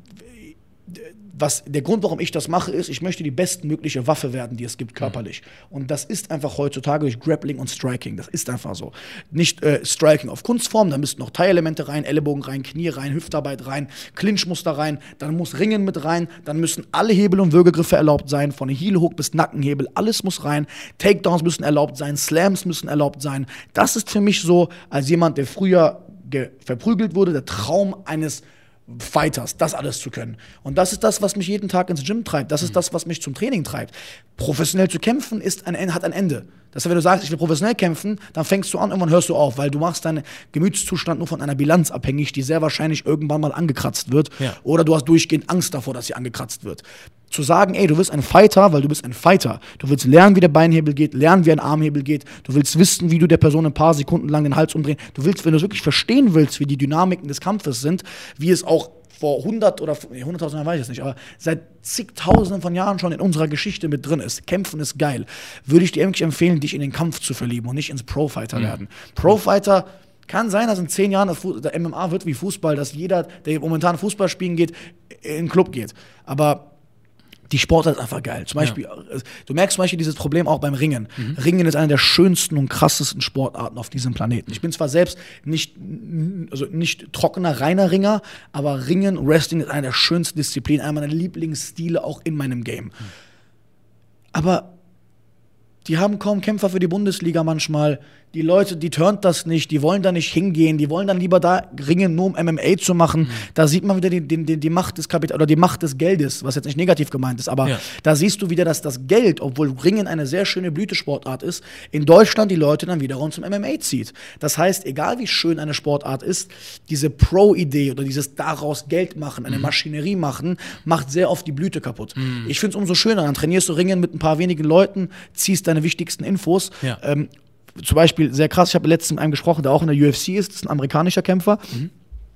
was der Grund, warum ich das mache, ist, ich möchte die bestmögliche Waffe werden, die es gibt, körperlich. Mhm. Und das ist einfach heutzutage durch Grappling und Striking. Das ist einfach so. Nicht äh, Striking auf Kunstform, da müssten noch Teilelemente rein, Ellenbogen rein, Knie rein, Hüftarbeit rein, Clinchmuster rein, dann muss Ringen mit rein, dann müssen alle Hebel und Würgegriffe erlaubt sein, von Heel-Hook bis Nackenhebel, alles muss rein, Takedowns müssen erlaubt sein, Slams müssen erlaubt sein. Das ist für mich so, als jemand, der früher verprügelt wurde, der Traum eines Fighters, das alles zu können. Und das ist das, was mich jeden Tag ins Gym treibt. Das ist das, was mich zum Training treibt. Professionell zu kämpfen ist ein, hat ein Ende. Das heißt, wenn du sagst, ich will professionell kämpfen, dann fängst du an, irgendwann hörst du auf, weil du machst deinen Gemütszustand nur von einer Bilanz abhängig, die sehr wahrscheinlich irgendwann mal angekratzt wird. Ja. Oder du hast durchgehend Angst davor, dass sie angekratzt wird. Zu sagen, ey, du bist ein Fighter, weil du bist ein Fighter. Du willst lernen, wie der Beinhebel geht, lernen, wie ein Armhebel geht. Du willst wissen, wie du der Person ein paar Sekunden lang den Hals umdrehen. Du willst, wenn du wirklich verstehen willst, wie die Dynamiken des Kampfes sind, wie es auch vor hundert oder hunderttausend Jahren weiß ich es nicht, aber seit zigtausenden von Jahren schon in unserer Geschichte mit drin ist. Kämpfen ist geil. Würde ich dir wirklich empfehlen, dich in den Kampf zu verlieben und nicht ins Pro-Fighter mhm. werden. Pro-Fighter kann sein, dass in zehn Jahren der M M A wird wie Fußball, dass jeder, der momentan Fußball spielen geht, in den Club geht. Aber die Sportart ist einfach geil. Zum Beispiel, ja. Du merkst zum Beispiel dieses Problem auch beim Ringen. Mhm. Ringen ist eine der schönsten und krassesten Sportarten auf diesem Planeten. Ich bin zwar selbst nicht, also nicht trockener, reiner Ringer, aber Ringen, Wrestling ist eine der schönsten Disziplinen, einer meiner Lieblingsstile auch in meinem Game. Mhm. Aber Die haben kaum Kämpfer für die Bundesliga manchmal. Die Leute, die turnt das nicht, die wollen da nicht hingehen, die wollen dann lieber da ringen, nur um M M A zu machen. Mhm. Da sieht man wieder die, die, die Macht des Kapitals oder die Macht des Geldes, was jetzt nicht negativ gemeint ist, aber ja. Da siehst du wieder, dass das Geld, obwohl Ringen eine sehr schöne Blütesportart ist, in Deutschland die Leute dann wiederum zum M M A zieht. Das heißt, egal wie schön eine Sportart ist, diese Pro-Idee oder dieses daraus Geld machen, eine mhm. Maschinerie machen, macht sehr oft die Blüte kaputt. Mhm. Ich finde es umso schöner, dann trainierst du Ringen mit ein paar wenigen Leuten, ziehst deine wichtigsten Infos. Ja. Ähm, Zum Beispiel, sehr krass, ich habe letztens mit einem gesprochen, der auch in der U F C ist, das ist ein amerikanischer Kämpfer. Mhm.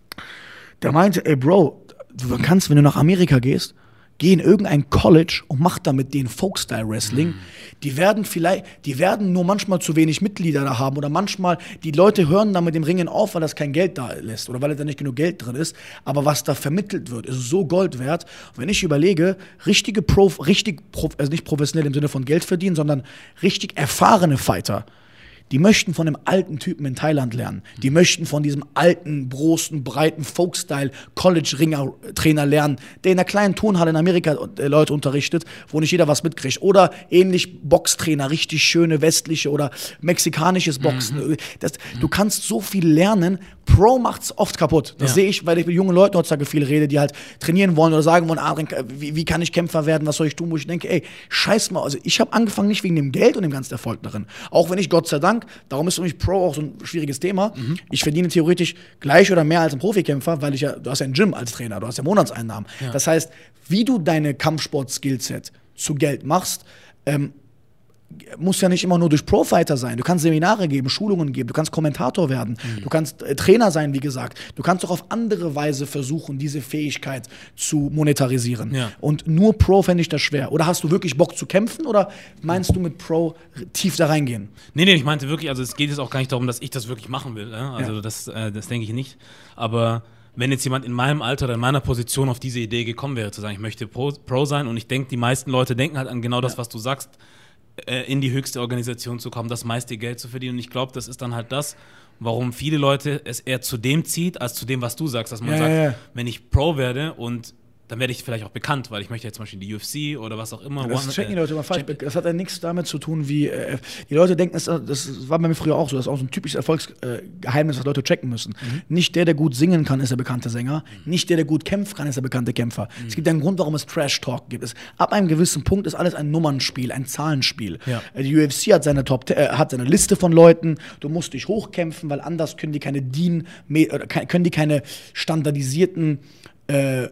Der meinte, ey Bro, du kannst, wenn du nach Amerika gehst, geh in irgendein College und mach da mit denen Folk-Style-Wrestling. Mhm. Die werden vielleicht, die werden nur manchmal zu wenig Mitglieder da haben oder manchmal, die Leute hören da mit dem Ringen auf, weil das kein Geld da lässt oder weil da nicht genug Geld drin ist. Aber was da vermittelt wird, ist so Gold wert. Und wenn ich überlege, richtige Pro, richtig, Pro, also nicht professionell im Sinne von Geld verdienen, sondern richtig erfahrene Fighter, die möchten von einem alten Typen in Thailand lernen. Die möchten von diesem alten, großen, breiten Folk-Style-College-Ringer-Trainer lernen, der in einer kleinen Turnhalle in Amerika Leute unterrichtet, wo nicht jeder was mitkriegt. Oder ähnlich Boxtrainer, richtig schöne westliche oder mexikanisches Boxen. Mhm. Das, du kannst so viel lernen. Pro macht's oft kaputt. Das ja. sehe ich, weil ich mit jungen Leuten heutzutage viel rede, die halt trainieren wollen oder sagen wollen, Adrian, wie, wie kann ich Kämpfer werden, was soll ich tun, wo ich denke, ey, scheiß mal. Also ich habe angefangen nicht wegen dem Geld und dem ganzen Erfolg darin. Auch wenn ich, Gott sei Dank, darum ist für mich Pro auch so ein schwieriges Thema. Mhm. Ich verdiene theoretisch gleich oder mehr als ein Profikämpfer, weil ich ja, du hast ja ein Gym als Trainer, du hast ja Monatseinnahmen. Ja. Das heißt, wie du deine Kampfsport-Skillset zu Geld machst, ähm, muss ja nicht immer nur durch Pro-Fighter sein. Du kannst Seminare geben, Schulungen geben, du kannst Kommentator werden, mhm. du kannst äh, Trainer sein, wie gesagt. Du kannst auch auf andere Weise versuchen, diese Fähigkeit zu monetarisieren. Ja. Und nur Pro fände ich das schwer. Oder hast du wirklich Bock zu kämpfen oder meinst du mit Pro tief da reingehen? Nee, nee, ich meinte wirklich, also es geht jetzt auch gar nicht darum, dass ich das wirklich machen will. Ja? Also ja. das, äh, das denke ich nicht. Aber wenn jetzt jemand in meinem Alter oder in meiner Position auf diese Idee gekommen wäre, zu sagen, ich möchte Pro, Pro sein und ich denke, die meisten Leute denken halt an genau das, ja. was du sagst, in die höchste Organisation zu kommen, das meiste Geld zu verdienen. Und ich glaube, das ist dann halt das, warum viele Leute es eher zu dem zieht, als zu dem, was du sagst. Dass man ja, sagt, ja, ja. wenn ich Pro werde und dann werde ich vielleicht auch bekannt, weil ich möchte jetzt zum Beispiel die U F C oder was auch immer. Ja, das One, checken die Leute immer falsch. Das hat ja nichts damit zu tun, wie äh, die Leute denken, das, das war bei mir früher auch so, das ist auch so ein typisches Erfolgsgeheimnis, äh, was Leute checken müssen. Mhm. Nicht der, der gut singen kann, ist der bekannte Sänger. Mhm. Nicht der, der gut kämpfen kann, ist der bekannte Kämpfer. Mhm. Es gibt ja einen Grund, warum es Trash-Talk gibt. Es, ab einem gewissen Punkt ist alles ein Nummernspiel, ein Zahlenspiel. Ja. Die U F C hat seine, Top, äh, hat seine Liste von Leuten, du musst dich hochkämpfen, weil anders können die keine DIN, können die keine standardisierten äh,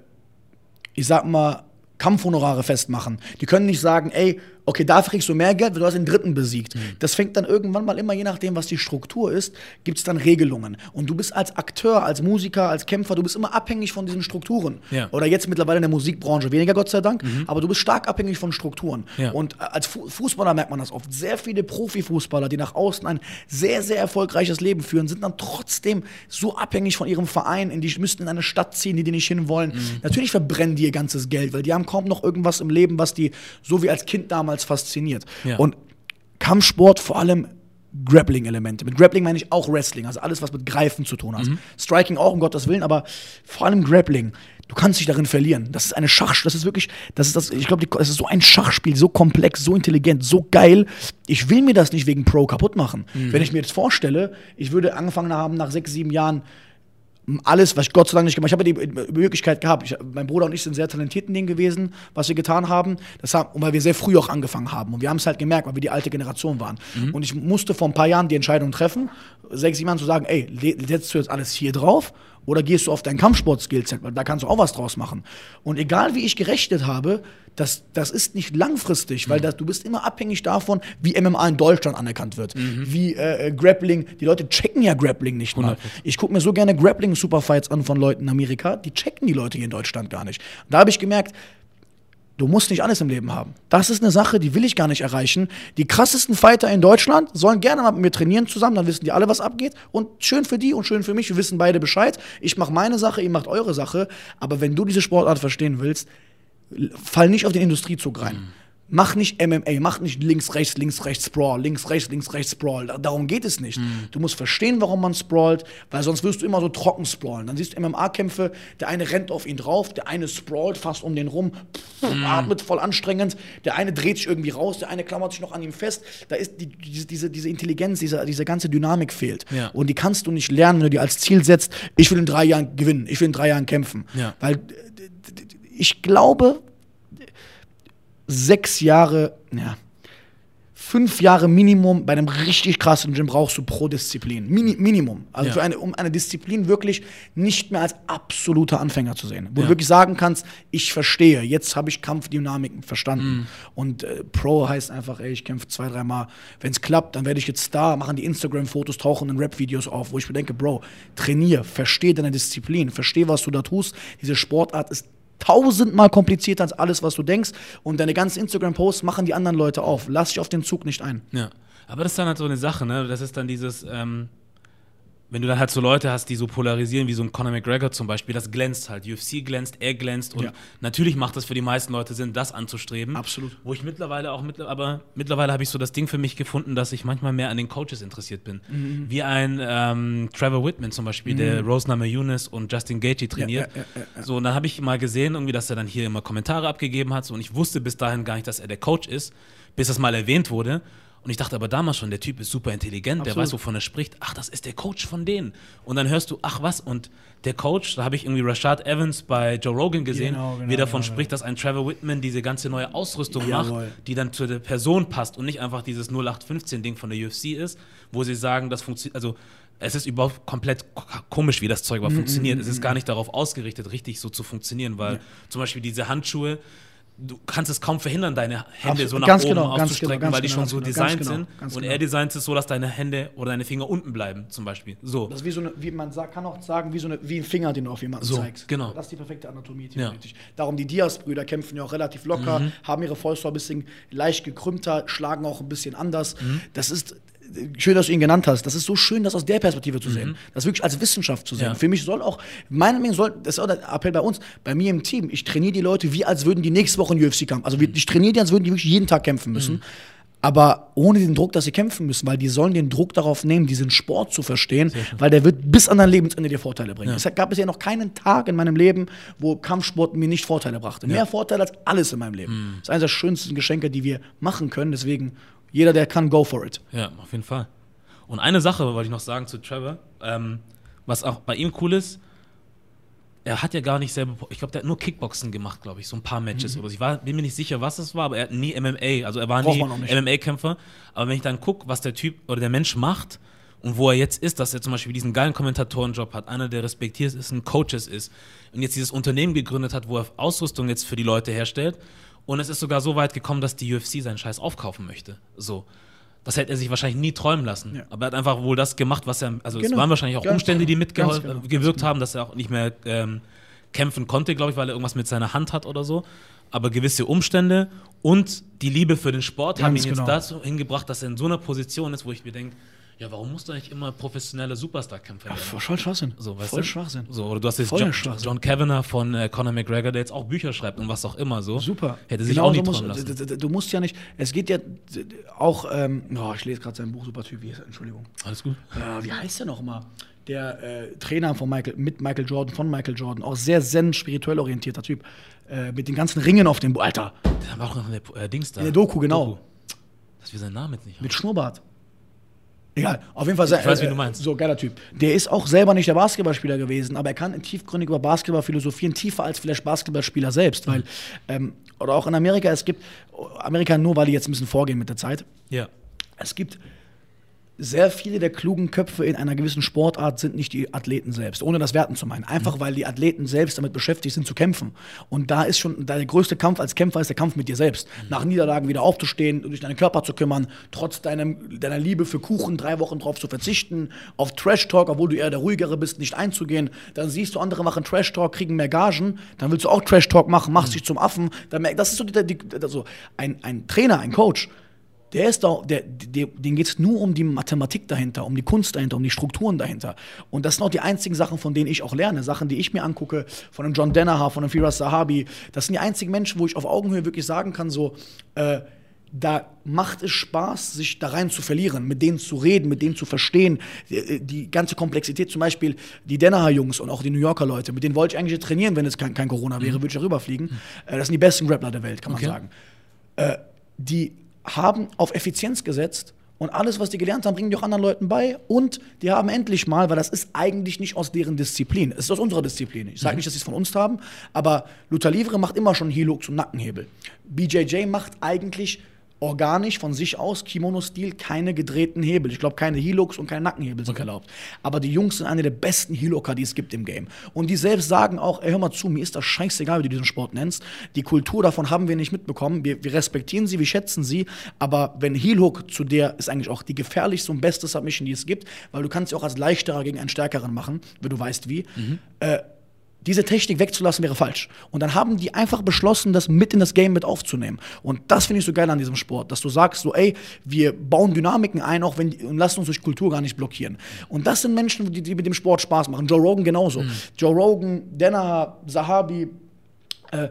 ich sag mal, Kampfhonorare festmachen. Die können nicht sagen, ey, okay, dafür kriegst du mehr Geld, weil du hast den Dritten besiegt. Mhm. Das fängt dann irgendwann mal immer, je nachdem, was die Struktur ist, gibt es dann Regelungen. Und du bist als Akteur, als Musiker, als Kämpfer, du bist immer abhängig von diesen Strukturen. Ja. Oder jetzt mittlerweile in der Musikbranche weniger, Gott sei Dank, mhm. aber du bist stark abhängig von Strukturen. Ja. Und als Fu- Fußballer merkt man das oft. Sehr viele Profifußballer, die nach außen ein sehr, sehr erfolgreiches Leben führen, sind dann trotzdem so abhängig von ihrem Verein, in die müssten in eine Stadt ziehen, die die nicht hinwollen. Mhm. Natürlich verbrennen die ihr ganzes Geld, weil die haben kaum noch irgendwas im Leben, was die, so wie als Kind damals, fasziniert. Ja. Und Kampfsport vor allem Grappling-Elemente. Mit Grappling meine ich auch Wrestling, also alles, was mit Greifen zu tun hat. Mhm. Striking auch, um Gottes Willen, aber vor allem Grappling. Du kannst dich darin verlieren. Das ist eine Schach, das ist wirklich, das ist das, ich glaube, das ist so ein Schachspiel, so komplex, so intelligent, so geil. Ich will mir das nicht wegen Pro kaputt machen. Mhm. Wenn ich mir jetzt vorstelle, ich würde angefangen haben, nach sechs, sieben Jahren alles, was ich Gott sei Dank nicht gemacht habe. Ich habe die Möglichkeit gehabt. Ich, mein Bruder und ich sind sehr talentiert in dem gewesen, was wir getan haben. Das haben und weil wir sehr früh auch angefangen haben. Und wir haben es halt gemerkt, weil wir die alte Generation waren. Mhm. Und ich musste vor ein paar Jahren die Entscheidung treffen, sechs, sieben Jahren zu sagen, ey, setzt du jetzt alles hier drauf oder gehst du auf dein Kampfsport-Skillset, weil da kannst du auch was draus machen. Und egal wie ich gerechnet habe, das, das ist nicht langfristig, weil das, du bist immer abhängig davon, wie M M A in Deutschland anerkannt wird, mhm. wie äh, Grappling, die Leute checken ja Grappling nicht mal. hundert Prozent. Ich gucke mir so gerne Grappling-Superfights an von Leuten in Amerika, die checken die Leute hier in Deutschland gar nicht. Und da habe ich gemerkt, du musst nicht alles im Leben haben. Das ist eine Sache, die will ich gar nicht erreichen. Die krassesten Fighter in Deutschland sollen gerne mal mit mir trainieren zusammen, dann wissen die alle, was abgeht. Und schön für die und schön für mich, wir wissen beide Bescheid. Ich mache meine Sache, ihr macht eure Sache. Aber wenn du diese Sportart verstehen willst, fall nicht auf den Industriezug rein. Mhm. Mach nicht M M A, mach nicht links, rechts, links, rechts, Sprawl, links, rechts, links, rechts, Sprawl. Darum geht es nicht. Mhm. Du musst verstehen, warum man sprawlt, weil sonst wirst du immer so trocken sprawlen. Dann siehst du M M A-Kämpfe, der eine rennt auf ihn drauf, der eine sprawlt fast um den rum, pff, mhm. atmet voll anstrengend, der eine dreht sich irgendwie raus, der eine klammert sich noch an ihm fest. Da ist die, diese, diese, diese Intelligenz, diese, diese ganze Dynamik fehlt. Ja. Und die kannst du nicht lernen, wenn du dir als Ziel setzt, ich will in drei Jahren gewinnen, ich will in drei Jahren kämpfen. Ja. Weil ich glaube, sechs Jahre, ja, fünf Jahre Minimum bei einem richtig krassen Gym brauchst du pro Disziplin. Mini, Minimum. Also ja. für eine, um eine Disziplin wirklich nicht mehr als absoluter Anfänger zu sehen. Wo ja. du wirklich sagen kannst, ich verstehe, jetzt habe ich Kampfdynamiken verstanden. Mhm. Und äh, Pro heißt einfach, ey, ich kämpfe zwei, dreimal. Wenn es klappt, dann werde ich jetzt Star, machen die Instagram-Fotos, tauchen in Rap-Videos auf, wo ich mir denke, Bro, trainier, verstehe deine Disziplin, verstehe, was du da tust. Diese Sportart ist tausendmal komplizierter als alles, was du denkst. Und deine ganzen Instagram-Posts machen die anderen Leute auf. Lass dich auf den Zug nicht ein. Ja, aber das ist dann halt so eine Sache, ne? Das ist dann dieses, ähm, wenn du dann halt so Leute hast, die so polarisieren, wie so ein Conor McGregor zum Beispiel, das glänzt halt. U F C glänzt, er glänzt. Und ja. natürlich macht es für die meisten Leute Sinn, das anzustreben. Absolut. Wo ich mittlerweile auch, mittler- aber mittlerweile habe ich so das Ding für mich gefunden, dass ich manchmal mehr an den Coaches interessiert bin. Mhm. Wie ein ähm, Trevor Whitman zum Beispiel, mhm. der Rose Namajunas und Justin Gaethje trainiert. Ja, ja, ja, ja. So, und dann habe ich mal gesehen, irgendwie, dass er dann hier immer Kommentare abgegeben hat. So, und ich wusste bis dahin gar nicht, dass er der Coach ist, bis das mal erwähnt wurde. Und ich dachte aber damals schon, der Typ ist super intelligent, Absolut. Der weiß, wovon er spricht. Ach, das ist der Coach von denen. Und dann hörst du, ach was, und der Coach, da habe ich irgendwie Rashad Evans bei Joe Rogan gesehen, genau, genau, wie er davon genau, spricht, dass ein Trevor Whitman diese ganze neue Ausrüstung Jawohl. macht, die dann zu der Person passt und nicht einfach dieses null acht fünfzehn-Ding von der U F C ist, wo sie sagen, das funktioniert, also es ist überhaupt komplett komisch, wie das Zeug aber mm-hmm. funktioniert. Es ist gar nicht darauf ausgerichtet, richtig so zu funktionieren, weil ja. zum Beispiel diese Handschuhe, du kannst es kaum verhindern, deine Hände Absolut. so nach ganz oben genau, auszustrecken, genau, weil die genau, schon so genau, designt genau, sind. Und genau. er designt es so, dass deine Hände oder deine Finger unten bleiben, zum Beispiel. So. Das ist wie so eine, wie man sagt, kann auch sagen, wie so eine, wie ein Finger, den du auf jemanden so, zeigst. Genau. Das ist die perfekte Anatomie theoretisch. Ja. Darum, die Diaz-Brüder kämpfen ja auch relativ locker, mhm. haben ihre Fäuste ein bisschen leicht gekrümmter, schlagen auch ein bisschen anders. Mhm. Das ist schön, dass du ihn genannt hast. Das ist so schön, das aus der Perspektive zu sehen. Mhm. Das wirklich als Wissenschaft zu sehen. Ja. Für mich soll auch, meiner Meinung nach soll, das ist auch der Appell bei uns, bei mir im Team, ich trainiere die Leute wie, als würden die nächste Woche in U F C kämpfen. Also mhm. ich trainiere die, als würden die wirklich jeden Tag kämpfen müssen. Mhm. Aber ohne den Druck, dass sie kämpfen müssen, weil die sollen den Druck darauf nehmen, diesen Sport zu verstehen, weil der wird bis an dein Lebensende dir Vorteile bringen. Ja. Es gab bisher noch keinen Tag in meinem Leben, wo Kampfsport mir nicht Vorteile brachte. Ja. Mehr Vorteile als alles in meinem Leben. Mhm. Das ist eines der schönsten Geschenke, die wir machen können. Deswegen, jeder, der kann, go for it. Ja, auf jeden Fall. Und eine Sache wollte ich noch sagen zu Trevor, ähm, was auch bei ihm cool ist, er hat ja gar nicht selber, ich glaube, der hat nur Kickboxen gemacht, glaube ich, so ein paar Matches mhm. oder so. Ich war, bin mir nicht sicher, was es war, aber er hat nie M M A, also er war Braucht nie M M A-Kämpfer. Aber wenn ich dann gucke, was der Typ oder der Mensch macht und wo er jetzt ist, dass er zum Beispiel diesen geilen Kommentatorenjob hat, einer, der respektiert ist, ein Coaches ist und jetzt dieses Unternehmen gegründet hat, wo er Ausrüstung jetzt für die Leute herstellt und es ist sogar so weit gekommen, dass die U F C seinen Scheiß aufkaufen möchte, so. Das hätte er sich wahrscheinlich nie träumen lassen. Ja. Aber er hat einfach wohl das gemacht, was er. Also, genau. es waren wahrscheinlich auch ganz Umstände, die mitgewirkt genau. genau. haben, dass er auch nicht mehr ähm, kämpfen konnte, glaube ich, weil er irgendwas mit seiner Hand hat oder so. Aber gewisse Umstände und die Liebe für den Sport ganz haben ihn genau. jetzt dazu hingebracht, dass er in so einer Position ist, wo ich mir denke, ja, warum musst du eigentlich immer professionelle Superstar-Kämpfer werden? Ja, voll Schwachsinn. So, weißt voll du? Schwachsinn. So, oder du hast jetzt John, John Kavanagh von äh, Conor McGregor, der jetzt auch Bücher schreibt und was auch immer so. Super. Hätte sich genau auch nicht so träumen lassen. Du, du musst ja nicht, es geht ja auch, ähm, oh, ich lese gerade sein Buch, super Typ, wie ist er? Entschuldigung. Alles gut. Äh, wie heißt der nochmal? Der äh, Trainer von Michael, mit Michael Jordan, von Michael Jordan, auch sehr zen, spirituell orientierter Typ. Äh, mit den ganzen Ringen auf dem Buch. Alter. Der war auch noch in der äh, Dings da. In der Doku, genau. Doku. Dass wir seinen Namen jetzt nicht haben. Mit Schnurrbart. Egal, auf jeden Fall. Ich weiß, wie du meinst. So, geiler Typ. Der ist auch selber nicht der Basketballspieler gewesen, aber er kann tiefgründig über Basketball philosophieren, tiefer als vielleicht Basketballspieler selbst. Mhm. Weil, ähm, oder auch in Amerika, es gibt, Amerika nur, weil die jetzt ein bisschen vorgehen mit der Zeit. Ja. Es gibt sehr viele der klugen Köpfe in einer gewissen Sportart sind nicht die Athleten selbst, ohne das werten zu meinen. Einfach, mhm. weil die Athleten selbst damit beschäftigt sind, zu kämpfen. Und da ist schon, der größte Kampf als Kämpfer ist der Kampf mit dir selbst. Mhm. Nach Niederlagen wieder aufzustehen, dich deinen Körper zu kümmern, trotz deinem, deiner Liebe für Kuchen drei Wochen drauf zu verzichten, auf Trash-Talk, obwohl du eher der Ruhigere bist, nicht einzugehen. Dann siehst du, andere machen Trash-Talk, kriegen mehr Gagen, dann willst du auch Trash-Talk machen, machst mhm. dich zum Affen. Dann, das ist so, die, die, also ein, ein Trainer, ein Coach, Der ist da, der, der, denen geht es nur um die Mathematik dahinter, um die Kunst dahinter, um die Strukturen dahinter. Und das sind auch die einzigen Sachen, von denen ich auch lerne. Sachen, die ich mir angucke, von einem John Danaher, von einem Firas Zahabi. Das sind die einzigen Menschen, wo ich auf Augenhöhe wirklich sagen kann, so, äh, da macht es Spaß, sich da rein zu verlieren, mit denen zu reden, mit denen zu verstehen. Die, die ganze Komplexität, zum Beispiel die Danaher-Jungs und auch die New Yorker Leute, mit denen wollte ich eigentlich trainieren, wenn es kein, kein Corona wäre, mhm. würde ich da rüberfliegen. Mhm. Äh, das sind die besten Grappler der Welt, kann man okay. sagen. Äh, die haben auf Effizienz gesetzt und alles, was die gelernt haben, bringen die auch anderen Leuten bei und die haben endlich mal, weil das ist eigentlich nicht aus deren Disziplin, es ist aus unserer Disziplin. Ich sage mhm. nicht, dass sie es von uns haben, aber Luther Livre macht immer schon Heel-Hooks und Nackenhebel. B J J macht eigentlich organisch von sich aus, Kimono-Stil, keine gedrehten Hebel. Ich glaube, keine Heel-Hooks und keine Nackenhebel sind okay. erlaubt. Aber die Jungs sind eine der besten Heel-Hooker, die es gibt im Game. Und die selbst sagen auch, ey, hör mal zu, mir ist das scheißegal, wie du diesen Sport nennst. Die Kultur davon haben wir nicht mitbekommen. Wir, wir respektieren sie, wir schätzen sie. Aber wenn Heel-Hook zu der ist eigentlich auch die gefährlichste und beste Submission, die es gibt, weil du kannst sie auch als leichterer gegen einen stärkeren machen, wenn du weißt wie. Mhm. Äh, Diese Technik wegzulassen wäre falsch. Und dann haben die einfach beschlossen, das mit in das Game mit aufzunehmen. Und das finde ich so geil an diesem Sport, dass du sagst so, ey, wir bauen Dynamiken ein, auch wenn die, und lassen uns durch Kultur gar nicht blockieren. Und das sind Menschen, die, die mit dem Sport Spaß machen. Joe Rogan genauso. Mhm. Joe Rogan, Danaher, Zahabi, äh,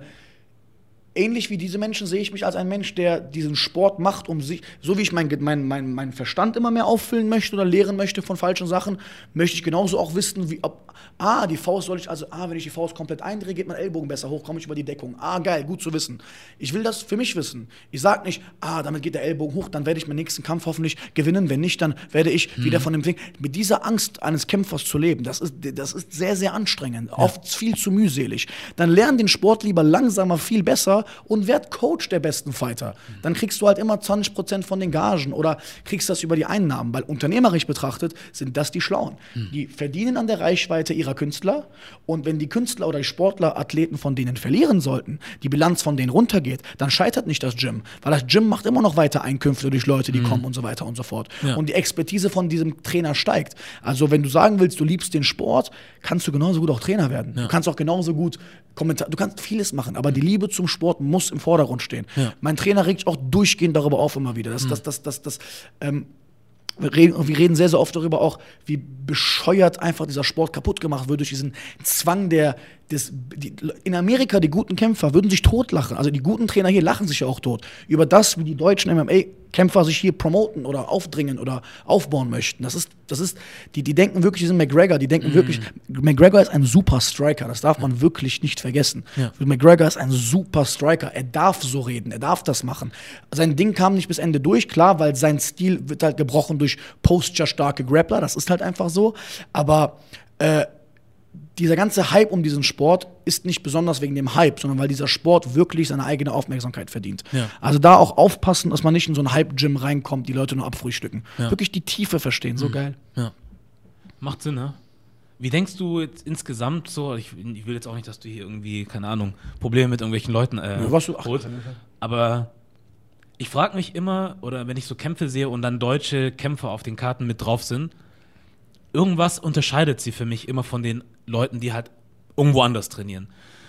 ähnlich wie diese Menschen sehe ich mich als ein Mensch, der diesen Sport macht, um sich, so wie ich meinen mein, mein, mein Verstand immer mehr auffüllen möchte oder lehren möchte von falschen Sachen, möchte ich genauso auch wissen, wie, ob, ah, die Faust soll ich, also, ah, wenn ich die Faust komplett eindrehe, geht mein Ellbogen besser hoch, komme ich über die Deckung. Ah, geil, gut zu wissen. Ich will das für mich wissen. Ich sage nicht, ah, damit geht der Ellbogen hoch, dann werde ich meinen nächsten Kampf hoffentlich gewinnen. Wenn nicht, dann werde ich mhm. wieder von dem Ding. Mit dieser Angst eines Kämpfers zu leben, das ist, das ist sehr, sehr anstrengend, ja. oft viel zu mühselig. Dann lern den Sport lieber langsamer, viel besser und werd Coach der besten Fighter. Dann kriegst du halt immer zwanzig Prozent von den Gagen oder kriegst das über die Einnahmen, weil unternehmerisch betrachtet sind das die Schlauen. Mhm. Die verdienen an der Reichweite ihrer Künstler und wenn die Künstler oder die Sportler Athleten von denen verlieren sollten, die Bilanz von denen runtergeht, dann scheitert nicht das Gym, weil das Gym macht immer noch weiter Einkünfte durch Leute, die mhm. kommen und so weiter und so fort. Ja. Und die Expertise von diesem Trainer steigt. Also wenn du sagen willst, du liebst den Sport, kannst du genauso gut auch Trainer werden. Ja. Du kannst auch genauso gut Kommentar, du kannst vieles machen, aber die Liebe zum Sport muss im Vordergrund stehen. Ja. Mein Trainer regt sich auch durchgehend darüber auf immer wieder. Das, mhm. das, das, das, das, ähm, wir, reden, wir reden sehr, sehr oft darüber auch, wie bescheuert einfach dieser Sport kaputt gemacht wird durch diesen Zwang der, des, die, in Amerika die guten Kämpfer würden sich totlachen. Also die guten Trainer hier lachen sich ja auch tot. Über das, wie die deutschen M M A-Kämpfer sich hier promoten oder aufdringen oder aufbauen möchten. Das ist, das ist, die, die denken wirklich, die sind McGregor, die denken mhm. wirklich, McGregor ist ein super Striker, das darf man wirklich nicht vergessen. Ja. McGregor ist ein super Striker, er darf so reden, er darf das machen. Sein Ding kam nicht bis Ende durch, klar, weil sein Stil wird halt gebrochen durch posture-starke Grappler, das ist halt einfach so, aber äh, dieser ganze Hype um diesen Sport ist nicht besonders wegen dem Hype, sondern weil dieser Sport wirklich seine eigene Aufmerksamkeit verdient. Ja. Also da auch aufpassen, dass man nicht in so ein Hype-Gym reinkommt, die Leute nur abfrühstücken. Ja. Wirklich die Tiefe verstehen, so mhm. geil. Ja. Macht Sinn, ne? Wie denkst du jetzt insgesamt so, ich, ich will jetzt auch nicht, dass du hier irgendwie, keine Ahnung, Probleme mit irgendwelchen Leuten äh, ja, was du, ach, holst, aber ich frage mich immer, oder wenn ich so Kämpfe sehe und dann deutsche Kämpfer auf den Karten mit drauf sind, irgendwas unterscheidet sie für mich immer von den Leuten, die halt irgendwo anders trainieren.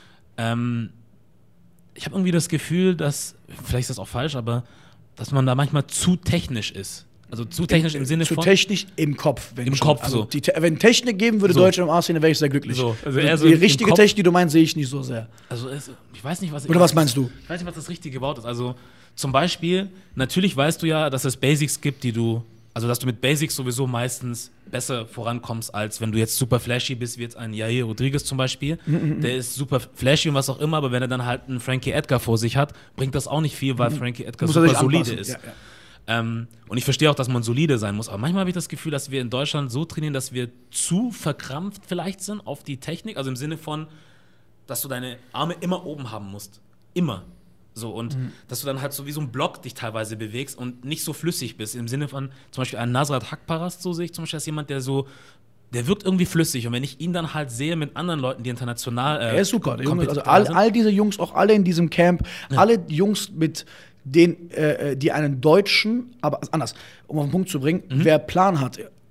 Ähm, ich habe irgendwie das Gefühl, dass, vielleicht ist das auch falsch, aber dass man da manchmal zu technisch ist. Also zu technisch im, im Sinne zu von... Zu technisch im Kopf. Wenn Im schon, Kopf, also so. Die, wenn Technik geben würde, so. Deutsche M M A-Szene, wäre ich sehr glücklich. So. Also eher so die richtige Technik, die du meinst, sehe ich nicht so sehr. Also es, ich weiß nicht, was... Oder was meinst du? Ich weiß nicht, was das richtige Wort ist. Also zum Beispiel, natürlich weißt du ja, dass es Basics gibt, die du... Also, dass du mit Basics sowieso meistens besser vorankommst, als wenn du jetzt super flashy bist, wie jetzt ein Yair Rodriguez zum Beispiel. Mhm. Der ist super flashy und was auch immer, aber wenn er dann halt einen Frankie Edgar vor sich hat, bringt das auch nicht viel, weil mhm. Frankie Edgar muss super solide ist. Ja, ja. Ähm, und ich verstehe auch, dass man solide sein muss. Aber manchmal habe ich das Gefühl, dass wir in Deutschland so trainieren, dass wir zu verkrampft vielleicht sind auf die Technik. Also im Sinne von, dass du deine Arme immer oben haben musst. Immer. So, und mhm. dass du dann halt so wie so ein Block dich teilweise bewegst und nicht so flüssig bist. Im Sinne von zum Beispiel ein Nasrat Hakparast, so sehe ich zum Beispiel als jemand, der so, der wirkt irgendwie flüssig. Und wenn ich ihn dann halt sehe mit anderen Leuten, die international äh, er ist super. Der Junge, also all, all diese Jungs, auch alle in diesem Camp, ja. alle Jungs mit den, äh, die einen Deutschen, aber anders, um auf den Punkt zu bringen, mhm. wer Plan hat,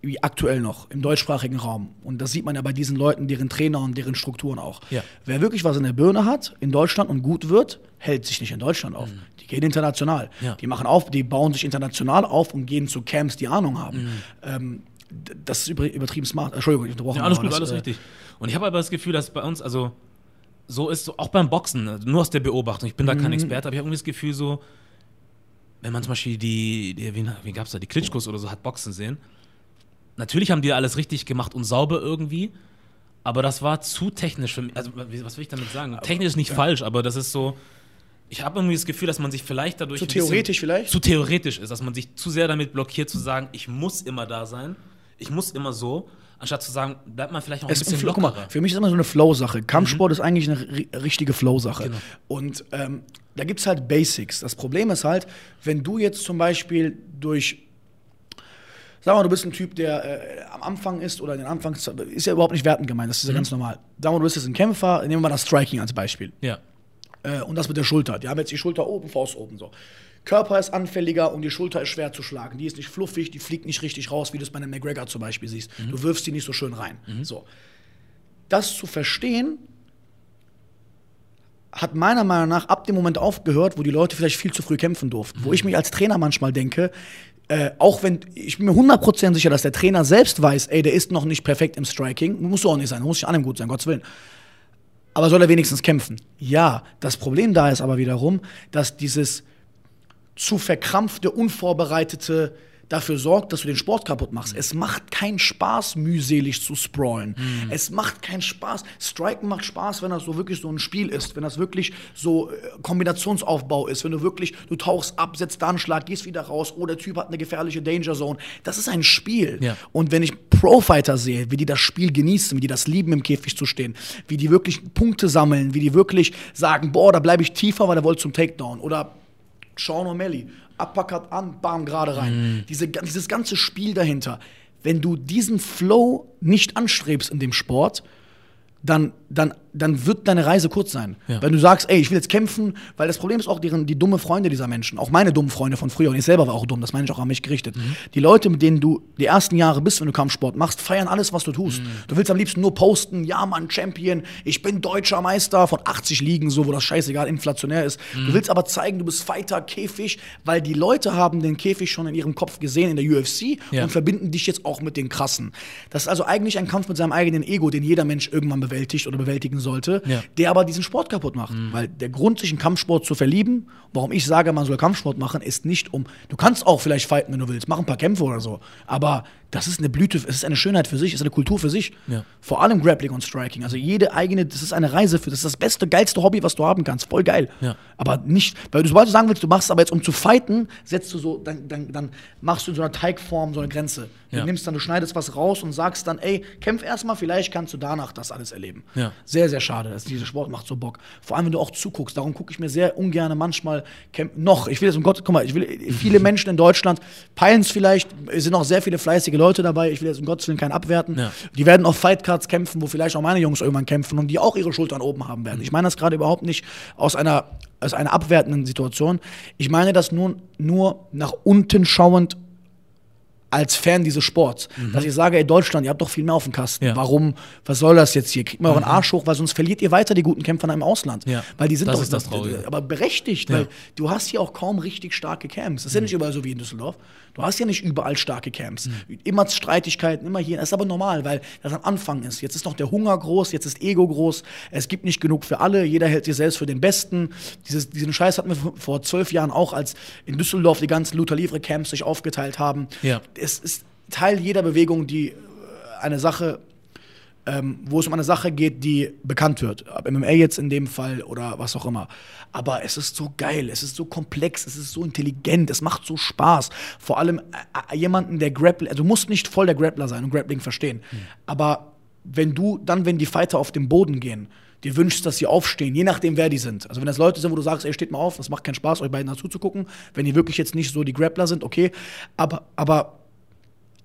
wie aktuell noch, im deutschsprachigen Raum. Und das sieht man ja bei diesen Leuten, deren Trainer und deren Strukturen auch. Ja. Wer wirklich was in der Birne hat, in Deutschland und gut wird, hält sich nicht in Deutschland auf. Mhm. Die gehen international. Ja. Die machen auf, die bauen sich international auf und gehen zu Camps, die Ahnung haben. Mhm. Ähm, das ist übertrieben smart. Entschuldigung, ich unterbrochen. Ja, alles gut, das, alles äh, richtig. Und ich habe aber das Gefühl, dass bei uns, also so ist so, auch beim Boxen, nur aus der Beobachtung, ich bin da kein Experte, aber ich habe irgendwie das Gefühl so, wenn man zum Beispiel die, die wie, wie gab's da, die Klitschkos oder so hat Boxen sehen, natürlich haben die alles richtig gemacht und sauber irgendwie, aber das war zu technisch für mich. Also, was will ich damit sagen? Technisch ist nicht ja. falsch, aber das ist so, ich habe irgendwie das Gefühl, dass man sich vielleicht dadurch zu theoretisch vielleicht? Zu theoretisch ist, dass man sich zu sehr damit blockiert, zu sagen, ich muss immer da sein, ich muss immer so, anstatt zu sagen, bleibt man vielleicht noch ein es bisschen lockerer. Guck mal, für mich ist immer so eine Flow-Sache. Kampfsport mhm. ist eigentlich eine ri- richtige Flow-Sache. Genau. Und ähm, da gibt es halt Basics. Das Problem ist halt, wenn du jetzt zum Beispiel durch Sag mal, du bist ein Typ, der äh, am Anfang ist oder in den Anfang ist ja überhaupt nicht wertend gemeint, das ist ja mhm. ganz normal. Sag mal, du bist jetzt ein Kämpfer, nehmen wir mal das Striking als Beispiel. Ja. Äh, und das mit der Schulter. Die haben jetzt die Schulter oben, Faust oben so. Körper ist anfälliger und die Schulter ist schwer zu schlagen. Die ist nicht fluffig, die fliegt nicht richtig raus, wie du es bei einem McGregor zum Beispiel siehst. Mhm. Du wirfst die nicht so schön rein. Mhm. So. Das zu verstehen, hat meiner Meinung nach ab dem Moment aufgehört, wo die Leute vielleicht viel zu früh kämpfen durften. Mhm. Wo ich mich als Trainer manchmal denke, Äh, auch wenn, ich bin mir hundert Prozent sicher, dass der Trainer selbst weiß, ey, der ist noch nicht perfekt im Striking, muss so auch nicht sein, muss nicht an ihm gut sein, Gottes Willen. Aber soll er wenigstens kämpfen? Ja, das Problem da ist aber wiederum, dass dieses zu verkrampfte, unvorbereitete dafür sorgt, dass du den Sport kaputt machst. Mhm. Es macht keinen Spaß, mühselig zu sprawlen. Mhm. Es macht keinen Spaß. Striken macht Spaß, wenn das so wirklich so ein Spiel ist, wenn das wirklich so Kombinationsaufbau ist, wenn du wirklich, du tauchst ab, setzt da einen Schlag, gehst wieder raus, oh, der Typ hat eine gefährliche Danger Zone. Das ist ein Spiel. Ja. Und wenn ich Pro-Fighter sehe, wie die das Spiel genießen, wie die das lieben, im Käfig zu stehen, wie die wirklich Punkte sammeln, wie die wirklich sagen, boah, da bleibe ich tiefer, weil der wollte zum Takedown. Oder Sean O'Malley, Uppercut an, bam, gerade rein. Mm. Diese, dieses ganze Spiel dahinter. Wenn du diesen Flow nicht anstrebst in dem Sport, dann, dann, dann wird deine Reise kurz sein. Ja. Wenn du sagst, ey, ich will jetzt kämpfen, weil das Problem ist auch deren, die dumme Freunde dieser Menschen, auch meine dummen Freunde von früher, und ich selber war auch dumm, das meine ich auch an mich gerichtet. Mhm. Die Leute, mit denen du die ersten Jahre bist, wenn du Kampfsport machst, feiern alles, was du tust. Mhm. Du willst am liebsten nur posten, ja Mann, Champion, ich bin deutscher Meister von achtzig Ligen, so, wo das scheißegal inflationär ist. Mhm. Du willst aber zeigen, du bist Fighter, Käfig, weil die Leute haben den Käfig schon in ihrem Kopf gesehen in der U F C ja. und verbinden dich jetzt auch mit den Krassen. Das ist also eigentlich ein Kampf mit seinem eigenen Ego, den jeder Mensch irgendwann bewältigt oder bewältigen sollte, ja. der aber diesen Sport kaputt macht. Mhm. Weil der Grund, sich in Kampfsport zu verlieben, warum ich sage, man soll Kampfsport machen, ist nicht um, du kannst auch vielleicht fighten, wenn du willst, mach ein paar Kämpfe oder so, aber das ist eine Blüte, es ist eine Schönheit für sich, es ist eine Kultur für sich. Ja. Vor allem Grappling und Striking. Also jede eigene, das ist eine Reise für, das ist das beste, geilste Hobby, was du haben kannst. Voll geil. Ja. Aber nicht, weil du, sobald du sagen willst, du machst aber jetzt, um zu fighten, setzt du so, dann, dann, dann machst du in so einer Teigform so eine Grenze. Du ja. nimmst dann, du schneidest was raus und sagst dann, ey, kämpf erstmal, vielleicht kannst du danach das alles erleben. Ja. Sehr, sehr schade, dass dieser Sport macht so Bock. Vor allem, wenn du auch zuguckst. Darum gucke ich mir sehr ungern manchmal Kämpfe, noch, ich will jetzt um Gott, guck mal, ich will, viele Menschen in Deutschland peilen es vielleicht, es sind auch sehr viele fleißige Leute dabei, ich will jetzt um Gottes Willen keinen abwerten. Ja. Die werden auf Fightcards kämpfen, wo vielleicht auch meine Jungs irgendwann kämpfen und die auch ihre Schultern oben haben werden. Mhm. Ich meine das gerade überhaupt nicht aus einer, aus einer abwertenden Situation. Ich meine das nur, nur nach unten schauend als Fan dieses Sports. Mhm. Dass ich sage, ey Deutschland, ihr habt doch viel mehr auf dem Kasten. Ja. Warum, was soll das jetzt hier? Kriegt mal mhm. euren Arsch hoch, weil sonst verliert ihr weiter die guten Kämpfer im Ausland. Ja. Weil die sind das doch ist das Traurige. Aber berechtigt, ja. weil du hast hier auch kaum richtig starke Camps. Das ist mhm. ja nicht überall so wie in Düsseldorf. Du hast ja nicht überall starke Camps. Mhm. Immer Streitigkeiten, immer hier. Das ist aber normal, weil das am Anfang ist. Jetzt ist noch der Hunger groß, jetzt ist Ego groß. Es gibt nicht genug für alle. Jeder hält sich selbst für den Besten. Dieses, diesen Scheiß hatten wir vor zwölf Jahren auch, als in Düsseldorf die ganzen Luther Livre Camps sich aufgeteilt haben. Ja. Es ist Teil jeder Bewegung, die eine Sache, ähm, wo es um eine Sache geht, die bekannt wird. M M A jetzt in dem Fall oder was auch immer. Aber es ist so geil, es ist so komplex, es ist so intelligent, es macht so Spaß. Vor allem äh, jemanden, der Grappling, also du musst nicht voll der Grappler sein und Grappling verstehen. Mhm. Aber wenn du, dann wenn die Fighter auf den Boden gehen, dir wünschst, dass sie aufstehen, je nachdem, wer die sind. Also wenn das Leute sind, wo du sagst, ey, steht mal auf, das macht keinen Spaß, euch beiden dazu zu gucken. Wenn die wirklich jetzt nicht so die Grappler sind, okay. Aber, aber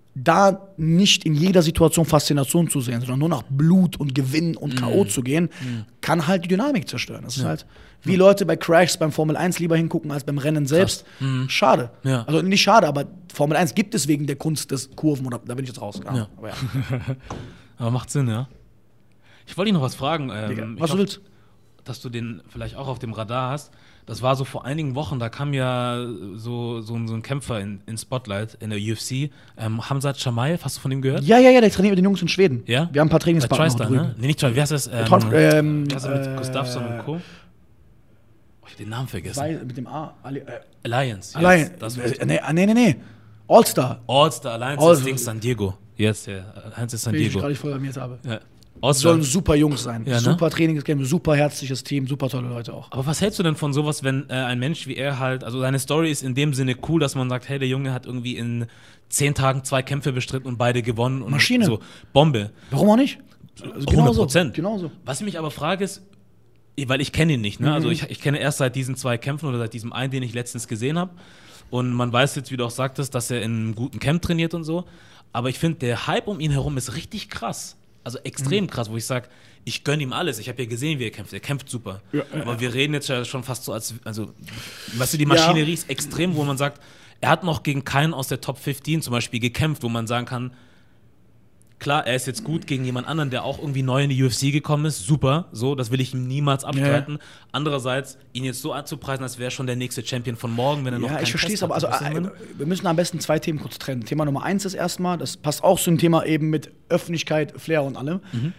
da nicht in jeder Situation Faszination zu sehen, sondern nur nach Blut und Gewinn und K O Mhm. zu gehen, Mhm. kann halt die Dynamik zerstören. Das ist Ja. halt, wie Leute bei Crashs beim Formel eins lieber hingucken als beim Rennen selbst. Mhm. Schade. Ja. Also nicht schade, aber Formel eins gibt es wegen der Kunst des Kurven, oder da bin ich jetzt raus. Ja. Ja. Aber ja. Aber macht Sinn, ja. Ich wollte dich noch was fragen. Digga, Ähm, ich was du hoff, willst. dass du den vielleicht auch auf dem Radar hast. Das war so vor einigen Wochen, da kam ja so, so, ein- so ein Kämpfer in, in Spotlight in der U F C, ähm, Hamzat Chimaev, hast du von ihm gehört? Ja, ja, ja, der trainiert mit den Jungs in Schweden. Ja? Wir haben ein paar Bei Trainingspartner noch TriStar, drüben. ne? Nee, nicht TriStar, wie heißt das? Ähm, Tron- ähm, wie heißt er mit äh, Gustafsson und Co.? Oh, ich hab den Namen vergessen. Weil, mit dem A. Ali, äh, Alliance. allein. Yes, das äh, nee, nee, nee, nee. All-Star. All-Star Alliance All- ist Ding San Diego. Yes, ja. Alliance ist San Wie ich Diego. gerade programmiert habe. Ja. Sollen All-Star. super Jungs sein. Ja, ne? Super Trainingscamp, super herzliches Team, super tolle Leute auch. Aber was hältst du denn von sowas, wenn äh, ein Mensch wie er halt, also seine Story ist in dem Sinne cool, dass man sagt, hey, der Junge hat irgendwie in zehn Tagen zwei Kämpfe bestritten und beide gewonnen. Und Maschine. So, Bombe. Warum auch nicht? Also hundert Prozent. Genauso. Was ich mich aber frage ist, weil ich kenne ihn nicht, ne? Also Mhm. ich, ich kenne erst seit diesen zwei Kämpfen oder seit diesem einen, den ich letztens gesehen habe. Und man weiß jetzt, wie du auch sagtest, dass er in einem guten Camp trainiert und so. Aber ich finde, der Hype um ihn herum ist richtig krass. Also extrem Mhm. krass, wo ich sage, ich gönne ihm alles. Ich habe ja gesehen, wie er kämpft. Er kämpft super. Ja, ja, Aber ja. wir reden jetzt ja schon fast so als, also, weißt du, die Maschinerie ist extrem, wo man sagt, er hat noch gegen keinen aus der Top fünfzehn zum Beispiel gekämpft, wo man sagen kann, klar, er ist jetzt gut gegen jemand anderen, der auch irgendwie neu in die U F C gekommen ist. Super, so, das will ich ihm niemals abstreiten. Andererseits, ihn jetzt so anzupreisen, als wäre er schon der nächste Champion von morgen, wenn er noch Ja, keinen ich verstehe es, Test aber hat. also, Weißt du, was ich äh, meine? wir müssen am besten zwei Themen kurz trennen. Thema Nummer eins ist erstmal, das passt auch zu dem Thema eben mit Öffentlichkeit, Flair und allem. Mhm.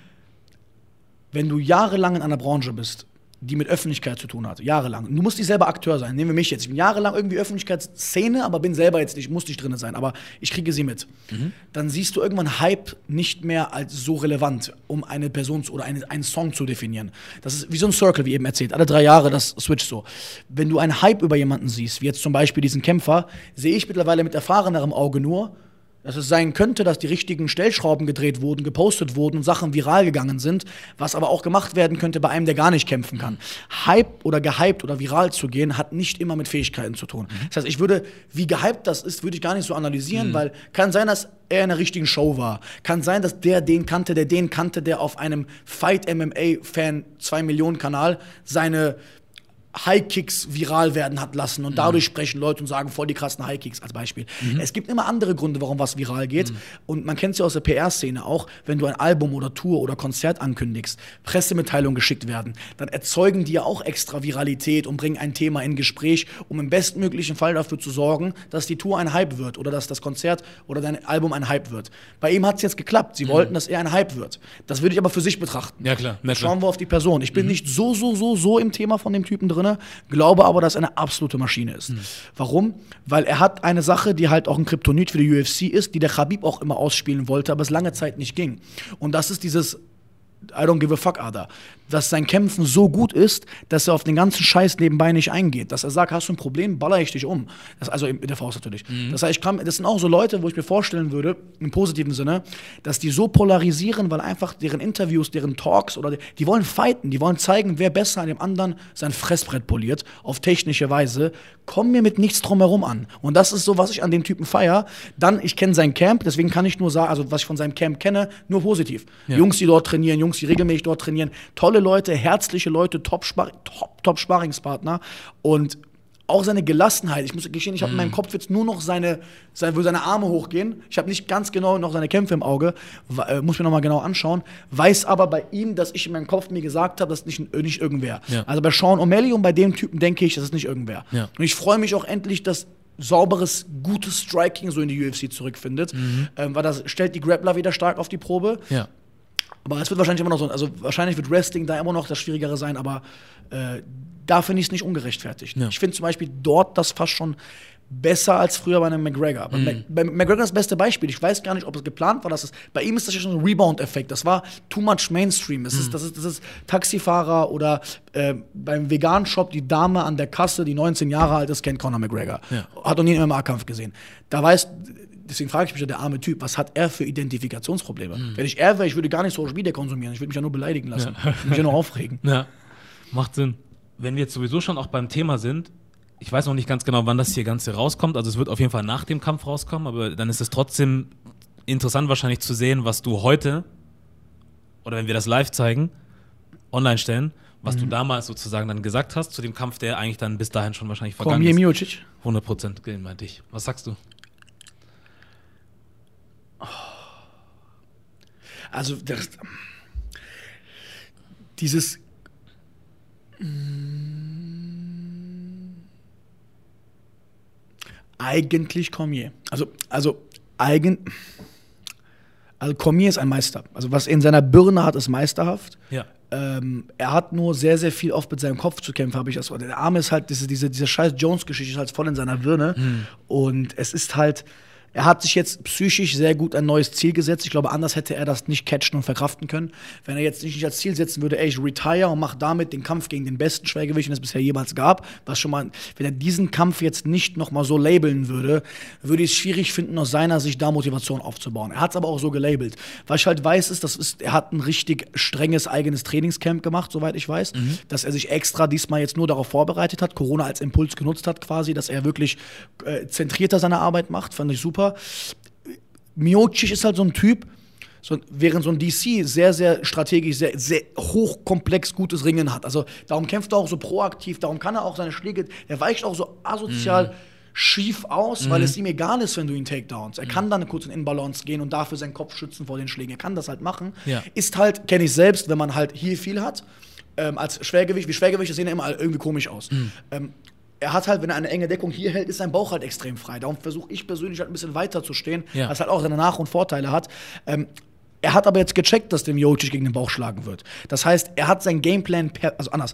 Wenn du jahrelang in einer Branche bist, die mit Öffentlichkeit zu tun hat, jahrelang, du musst nicht selber Akteur sein, nehmen wir mich jetzt, ich bin jahrelang irgendwie Öffentlichkeitsszene, aber bin selber jetzt nicht, muss nicht drin sein, aber ich kriege sie mit. Mhm. Dann siehst du irgendwann Hype nicht mehr als so relevant, um eine Person zu, oder eine, einen Song zu definieren. Das ist wie so ein Circle, wie eben erzählt, alle drei Jahre, das switcht so. Wenn du einen Hype über jemanden siehst, wie jetzt zum Beispiel diesen Kämpfer, sehe ich mittlerweile mit erfahrenerem Auge nur, dass es sein könnte, dass die richtigen Stellschrauben gedreht wurden, gepostet wurden und Sachen viral gegangen sind, was aber auch gemacht werden könnte bei einem, der gar nicht kämpfen kann. Hype oder gehypt oder viral zu gehen, hat nicht immer mit Fähigkeiten zu tun. Das heißt, ich würde, wie gehypt das ist, würde ich gar nicht so analysieren, weil kann sein, dass er in einer richtigen Show war. Kann sein, dass der den kannte, der den kannte, der auf einem Fight-M M A-Fan zwei Millionen Kanal seine High-Kicks viral werden hat lassen und dadurch sprechen Leute und sagen, voll die krassen High-Kicks als Beispiel. Es gibt immer andere Gründe, warum was viral geht und man kennt es ja aus der P R-Szene auch, wenn du ein Album oder Tour oder Konzert ankündigst, Pressemitteilungen geschickt werden, dann erzeugen die ja auch extra Viralität und bringen ein Thema in Gespräch, um im bestmöglichen Fall dafür zu sorgen, dass die Tour ein Hype wird oder dass das Konzert oder dein Album ein Hype wird. Bei ihm hat es jetzt geklappt, sie wollten, dass er ein Hype wird. Das würde ich aber für sich betrachten. Ja, klar. Na klar. Schauen wir auf die Person. Ich bin nicht so, so, so, so im Thema von dem Typen drin, glaube aber, dass er eine absolute Maschine ist. Warum? Weil er hat eine Sache, die halt auch ein Kryptonit für die U F C ist, die der Khabib auch immer ausspielen wollte, aber es lange Zeit nicht ging. Und das ist dieses I don't give a fuck, Ada. Dass sein Kämpfen so gut ist, dass er auf den ganzen Scheiß nebenbei nicht eingeht. Dass er sagt, hast du ein Problem, baller ich dich um. Das, also in der Faust natürlich. Mhm. Das heißt, ich kann, das sind auch so Leute, wo ich mir vorstellen würde, im positiven Sinne, dass die so polarisieren, weil einfach deren Interviews, deren Talks, oder die, die wollen fighten, die wollen zeigen, wer besser an dem anderen sein Fressbrett poliert, auf technische Weise, kommen mir mit nichts drumherum an. Und das ist so, was ich an dem Typen feier. Dann, ich kenne sein Camp, deswegen kann ich nur sagen, also was ich von seinem Camp kenne, nur positiv. Ja. Jungs, die dort trainieren, Jungs, die regelmäßig dort trainieren, tolle Leute, herzliche Leute, Top-Spar- Top, Top Sparringspartner und auch seine Gelassenheit. Ich muss gestehen, ich habe mm. in meinem Kopf jetzt nur noch seine, seine, wo seine Arme hochgehen. Ich habe nicht ganz genau noch seine Kämpfe im Auge, äh, muss mir noch mal genau anschauen. Weiß aber bei ihm, dass ich in meinem Kopf mir gesagt habe, das ist nicht, nicht irgendwer. Ja. Also bei Sean O'Malley und bei dem Typen denke ich, das ist nicht irgendwer. Ja. Und ich freue mich auch endlich, dass sauberes, gutes Striking so in die U F C zurückfindet, mhm. ähm, weil das stellt die Grappler wieder stark auf die Probe. Ja. Aber es wird wahrscheinlich immer noch so, also wahrscheinlich wird Wrestling da immer noch das Schwierigere sein, aber äh, da finde ich es nicht ungerechtfertigt. Ja. Ich finde zum Beispiel dort das fast schon besser als früher bei einem McGregor. Mhm. Bei, bei McGregor das beste Beispiel. Ich weiß gar nicht, ob es geplant war. Dass es, bei ihm ist das ja schon ein Rebound-Effekt. Das war too much Mainstream. Das, mhm. ist, das, ist, das ist Taxifahrer oder äh, beim Vegan-Shop die Dame an der Kasse, die neunzehn Jahre alt ist, kennt Conor McGregor. Ja. Hat noch nie einen M M A-Kampf gesehen. Da weiß Deswegen frage ich mich ja, der arme Typ, was hat er für Identifikationsprobleme? Mhm. Wenn ich er wäre, ich würde gar nicht Social Media konsumieren. Ich würde mich ja nur beleidigen lassen. Ja. Ich würde mich ja nur aufregen. Ja, macht Sinn. Wenn wir jetzt sowieso schon auch beim Thema sind, ich weiß noch nicht ganz genau, wann das hier Ganze rauskommt. Also es wird auf jeden Fall nach dem Kampf rauskommen, aber dann ist es trotzdem interessant wahrscheinlich zu sehen, was du heute, oder wenn wir das live zeigen, online stellen, was mhm. du damals sozusagen dann gesagt hast zu dem Kampf, der eigentlich dann bis dahin schon wahrscheinlich vergangen Cormier ist. Miocic? hundert Prozent meinte ich. Was sagst du? Also, das, dieses eigentlich Cormier. Also, also, eigen, also Cormier ist ein Meister. Also, was er in seiner Birne hat, ist meisterhaft. Ja. Ähm, er hat nur sehr, sehr viel oft mit seinem Kopf zu kämpfen, habe ich das. Der Arm ist halt, diese, diese, diese scheiß Jones-Geschichte ist halt voll in seiner Birne. Mhm. Und es ist halt. Er hat sich jetzt psychisch sehr gut ein neues Ziel gesetzt. Ich glaube, anders hätte er das nicht catchen und verkraften können. Wenn er jetzt nicht als Ziel setzen würde, ey, ich retire und mache damit den Kampf gegen den besten Schwergewicht, den es bisher jemals gab, was schon mal, wenn er diesen Kampf jetzt nicht nochmal so labeln würde, würde ich es schwierig finden, aus seiner Sicht da Motivation aufzubauen. Er hat es aber auch so gelabelt. Was ich halt weiß, ist, das ist, er hat ein richtig strenges eigenes Trainingscamp gemacht, soweit ich weiß, mhm. dass er sich extra diesmal jetzt nur darauf vorbereitet hat, Corona als Impuls genutzt hat quasi, dass er wirklich äh, zentrierter seine Arbeit macht, fand ich super. Miocic ist halt so ein Typ, so, während so ein D C sehr, sehr strategisch, sehr, sehr hochkomplex gutes Ringen hat. Also darum kämpft er auch so proaktiv, darum kann er auch seine Schläge, er weicht auch so asozial mm. schief aus, mm. weil es ihm egal ist, wenn du ihn takedowns. Er mm. kann dann kurz in Inbalance gehen und dafür seinen Kopf schützen vor den Schlägen. Er kann das halt machen. Ja. Ist halt, kenne ich selbst, wenn man halt hier viel hat, ähm, als Schwergewicht, wie Schwergewichte sehen ja immer irgendwie komisch aus. Mm. Ähm, Er hat halt, wenn er eine enge Deckung hier hält, ist sein Bauch halt extrem frei. Darum versuche ich persönlich halt ein bisschen weiter zu stehen, ja. was halt auch seine Nach- und Vorteile hat. Ähm, er hat aber jetzt gecheckt, dass der Miocic gegen den Bauch schlagen wird. Das heißt, er hat seinen Gameplan, per- also anders.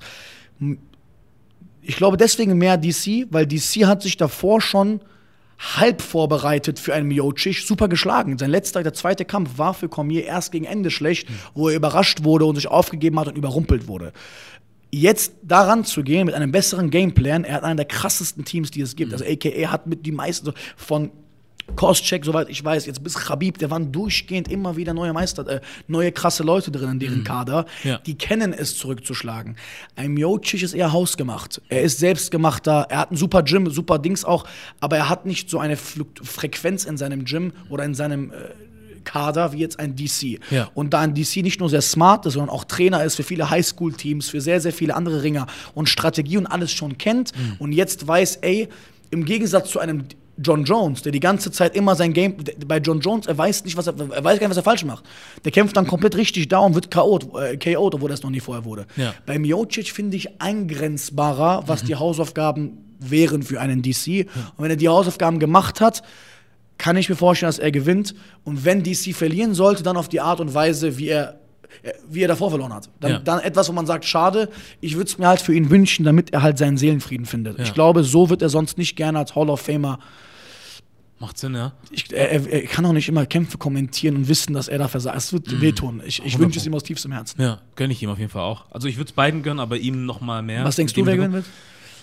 Ich glaube deswegen mehr D C, weil D C hat sich davor schon halb vorbereitet für einen Miocic, super geschlagen. Sein letzter, der zweite Kampf war für Cormier erst gegen Ende schlecht, mhm. wo er überrascht wurde und sich aufgegeben hat und überrumpelt wurde. Jetzt daran zu gehen mit einem besseren Gameplan, er hat einen der krassesten Teams, die es gibt. Mhm. Also A K A hat mit die meisten, von Koscheck, soweit ich weiß, jetzt bis Khabib, der waren durchgehend immer wieder neue Meister, äh, neue krasse Leute drin in deren mhm. Kader. Ja. Die kennen es, zurückzuschlagen. Ein Miocic ist eher hausgemacht. Er ist selbstgemachter, er hat ein super Gym, super Dings auch, aber er hat nicht so eine Flukt- Frequenz in seinem Gym oder in seinem äh, Kader wie jetzt ein D C. Ja. Und da ein D C nicht nur sehr smart ist, sondern auch Trainer ist für viele Highschool-Teams, für sehr, sehr viele andere Ringer und Strategie und alles schon kennt mhm. und jetzt weiß, ey, im Gegensatz zu einem John Jones, der die ganze Zeit immer sein Game, bei John Jones, er weiß nicht, was er, er weiß gar nicht, was er falsch macht. Der kämpft dann komplett richtig da und wird K O'd, äh, K O'd, obwohl das noch nie vorher wurde. Ja. Bei Miocic finde ich eingrenzbarer, was mhm. die Hausaufgaben wären für einen D C. Ja. Und wenn er die Hausaufgaben gemacht hat, kann ich mir vorstellen, dass er gewinnt. Und wenn D C verlieren sollte, dann auf die Art und Weise, wie er, wie er davor verloren hat. Dann, ja. dann etwas, wo man sagt, schade, ich würde es mir halt für ihn wünschen, damit er halt seinen Seelenfrieden findet. Ja. Ich glaube, so wird er sonst nicht gerne als Hall of Famer. Macht Sinn, ja. Ich, er, er kann auch nicht immer Kämpfe kommentieren und wissen, dass er da versagt. Es wird mhm. wehtun. Ich, ich wünsche es ihm aus tiefstem Herzen. Ja, gönne ich ihm auf jeden Fall auch. Also ich würde es beiden gönnen, aber ihm noch mal mehr. Was denkst du, wer gewinnen wird?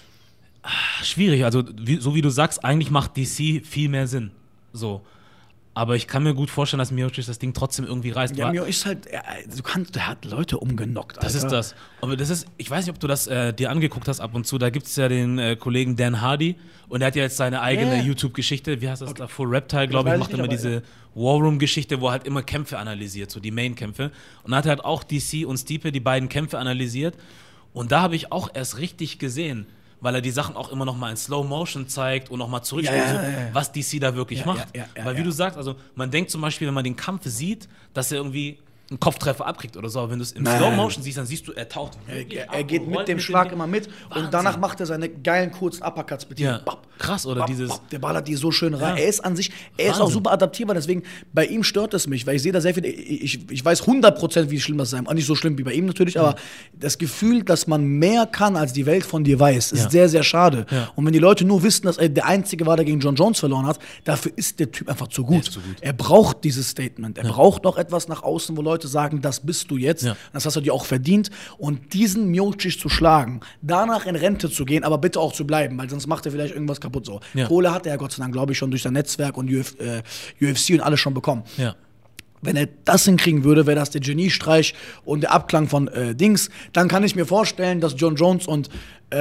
Schwierig. Also wie, so wie du sagst, eigentlich macht D C viel mehr Sinn. So. Aber ich kann mir gut vorstellen, dass Miocic das Ding trotzdem irgendwie reißt. Ja, Miocic ist halt, er, du kannst, der hat Leute umgenockt, Alter. Das ist das. Aber das ist, ich weiß nicht, ob du das äh, dir angeguckt hast ab und zu. Da gibt es ja den äh, Kollegen Dan Hardy und der hat ja jetzt seine eigene yeah. YouTube-Geschichte. Wie heißt das okay. da? Full Reptile, glaube ich, macht immer diese ja. War Room-Geschichte, wo er halt immer Kämpfe analysiert, so die Main-Kämpfe. Und da hat er halt auch D C und Stipe die beiden Kämpfe analysiert. Und da habe ich auch erst richtig gesehen, weil er die Sachen auch immer noch mal in Slow Motion zeigt und noch mal zurückspielt, ja, ja, ja, ja. was D C da wirklich ja, macht. Ja, ja, ja, weil wie ja. du sagst, also man denkt zum Beispiel, wenn man den Kampf sieht, dass er irgendwie einen Kopftreffer abkriegt oder so, aber wenn du es im Slow Motion siehst, dann siehst du, er taucht Er, er geht mit dem mit Schlag immer mit Wahnsinn. Und danach macht er seine geilen kurzen Uppercuts mit ja. Bap, krass, oder bap, dieses bap, der ballert die so schön rein. Ja. Er ist an sich, er Wahnsinn. ist auch super adaptierbar, deswegen bei ihm stört es mich, weil ich sehe da sehr viel, ich, ich weiß hundert Prozent, wie schlimm das sein kann. Nicht so schlimm wie bei ihm natürlich, mhm. aber das Gefühl, dass man mehr kann, als die Welt von dir weiß, ist ja. sehr, sehr schade. Ja. Und wenn die Leute nur wissen, dass er der Einzige war, der gegen John Jones verloren hat, dafür ist der Typ einfach zu gut. Er, zu gut. er braucht dieses Statement. Er ja. braucht noch etwas nach außen, wo Leute sagen, das bist du jetzt. Ja. Das hast du dir auch verdient. Und diesen Miocic zu schlagen, danach in Rente zu gehen, aber bitte auch zu bleiben, weil sonst macht er vielleicht irgendwas kaputt. So. Ja. Kohle hat er ja Gott sei Dank, glaube ich, schon durch sein Netzwerk und Uf, äh, U F C und alles schon bekommen. Ja. Wenn er das hinkriegen würde, wäre das der Geniestreich und der Abklang von äh, Dings. Dann kann ich mir vorstellen, dass John Jones und äh,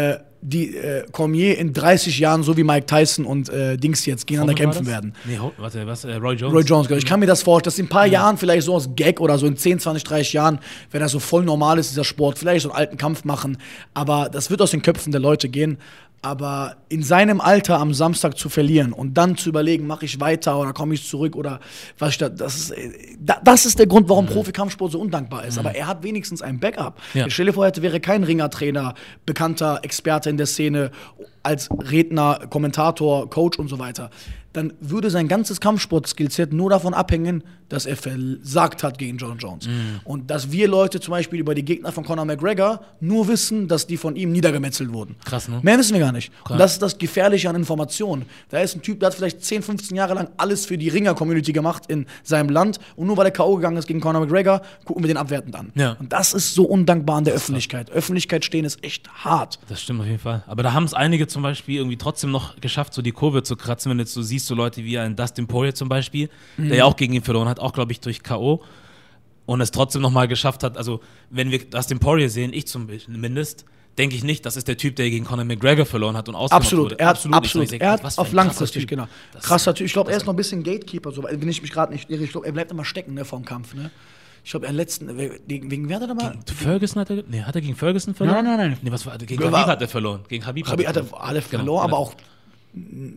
die äh, Cormier in dreißig Jahren so wie Mike Tyson und äh, Dings jetzt gegeneinander kämpfen werden. Nee, warte, was? Äh, Roy Jones? Roy Jones, genau. Ich kann mir das vorstellen, dass in ein paar ja. Jahren vielleicht so aus Gag oder so in zehn, zwanzig, dreißig Jahren, wenn das so voll normal ist, dieser Sport, vielleicht so einen alten Kampf machen. Aber das wird aus den Köpfen der Leute gehen. Aber in seinem Alter am Samstag zu verlieren und dann zu überlegen, mache ich weiter oder komme ich zurück oder was ich da, das ist, das ist der Grund, warum mhm. Profikampfsport so undankbar ist. Mhm. Aber er hat wenigstens ein Backup. Ja. Stell dir vor, er wäre kein Ringertrainer, bekannter Experte in der Szene, als Redner, Kommentator, Coach und so weiter. Dann würde sein ganzes Kampfsport-Skillset nur davon abhängen, dass er versagt hat gegen John Jones. Mhm. Und dass wir Leute zum Beispiel über die Gegner von Conor McGregor nur wissen, dass die von ihm niedergemetzelt wurden. Krass, ne? Mehr wissen wir gar nicht. Krass. Und das ist das Gefährliche an Informationen. Da ist ein Typ, der hat vielleicht zehn, fünfzehn Jahre lang alles für die Ringer-Community gemacht in seinem Land und nur weil er K O gegangen ist gegen Conor McGregor, gucken wir den abwertend an. Ja. Und das ist so undankbar an der Öffentlichkeit. So. Öffentlichkeit stehen ist echt hart. Das stimmt auf jeden Fall. Aber da haben es einige zum Beispiel irgendwie trotzdem noch geschafft, so die Kurve zu kratzen, wenn du jetzt so siehst, so Leute wie ein Dustin Poirier zum Beispiel, mhm. der ja auch gegen ihn verloren hat, auch glaube ich durch K O und es trotzdem nochmal geschafft hat. Also wenn wir Dustin Poirier sehen, ich zumindest, denke ich nicht, das ist der Typ, der gegen Conor McGregor verloren hat und ausgemacht absolut. wurde. Er hat, absolut, absolut. Denke, er hat auf langfristig, genau. Krasser Typ. Ich glaube, er ist noch ein bisschen Gatekeeper, so, wenn ich mich gerade nicht irre. Ich glaube, er bleibt immer stecken, ne, vorm Kampf, ne? Ich glaube, er letzten, wegen, wegen wer hat er da mal? Gegen Ferguson hat er, nee, hat er gegen Ferguson verloren? Nein, nein, nein. Nee, was war, gegen Khabib hat er verloren. Gegen Khabib, Khabib hat er alle verloren, genau. aber auch äh,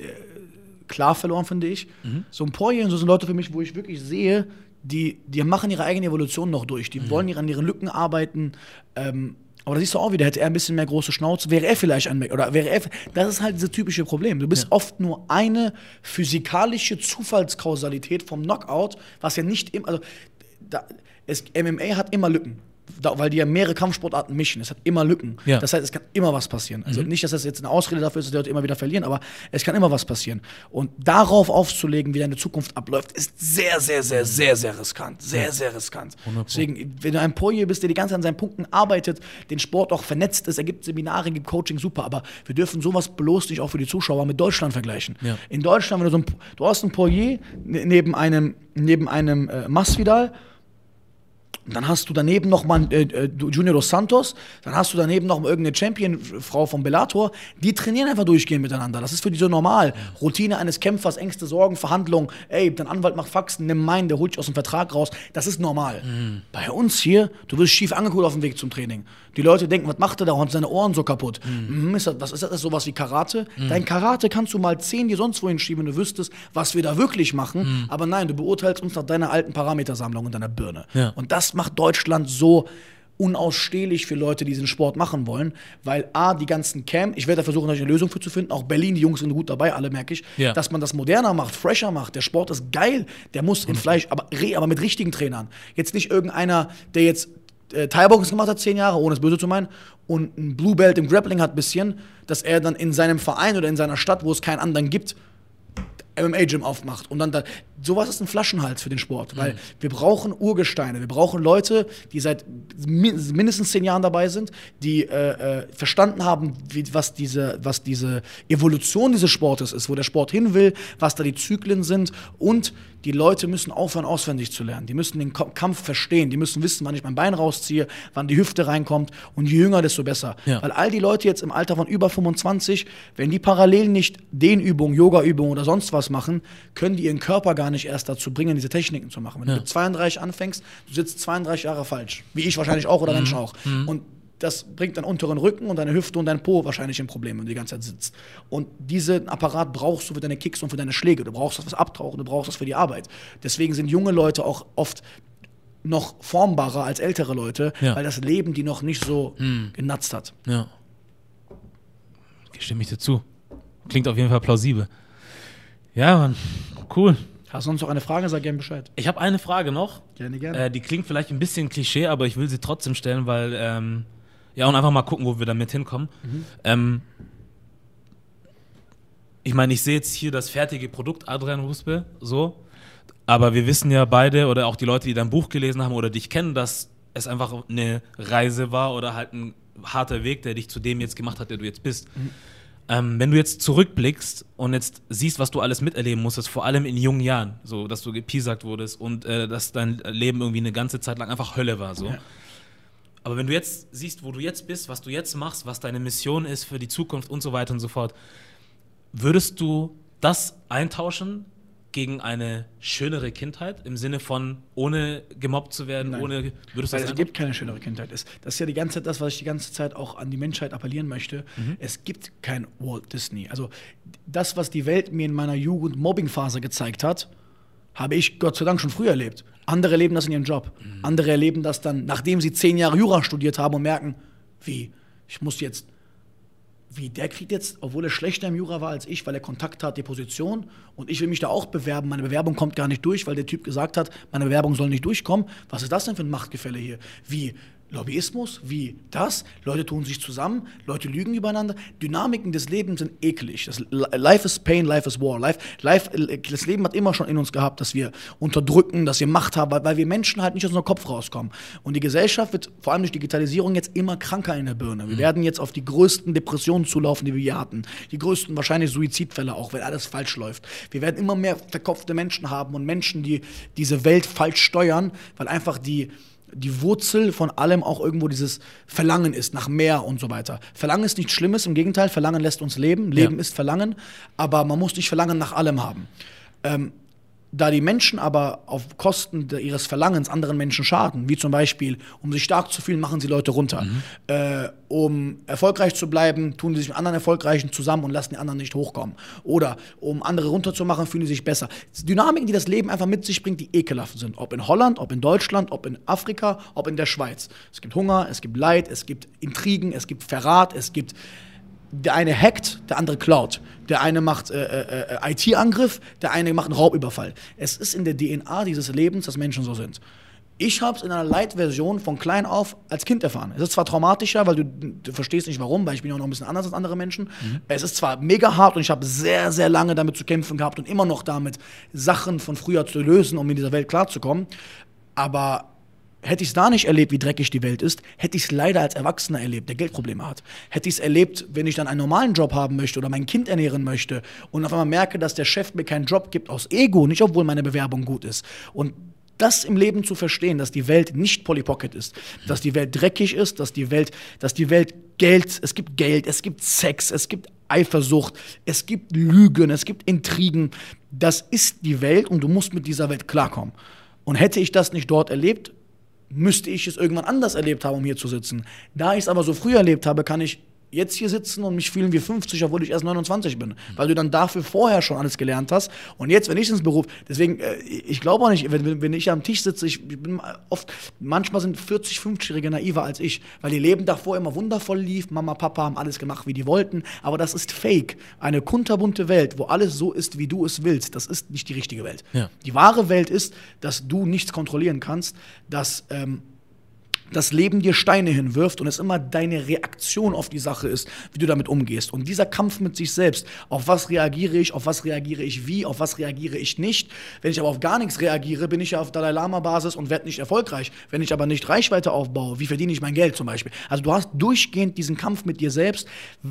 klar verloren, finde ich. Mhm. So ein Poirier und so sind Leute für mich, wo ich wirklich sehe, die, die machen ihre eigene Evolution noch durch. Die mhm. wollen an ihren Lücken arbeiten. Ähm, aber da siehst du auch wieder, hätte er ein bisschen mehr große Schnauze, wäre er vielleicht ein, oder wäre er, das ist halt dieses typische Problem. Du bist ja. oft nur eine physikalische Zufallskausalität vom Knockout, was ja nicht immer, also da, es, M M A hat immer Lücken. Da, weil die ja mehrere Kampfsportarten mischen. Es hat immer Lücken. Ja. Das heißt, es kann immer was passieren. Also mhm. nicht, dass das jetzt eine Ausrede dafür ist, dass die Leute immer wieder verlieren, aber es kann immer was passieren. Und darauf aufzulegen, wie deine Zukunft abläuft, ist sehr, sehr, sehr, sehr, sehr riskant. Sehr, sehr riskant. hundert Prozent. Deswegen, wenn du ein Poirier bist, der die ganze Zeit an seinen Punkten arbeitet, den Sport auch vernetzt ist, er gibt Seminare, gibt Coaching, super, aber wir dürfen sowas bloß nicht auch für die Zuschauer mit Deutschland vergleichen. Ja. In Deutschland, wenn du so ein, du hast einen Poirier neben einem, neben einem äh, Masvidal, dann hast du daneben noch mal äh, Junior Dos Santos, dann hast du daneben noch mal irgendeine Champion-Frau von Bellator, die trainieren einfach durchgehend miteinander. Das ist für die so normal. Routine eines Kämpfers, Ängste, Sorgen, Verhandlungen, ey, dein Anwalt macht Faxen, nimm meinen, der holt dich aus dem Vertrag raus. Das ist normal. Mhm. Bei uns hier, du wirst schief angeguckt auf dem Weg zum Training. Die Leute denken, was macht er da und seine Ohren so kaputt. Mhm. Mhm, ist das, was ist das, sowas wie Karate? Mhm. Dein Karate kannst du mal zehn dir sonst wohin schieben, wenn du wüsstest, was wir da wirklich machen. Mhm. Aber nein, du beurteilst uns nach deiner alten Parametersammlung und deiner Birne. Ja. Und das macht Deutschland so unausstehlich für Leute, die diesen Sport machen wollen, weil A, die ganzen Camp, ich werde da versuchen, eine Lösung für zu finden, auch Berlin, die Jungs sind gut dabei, alle merke ich, ja. dass man das moderner macht, fresher macht, der Sport ist geil, der muss in Fleisch, aber, aber mit richtigen Trainern. Jetzt nicht irgendeiner, der jetzt äh, Thai-Boxen gemacht hat, zehn Jahre, ohne es böse zu meinen, und ein Blue Belt im Grappling hat bisschen, dass er dann in seinem Verein oder in seiner Stadt, wo es keinen anderen gibt, M M A-Gym aufmacht. Und dann da, sowas ist ein Flaschenhals für den Sport, weil mhm. wir brauchen Urgesteine, wir brauchen Leute, die seit mindestens zehn Jahren dabei sind, die äh, äh, verstanden haben, wie, was, diese, was diese Evolution dieses Sportes ist, wo der Sport hin will, was da die Zyklen sind, und die Leute müssen aufhören, auswendig zu lernen. Die müssen den Kampf verstehen, die müssen wissen, wann ich mein Bein rausziehe, wann die Hüfte reinkommt, und je jünger, desto besser. Ja. Weil all die Leute jetzt im Alter von über fünfundzwanzig, wenn die parallel nicht Dehnübungen, Yoga-Übungen oder sonst was machen, können die ihren Körper gar nicht erst dazu bringen, diese Techniken zu machen. Wenn ja. du mit zweiunddreißig anfängst, du sitzt zweiunddreißig Jahre falsch. Wie ich wahrscheinlich auch oder mhm. Mensch auch. Mhm. Und das bringt deinen unteren Rücken und deine Hüfte und dein Po wahrscheinlich in Probleme, wenn du die ganze Zeit sitzt. Und diesen Apparat brauchst du für deine Kicks und für deine Schläge. Du brauchst das fürs Abtauchen, du brauchst das für die Arbeit. Deswegen sind junge Leute auch oft noch formbarer als ältere Leute, ja. weil das Leben die noch nicht so mhm. genatzt hat. Ja. Stimme ich dir zu. Klingt auf jeden Fall plausibel. Ja, Mann. Cool. Hast du sonst noch eine Frage? Sag gerne Bescheid. Ich habe eine Frage noch. Gerne, gerne. Äh, die klingt vielleicht ein bisschen Klischee, aber ich will sie trotzdem stellen, weil, ähm, ja, und einfach mal gucken, wo wir damit hinkommen. Mhm. Ähm, ich meine, ich sehe jetzt hier das fertige Produkt Adrian Ruspe, so, aber wir wissen ja beide, oder auch die Leute, die dein Buch gelesen haben oder dich kennen, dass es einfach eine Reise war oder halt ein harter Weg, der dich zu dem jetzt gemacht hat, der du jetzt bist. Mhm. Ähm, wenn du jetzt zurückblickst und jetzt siehst, was du alles miterleben musstest, vor allem in jungen Jahren, so dass du gepiesackt wurdest und äh, dass dein Leben irgendwie eine ganze Zeit lang einfach Hölle war, so. Ja. Aber wenn du jetzt siehst, wo du jetzt bist, was du jetzt machst, was deine Mission ist für die Zukunft und so weiter und so fort, würdest du das eintauschen gegen eine schönere Kindheit im Sinne von ohne gemobbt zu werden, Nein. ohne würdest du Weil das es gibt keine schönere Kindheit. Das, das ist ja die ganze Zeit das, was ich die ganze Zeit auch an die Menschheit appellieren möchte. Mhm. Es gibt kein Walt Disney. Also das, was die Welt mir in meiner Jugend-Mobbing-Phase gezeigt hat, habe ich Gott sei Dank schon früher erlebt. Andere erleben das in ihrem Job. Mhm. Andere erleben das dann, nachdem sie zehn Jahre Jura studiert haben und merken, wie, ich muss jetzt Wie, der kriegt jetzt, obwohl er schlechter im Jura war als ich, weil er Kontakt hat, die Position und ich will mich da auch bewerben. Meine Bewerbung kommt gar nicht durch, weil der Typ gesagt hat, meine Bewerbung soll nicht durchkommen. Was ist das denn für ein Machtgefälle hier? Wie Lobbyismus? Wie das? Leute tun sich zusammen, Leute lügen übereinander. Dynamiken des Lebens sind eklig. Das, life is pain, life is war. Life, life, das Leben hat immer schon in uns gehabt, dass wir unterdrücken, dass wir Macht haben, weil, weil wir Menschen halt nicht aus unserem Kopf rauskommen. Und die Gesellschaft wird vor allem durch Digitalisierung jetzt immer kranker in der Birne. Wir mhm. werden jetzt auf die größten Depressionen zulaufen, die wir hier hatten. Die größten wahrscheinlich Suizidfälle auch, wenn alles falsch läuft. Wir werden immer mehr verkopfte Menschen haben und Menschen, die diese Welt falsch steuern, weil einfach die die Wurzel von allem auch irgendwo dieses Verlangen ist nach mehr und so weiter. Verlangen ist nichts Schlimmes, im Gegenteil, Verlangen lässt uns leben. Leben ja. ist Verlangen, aber man muss nicht Verlangen nach allem haben. Ähm, da die Menschen aber auf Kosten ihres Verlangens anderen Menschen schaden, wie zum Beispiel, um sich stark zu fühlen, machen sie Leute runter. Mhm. Äh, um erfolgreich zu bleiben, tun sie sich mit anderen Erfolgreichen zusammen und lassen die anderen nicht hochkommen. Oder um andere runterzumachen, fühlen sie sich besser. Dynamiken, die das Leben einfach mit sich bringt, die ekelhaft sind. Ob in Holland, ob in Deutschland, ob in Afrika, ob in der Schweiz. Es gibt Hunger, es gibt Leid, es gibt Intrigen, es gibt Verrat, es gibt der eine hackt, der andere klaut. Der eine macht äh, äh, I T-Angriff, der eine macht einen Raubüberfall. Es ist in der D N A dieses Lebens, dass Menschen so sind. Ich habe es in einer Light-Version von klein auf als Kind erfahren. Es ist zwar traumatischer, weil du, du verstehst nicht warum, weil ich bin ja auch noch ein bisschen anders als andere Menschen. Mhm. Es ist zwar mega hart und ich habe sehr, sehr lange damit zu kämpfen gehabt und immer noch damit, Sachen von früher zu lösen, um in dieser Welt klarzukommen. Aber hätte ich es da nicht erlebt, wie dreckig die Welt ist, hätte ich es leider als Erwachsener erlebt, der Geldprobleme hat. Hätte ich es erlebt, wenn ich dann einen normalen Job haben möchte oder mein Kind ernähren möchte und auf einmal merke, dass der Chef mir keinen Job gibt aus Ego, nicht obwohl meine Bewerbung gut ist. Und das im Leben zu verstehen, dass die Welt nicht Polly Pocket ist, dass die Welt dreckig ist, dass die Welt, dass die Welt Geld, es gibt Geld, es gibt Sex, es gibt Eifersucht, es gibt Lügen, es gibt Intrigen. Das ist die Welt und du musst mit dieser Welt klarkommen. Und hätte ich das nicht dort erlebt, müsste ich es irgendwann anders erlebt haben, um hier zu sitzen. Da ich es aber so früh erlebt habe, kann ich jetzt hier sitzen und mich fühlen wie fünfzig, obwohl ich erst neunundzwanzig bin. Weil du dann dafür vorher schon alles gelernt hast. Und jetzt, wenn ich ins Beruf, deswegen, äh, ich glaube auch nicht, wenn, wenn ich am Tisch sitze, ich bin oft, manchmal sind vierzig, fünfzigjährige naiver als ich, weil ihr Leben davor immer wundervoll lief, Mama, Papa haben alles gemacht, wie die wollten, aber das ist fake. Eine kunterbunte Welt, wo alles so ist, wie du es willst, das ist nicht die richtige Welt. Ja. Die wahre Welt ist, dass du nichts kontrollieren kannst, dass ähm, das Leben dir Steine hinwirft und es immer deine Reaktion auf die Sache ist, wie du damit umgehst. Und dieser Kampf mit sich selbst, auf was reagiere ich, auf was reagiere ich wie, auf was reagiere ich nicht. Wenn ich aber auf gar nichts reagiere, bin ich ja auf Dalai-Lama-Basis und werde nicht erfolgreich. Wenn ich aber nicht Reichweite aufbaue, wie verdiene ich mein Geld zum Beispiel? Also du hast durchgehend diesen Kampf mit dir selbst,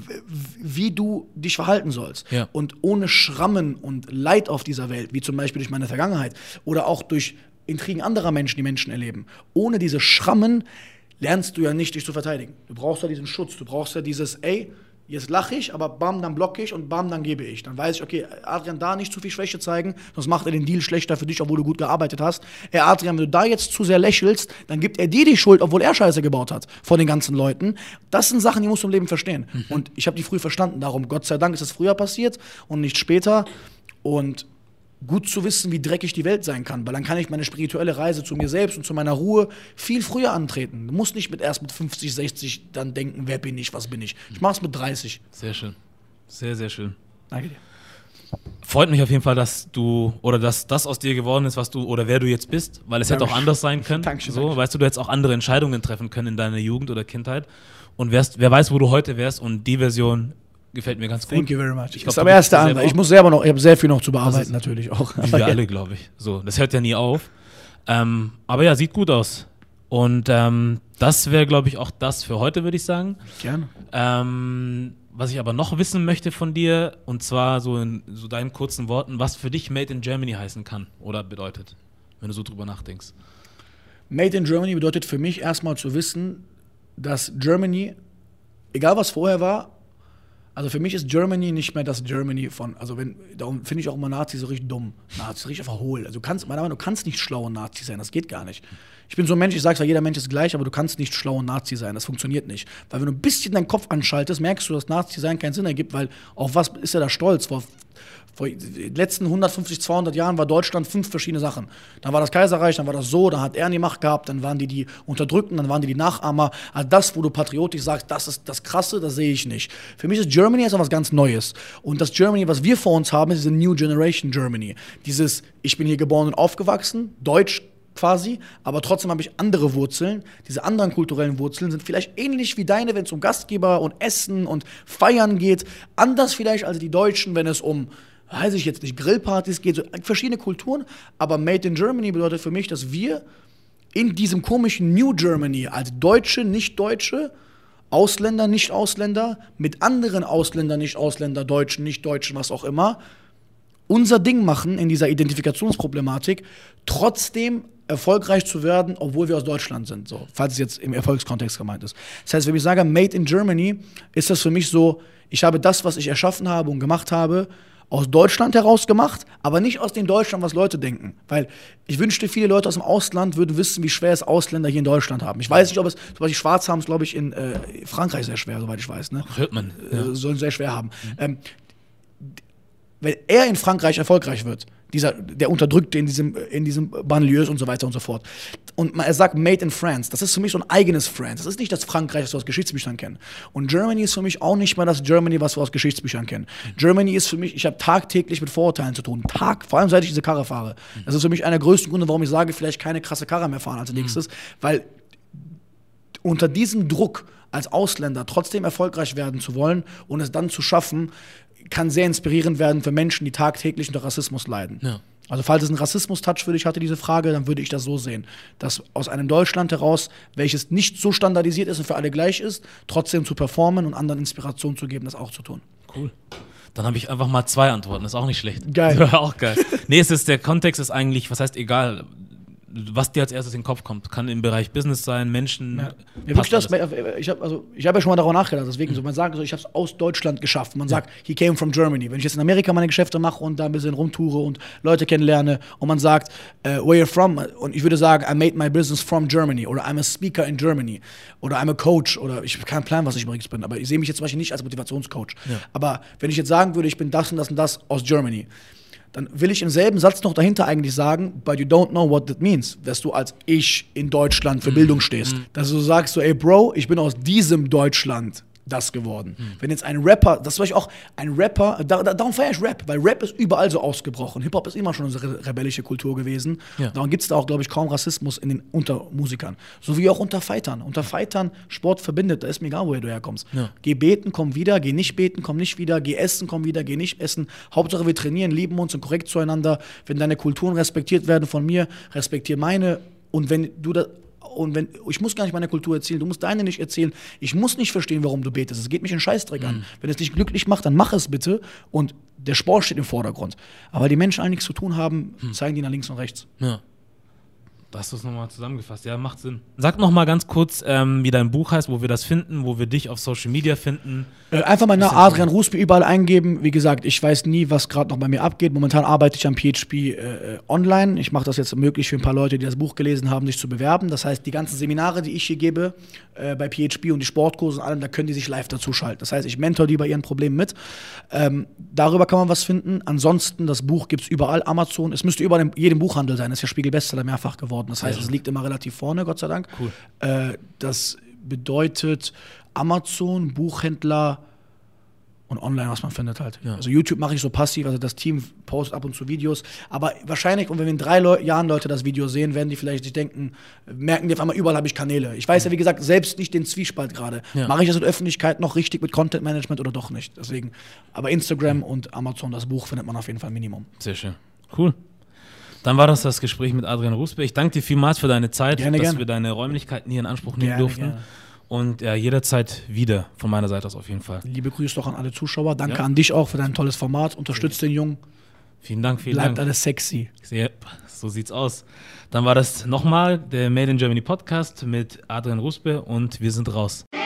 wie du dich verhalten sollst. Ja. Und ohne Schrammen und Leid auf dieser Welt, wie zum Beispiel durch meine Vergangenheit oder auch durch Intrigen anderer Menschen, die Menschen erleben. Ohne diese Schrammen lernst du ja nicht, dich zu verteidigen. Du brauchst ja diesen Schutz, du brauchst ja dieses, ey, jetzt lache ich, aber bam, dann blocke ich und bam, dann gebe ich. Dann weiß ich, okay, Adrian, da nicht zu viel Schwäche zeigen, sonst macht er den Deal schlechter für dich, obwohl du gut gearbeitet hast. Ey, Adrian, wenn du da jetzt zu sehr lächelst, dann gibt er dir die Schuld, obwohl er Scheiße gebaut hat vor den ganzen Leuten. Das sind Sachen, die musst du im Leben verstehen. Mhm. Und ich habe die früh verstanden, darum, Gott sei Dank ist es früher passiert und nicht später. Und gut zu wissen, wie dreckig die Welt sein kann, weil dann kann ich meine spirituelle Reise zu mir selbst und zu meiner Ruhe viel früher antreten. Du musst nicht mit erst mit fünfzig, sechzig dann denken, wer bin ich, was bin ich. Ich mach's mit dreißig. Sehr schön. Sehr, sehr schön. Danke dir. Freut mich auf jeden Fall, dass du, oder dass das aus dir geworden ist, was du, oder wer du jetzt bist, weil es Danke. Hätte auch anders sein können. Dankeschön. So, weißt du, du hättest auch andere Entscheidungen treffen können in deiner Jugend oder Kindheit und wärst, wer weiß, wo du heute wärst und die Version gefällt mir ganz gut. Thank you very much. Ich glaub, ist aber erst der andere. Ich muss selber noch, ich habe sehr viel noch zu bearbeiten, natürlich auch. Wie wir alle, glaube ich. So, das hört ja nie auf. Ähm, aber ja, sieht gut aus. Und ähm, das wäre, glaube ich, auch das für heute, würde ich sagen. Gerne. Ähm, was ich aber noch wissen möchte von dir, und zwar so in so deinen kurzen Worten, was für dich Made in Germany heißen kann oder bedeutet, wenn du so drüber nachdenkst. Made in Germany bedeutet für mich erstmal zu wissen, dass Germany, egal was vorher war, also für mich ist Germany nicht mehr das Germany von, also wenn, darum finde ich auch immer Nazis so richtig dumm. Nazis richtig einfach hohl. Also du kannst, meiner Meinung nach, du kannst nicht schlau und Nazi sein, das geht gar nicht. Ich bin so ein Mensch, ich sage zwar, jeder Mensch ist gleich, aber du kannst nicht schlau und Nazi sein, das funktioniert nicht. Weil wenn du ein bisschen deinen Kopf anschaltest, merkst du, dass Nazi sein keinen Sinn ergibt, weil auf was ist er da stolz? Vor, vor den letzten hundertfünfzig, zweihundert Jahren war Deutschland fünf verschiedene Sachen. Dann war das Kaiserreich, dann war das so, dann hat er die Macht gehabt, dann waren die die Unterdrückten, dann waren die die Nachahmer. Also das, wo du patriotisch sagst, das ist das Krasse, das sehe ich nicht. Für mich ist Germany etwas ganz Neues. Und das Germany, was wir vor uns haben, ist diese New Generation Germany. Dieses, ich bin hier geboren und aufgewachsen, deutsch quasi, aber trotzdem habe ich andere Wurzeln. Diese anderen kulturellen Wurzeln sind vielleicht ähnlich wie deine, wenn es um Gastgeber und Essen und Feiern geht. Anders vielleicht als die Deutschen, wenn es um, weiß ich jetzt nicht, Grillpartys geht. So verschiedene Kulturen, aber Made in Germany bedeutet für mich, dass wir in diesem komischen New Germany als Deutsche, Nicht-Deutsche, Ausländer, Nicht-Ausländer, mit anderen Ausländern, Nicht-Ausländer, Deutschen, Nicht-Deutschen, was auch immer, unser Ding machen in dieser Identifikationsproblematik, trotzdem erfolgreich zu werden, obwohl wir aus Deutschland sind, so, falls es jetzt im Erfolgskontext gemeint ist. Das heißt, wenn ich sage Made in Germany, ist das für mich so, ich habe das, was ich erschaffen habe und gemacht habe, aus Deutschland heraus gemacht, aber nicht aus dem Deutschland, was Leute denken. Weil ich wünschte, viele Leute aus dem Ausland würden wissen, wie schwer es Ausländer hier in Deutschland haben. Ich weiß nicht, ob es, zum Beispiel Schwarze haben es, glaube ich, in äh, Frankreich sehr schwer, soweit ich weiß. Ne? Hört man. Ja. Äh, sollen sehr schwer haben. Mhm. Ähm, wenn er in Frankreich erfolgreich wird, dieser, der Unterdrückte in diesem, in diesem Banlieues und so weiter und so fort. Und man, er sagt Made in France. Das ist für mich so ein eigenes France. Das ist nicht das Frankreich, das wir aus Geschichtsbüchern kennen. Und Germany ist für mich auch nicht mal das Germany, was wir aus Geschichtsbüchern kennen. Mhm. Germany ist für mich, ich habe tagtäglich mit Vorurteilen zu tun. Tag, vor allem seit ich diese Karre fahre. Mhm. Das ist für mich einer der größten Gründe, warum ich sage, vielleicht keine krasse Karre mehr fahren als nächstes. Mhm. Weil unter diesem Druck als Ausländer trotzdem erfolgreich werden zu wollen und es dann zu schaffen, kann sehr inspirierend werden für Menschen, die tagtäglich unter Rassismus leiden. Ja. Also falls es einen Rassismus-Touch für dich hatte, diese Frage, dann würde ich das so sehen, dass aus einem Deutschland heraus, welches nicht so standardisiert ist und für alle gleich ist, trotzdem zu performen und anderen Inspiration zu geben, das auch zu tun. Cool. Dann habe ich einfach mal zwei Antworten, das ist auch nicht schlecht. Geil. Auch geil. Nee, es ist, der Kontext ist eigentlich, was heißt egal, was dir als erstes in den Kopf kommt. Kann im Bereich Business sein, Menschen. Ja. Ja, wirklich das, ich habe also, hab ja schon mal darüber nachgedacht, deswegen mhm. so, man sagt so, ich habe es aus Deutschland geschafft. Man ja. sagt, he came from Germany. Wenn ich jetzt in Amerika meine Geschäfte mache und da ein bisschen rumtoure und Leute kennenlerne und man sagt, uh, where you're from, und ich würde sagen, I made my business from Germany oder I'm a speaker in Germany oder I'm a coach oder ich habe keinen Plan, was ich übrigens bin, aber ich sehe mich jetzt zum Beispiel nicht als Motivationscoach. Ja. Aber wenn ich jetzt sagen würde, ich bin das und das und das aus Germany, dann will ich im selben Satz noch dahinter eigentlich sagen, but you don't know what that means, dass du als ich in Deutschland für mm. Bildung stehst. Mm. Dass du sagst so, ey Bro, ich bin aus diesem Deutschland das geworden. Mhm. Wenn jetzt ein Rapper, das ist zum Beispiel auch ein Rapper, da, da, darum feiere ich Rap, weil Rap ist überall so ausgebrochen. Hip-Hop ist immer schon unsere rebellische Kultur gewesen. Ja. Darum gibt es da auch, glaube ich, kaum Rassismus in den, unter Musikern. So wie auch unter Fightern. Unter Fightern, Sport verbindet, da ist mir egal, woher du herkommst. Ja. Geh beten, komm wieder, geh nicht beten, komm nicht wieder, geh essen, komm wieder, geh nicht essen. Hauptsache wir trainieren, lieben uns und korrekt zueinander. Wenn deine Kulturen respektiert werden von mir, respektier meine. Und wenn du das Und wenn, ich muss gar nicht meine Kultur erzählen, du musst deine nicht erzählen. Ich muss nicht verstehen, warum du betest. Es geht mich einen Scheißdreck mhm. an. Wenn es dich glücklich macht, dann mach es bitte. Und der Sport steht im Vordergrund. Aber weil die Menschen eigentlich nichts zu tun haben, mhm. zeigen die nach links und rechts. Ja. Da hast du es nochmal zusammengefasst. Ja, macht Sinn. Sag nochmal ganz kurz, ähm, wie dein Buch heißt, wo wir das finden, wo wir dich auf Social Media finden. Äh, einfach mal nach Adrian Ruspe überall eingeben. Wie gesagt, ich weiß nie, was gerade noch bei mir abgeht. Momentan arbeite ich am P H P äh, online. Ich mache das jetzt möglich für ein paar Leute, die das Buch gelesen haben, sich zu bewerben. Das heißt, die ganzen Seminare, die ich hier gebe, äh, bei P H P und die Sportkurse und allem, da können die sich live dazuschalten. Das heißt, ich mentor die bei ihren Problemen mit. Ähm, darüber kann man was finden. Ansonsten, das Buch gibt es überall. Amazon. Es müsste überall in jedem Buchhandel sein. Das ist ja Spiegel-Bestseller mehrfach geworden. Das heißt, ja. es liegt immer relativ vorne, Gott sei Dank. Cool. Äh, das bedeutet Amazon, Buchhändler und online, was man findet halt. Ja. Also YouTube mache ich so passiv, also das Team postet ab und zu Videos. Aber wahrscheinlich, und wenn wir in drei Leu- Jahren Leute das Video sehen, werden die vielleicht sich denken, merken die auf einmal, überall habe ich Kanäle. Ich weiß ja, ja wie gesagt, selbst nicht den Zwiespalt gerade. Ja. Mache ich das in der Öffentlichkeit noch richtig mit Content Management oder doch nicht? Deswegen, aber Instagram ja. und Amazon, das Buch, findet man auf jeden Fall Minimum. Sehr schön. Cool. Dann war das das Gespräch mit Adrian Ruspe. Ich danke dir vielmals für deine Zeit, gerne, dass gerne. wir deine Räumlichkeiten hier in Anspruch nehmen gerne, durften. Gerne. Und ja, jederzeit wieder von meiner Seite aus auf jeden Fall. Liebe Grüße doch an alle Zuschauer. Danke ja. an dich auch für dein tolles Format. Unterstützt den Jungen. Vielen Dank, vielen Bleibt Dank. alles sexy. Ich sehe, so sieht's aus. Dann war das nochmal der Made in Germany Podcast mit Adrian Ruspe und wir sind raus.